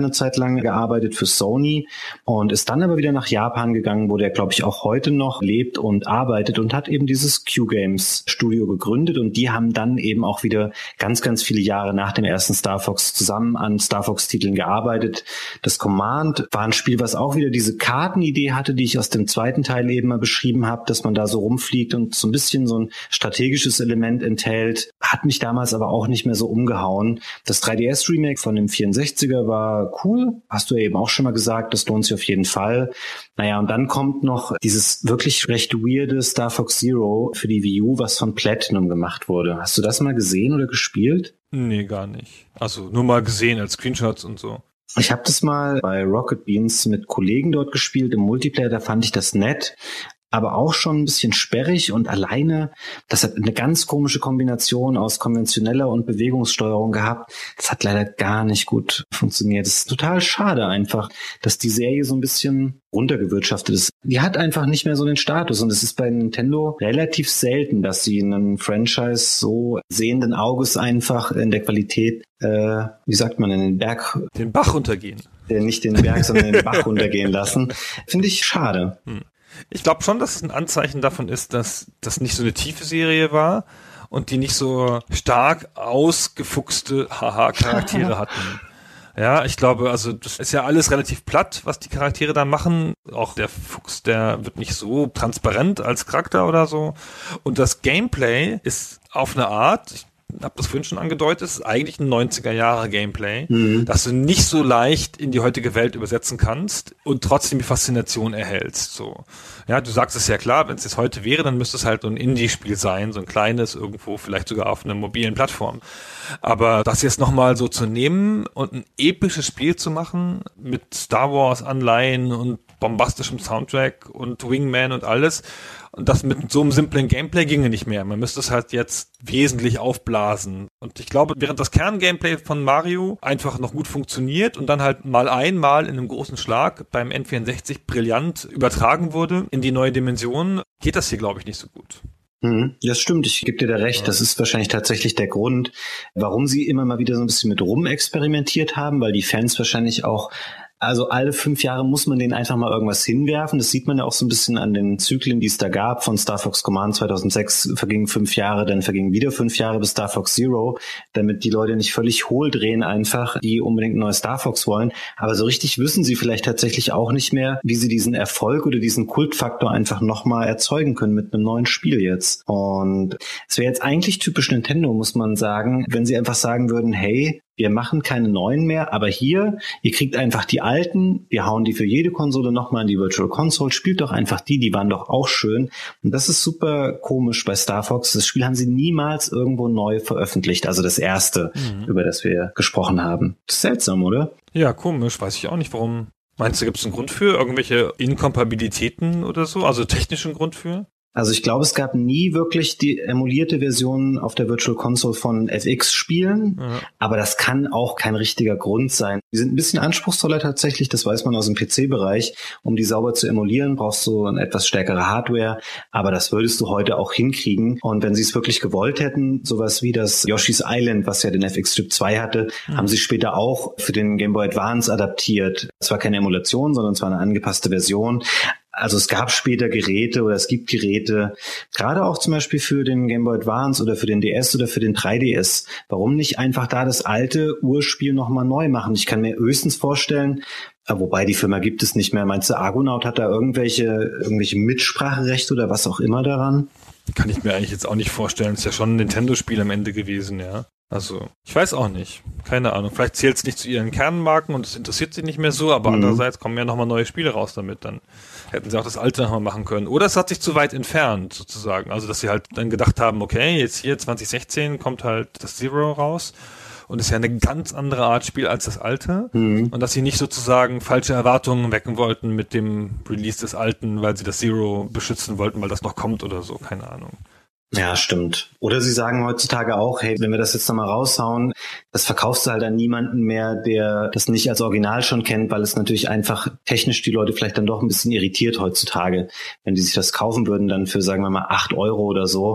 eine Zeit lang gearbeitet für Sony und ist dann aber wieder nach Japan gegangen, wo der, glaube ich, auch heute noch lebt und arbeitet und hat eben dieses Q-Games Studio gegründet und die haben dann eben auch wieder ganz, ganz viele Jahre nach dem ersten Star Fox zusammen an Star Fox-Titeln gearbeitet. Das Command war ein Spiel, was auch wieder diese Kartenidee hatte, die ich aus dem zweiten Teil eben mal beschrieben habe, dass man da so rumfliegt und so ein bisschen so ein strategisches Element enthält, hat mich damals aber auch nicht mehr so umgehauen. Das drei D S-Remake von dem vierundsechziger war cool, hast du ja eben auch schon mal gesagt, das lohnt sich auf jeden Fall. Naja, und dann kommt noch dieses wirklich recht weirde Star Fox Zero für die Wii U, was von Platinum gemacht wurde. Hast du das mal gesehen oder gespielt? Nee, gar nicht. Also nur mal gesehen als Screenshots und so. Ich habe das mal bei Rocket Beans mit Kollegen dort gespielt im Multiplayer, da fand ich das nett. Aber auch schon ein bisschen sperrig und alleine, das hat eine ganz komische Kombination aus konventioneller und Bewegungssteuerung gehabt. Das hat leider gar nicht gut funktioniert. Es ist total schade einfach, dass die Serie so ein bisschen runtergewirtschaftet ist. Die hat einfach nicht mehr so den Status und es ist bei Nintendo relativ selten, dass sie einen Franchise so sehenden Auges einfach in der Qualität, äh, wie sagt man, in den Berg... Den Bach runtergehen. Äh, nicht den Berg, sondern den Bach runtergehen lassen. Finde ich schade. Hm. Ich glaube schon, dass es ein Anzeichen davon ist, dass das nicht so eine tiefe Serie war und die nicht so stark ausgefuchste Haha-Charaktere hatten. Ja, ich glaube, also das ist ja alles relativ platt, was die Charaktere da machen. Auch der Fuchs, der wird nicht so transparent als Charakter oder so. Und das Gameplay ist auf eine Art, ich habe das vorhin schon angedeutet, ist eigentlich ein neunziger-Jahre-Gameplay, mhm. das du nicht so leicht in die heutige Welt übersetzen kannst und trotzdem die Faszination erhältst. So, ja, du sagst es ja klar, wenn es jetzt heute wäre, dann müsste es halt so ein Indie-Spiel sein, so ein kleines irgendwo, vielleicht sogar auf einer mobilen Plattform. Aber das jetzt nochmal so zu nehmen und ein episches Spiel zu machen mit Star Wars-Anleihen und bombastischem Soundtrack und Wingman und alles, und das mit so einem simplen Gameplay ginge nicht mehr. Man müsste es halt jetzt wesentlich aufblasen. Und ich glaube, während das Kerngameplay von Mario einfach noch gut funktioniert und dann halt mal einmal in einem großen Schlag beim N vierundsechzig brillant übertragen wurde in die neue Dimension, geht das hier, glaube ich, nicht so gut. Mhm, das stimmt, ich gebe dir da recht. Das ist wahrscheinlich tatsächlich der Grund, warum sie immer mal wieder so ein bisschen mit rumexperimentiert haben, weil die Fans wahrscheinlich auch, also alle fünf Jahre muss man denen einfach mal irgendwas hinwerfen. Das sieht man ja auch so ein bisschen an den Zyklen, die es da gab. Von Star Fox Command zweitausendsechs vergingen fünf Jahre, dann vergingen wieder fünf Jahre bis Star Fox Zero, damit die Leute nicht völlig hohl drehen einfach, die unbedingt ein neues Star Fox wollen. Aber so richtig wissen sie vielleicht tatsächlich auch nicht mehr, wie sie diesen Erfolg oder diesen Kultfaktor einfach nochmal erzeugen können mit einem neuen Spiel jetzt. Und es wäre jetzt eigentlich typisch Nintendo, muss man sagen, wenn sie einfach sagen würden, hey, wir machen keine neuen mehr, aber hier, ihr kriegt einfach die alten, wir hauen die für jede Konsole nochmal in die Virtual Console, spielt doch einfach die, die waren doch auch schön. Und das ist super komisch bei Star Fox. Das Spiel haben sie niemals irgendwo neu veröffentlicht, also das erste, mhm. über das wir gesprochen haben. Das ist seltsam, oder? Ja, komisch, weiß ich auch nicht, warum. Meinst du, gibt es einen Grund für? Irgendwelche Inkompatibilitäten oder so? Also technischen Grund für? Also ich glaube, es gab nie wirklich die emulierte Version auf der Virtual Console von F X-Spielen, ja. Aber das kann auch kein richtiger Grund sein. Die sind ein bisschen anspruchsvoller tatsächlich, das weiß man aus dem P C-Bereich. Um die sauber zu emulieren, brauchst du eine etwas stärkere Hardware, aber das würdest du heute auch hinkriegen. Und wenn sie es wirklich gewollt hätten, sowas wie das Yoshi's Island, was ja den F X-Chip zwei hatte, mhm. haben sie später auch für den Game Boy Advance adaptiert. Es war keine Emulation, sondern es war eine angepasste Version. Also es gab später Geräte oder es gibt Geräte, gerade auch zum Beispiel für den Game Boy Advance oder für den D S oder für den drei D S. Warum nicht einfach da das alte Urspiel nochmal neu machen? Ich kann mir höchstens vorstellen, wobei die Firma gibt es nicht mehr. Meinst du, Argonaut hat da irgendwelche, irgendwelche Mitspracherechte oder was auch immer daran? Kann ich mir eigentlich jetzt auch nicht vorstellen. Ist ja schon ein Nintendo-Spiel am Ende gewesen, ja. Also, ich weiß auch nicht. Keine Ahnung. Vielleicht zählt es nicht zu ihren Kernmarken und es interessiert sie nicht mehr so, aber mhm. andererseits kommen ja nochmal neue Spiele raus damit. Dann hätten sie auch das alte nochmal machen können. Oder es hat sich zu weit entfernt, sozusagen. Also, dass sie halt dann gedacht haben, okay, jetzt hier zwanzig sechzehn kommt halt das Zero raus und ist ja eine ganz andere Art Spiel als das alte. Mhm. Und dass sie nicht sozusagen falsche Erwartungen wecken wollten mit dem Release des alten, weil sie das Zero beschützen wollten, weil das noch kommt oder so. Keine Ahnung. Ja, stimmt. Oder sie sagen heutzutage auch, hey, wenn wir das jetzt nochmal raushauen, das verkaufst du halt an niemanden mehr, der das nicht als Original schon kennt, weil es natürlich einfach technisch die Leute vielleicht dann doch ein bisschen irritiert heutzutage. Wenn die sich das kaufen würden, dann für, sagen wir mal, acht Euro oder so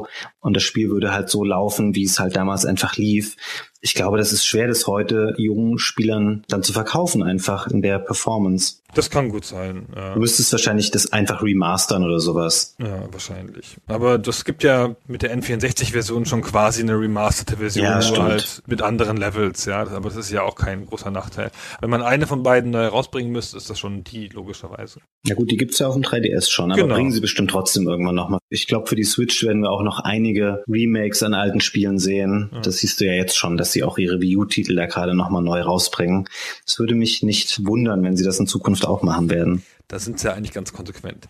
und das Spiel würde halt so laufen, wie es halt damals einfach lief. Ich glaube, das ist schwer, das heute jungen Spielern dann zu verkaufen, einfach in der Performance. Das kann gut sein. Ja. Du müsstest wahrscheinlich das einfach remastern oder sowas. Ja, wahrscheinlich. Aber das gibt ja mit der N vierundsechzig-Version schon quasi eine remasterte Version, ja, nur halt mit anderen Levels. Ja, aber das ist ja auch kein großer Nachteil. Wenn man eine von beiden neu rausbringen müsste, ist das schon die, logischerweise. Ja gut, die gibt's ja auf dem drei D S schon, aber genau. Bringen sie bestimmt trotzdem irgendwann nochmal. Ich glaube, für die Switch werden wir auch noch einige Remakes an alten Spielen sehen. Ja. Das siehst du ja jetzt schon, dass sie auch ihre Wii U-Titel da gerade nochmal neu rausbringen. Es würde mich nicht wundern, wenn sie das in Zukunft auch machen werden. Da sind sie ja eigentlich ganz konsequent.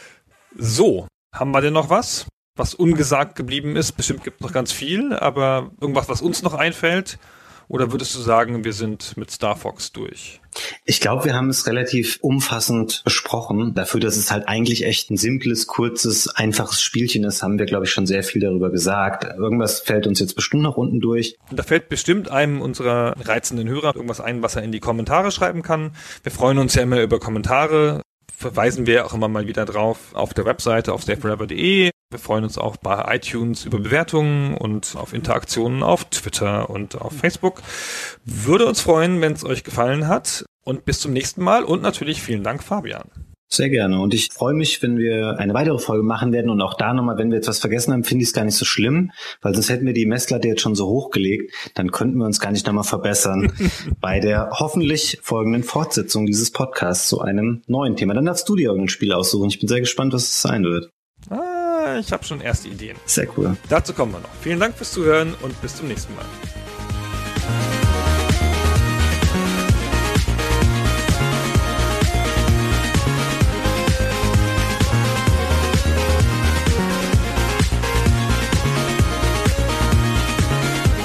So, haben wir denn noch was, was ungesagt geblieben ist? Bestimmt gibt es noch ganz viel, aber irgendwas, was uns noch einfällt? Oder würdest du sagen, wir sind mit Star Fox durch? Ich glaube, wir haben es relativ umfassend besprochen. Dafür, dass es halt eigentlich echt ein simples, kurzes, einfaches Spielchen ist, haben wir, glaube ich, schon sehr viel darüber gesagt. Irgendwas fällt uns jetzt bestimmt noch unten durch. Und da fällt bestimmt einem unserer reizenden Hörer irgendwas ein, was er in die Kommentare schreiben kann. Wir freuen uns ja immer über Kommentare. Verweisen wir auch immer mal wieder drauf auf der Webseite auf stay forever punkt de. Wir freuen uns auch bei iTunes über Bewertungen und auf Interaktionen auf Twitter und auf Facebook. Würde uns freuen, wenn es euch gefallen hat. Und bis zum nächsten Mal. Und natürlich vielen Dank, Fabian. Sehr gerne. Und ich freue mich, wenn wir eine weitere Folge machen werden. Und auch da nochmal, wenn wir jetzt was vergessen haben, finde ich es gar nicht so schlimm, weil sonst hätten wir die Messlatte jetzt schon so hochgelegt. Dann könnten wir uns gar nicht nochmal verbessern bei der hoffentlich folgenden Fortsetzung dieses Podcasts zu einem neuen Thema. Dann darfst du dir irgendein Spiel aussuchen. Ich bin sehr gespannt, was es sein wird. Ah, ich habe schon erste Ideen. Sehr cool. Dazu kommen wir noch. Vielen Dank fürs Zuhören und bis zum nächsten Mal.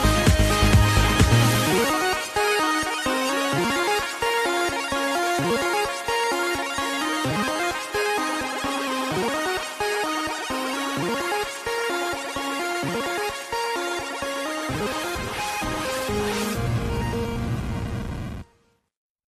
What?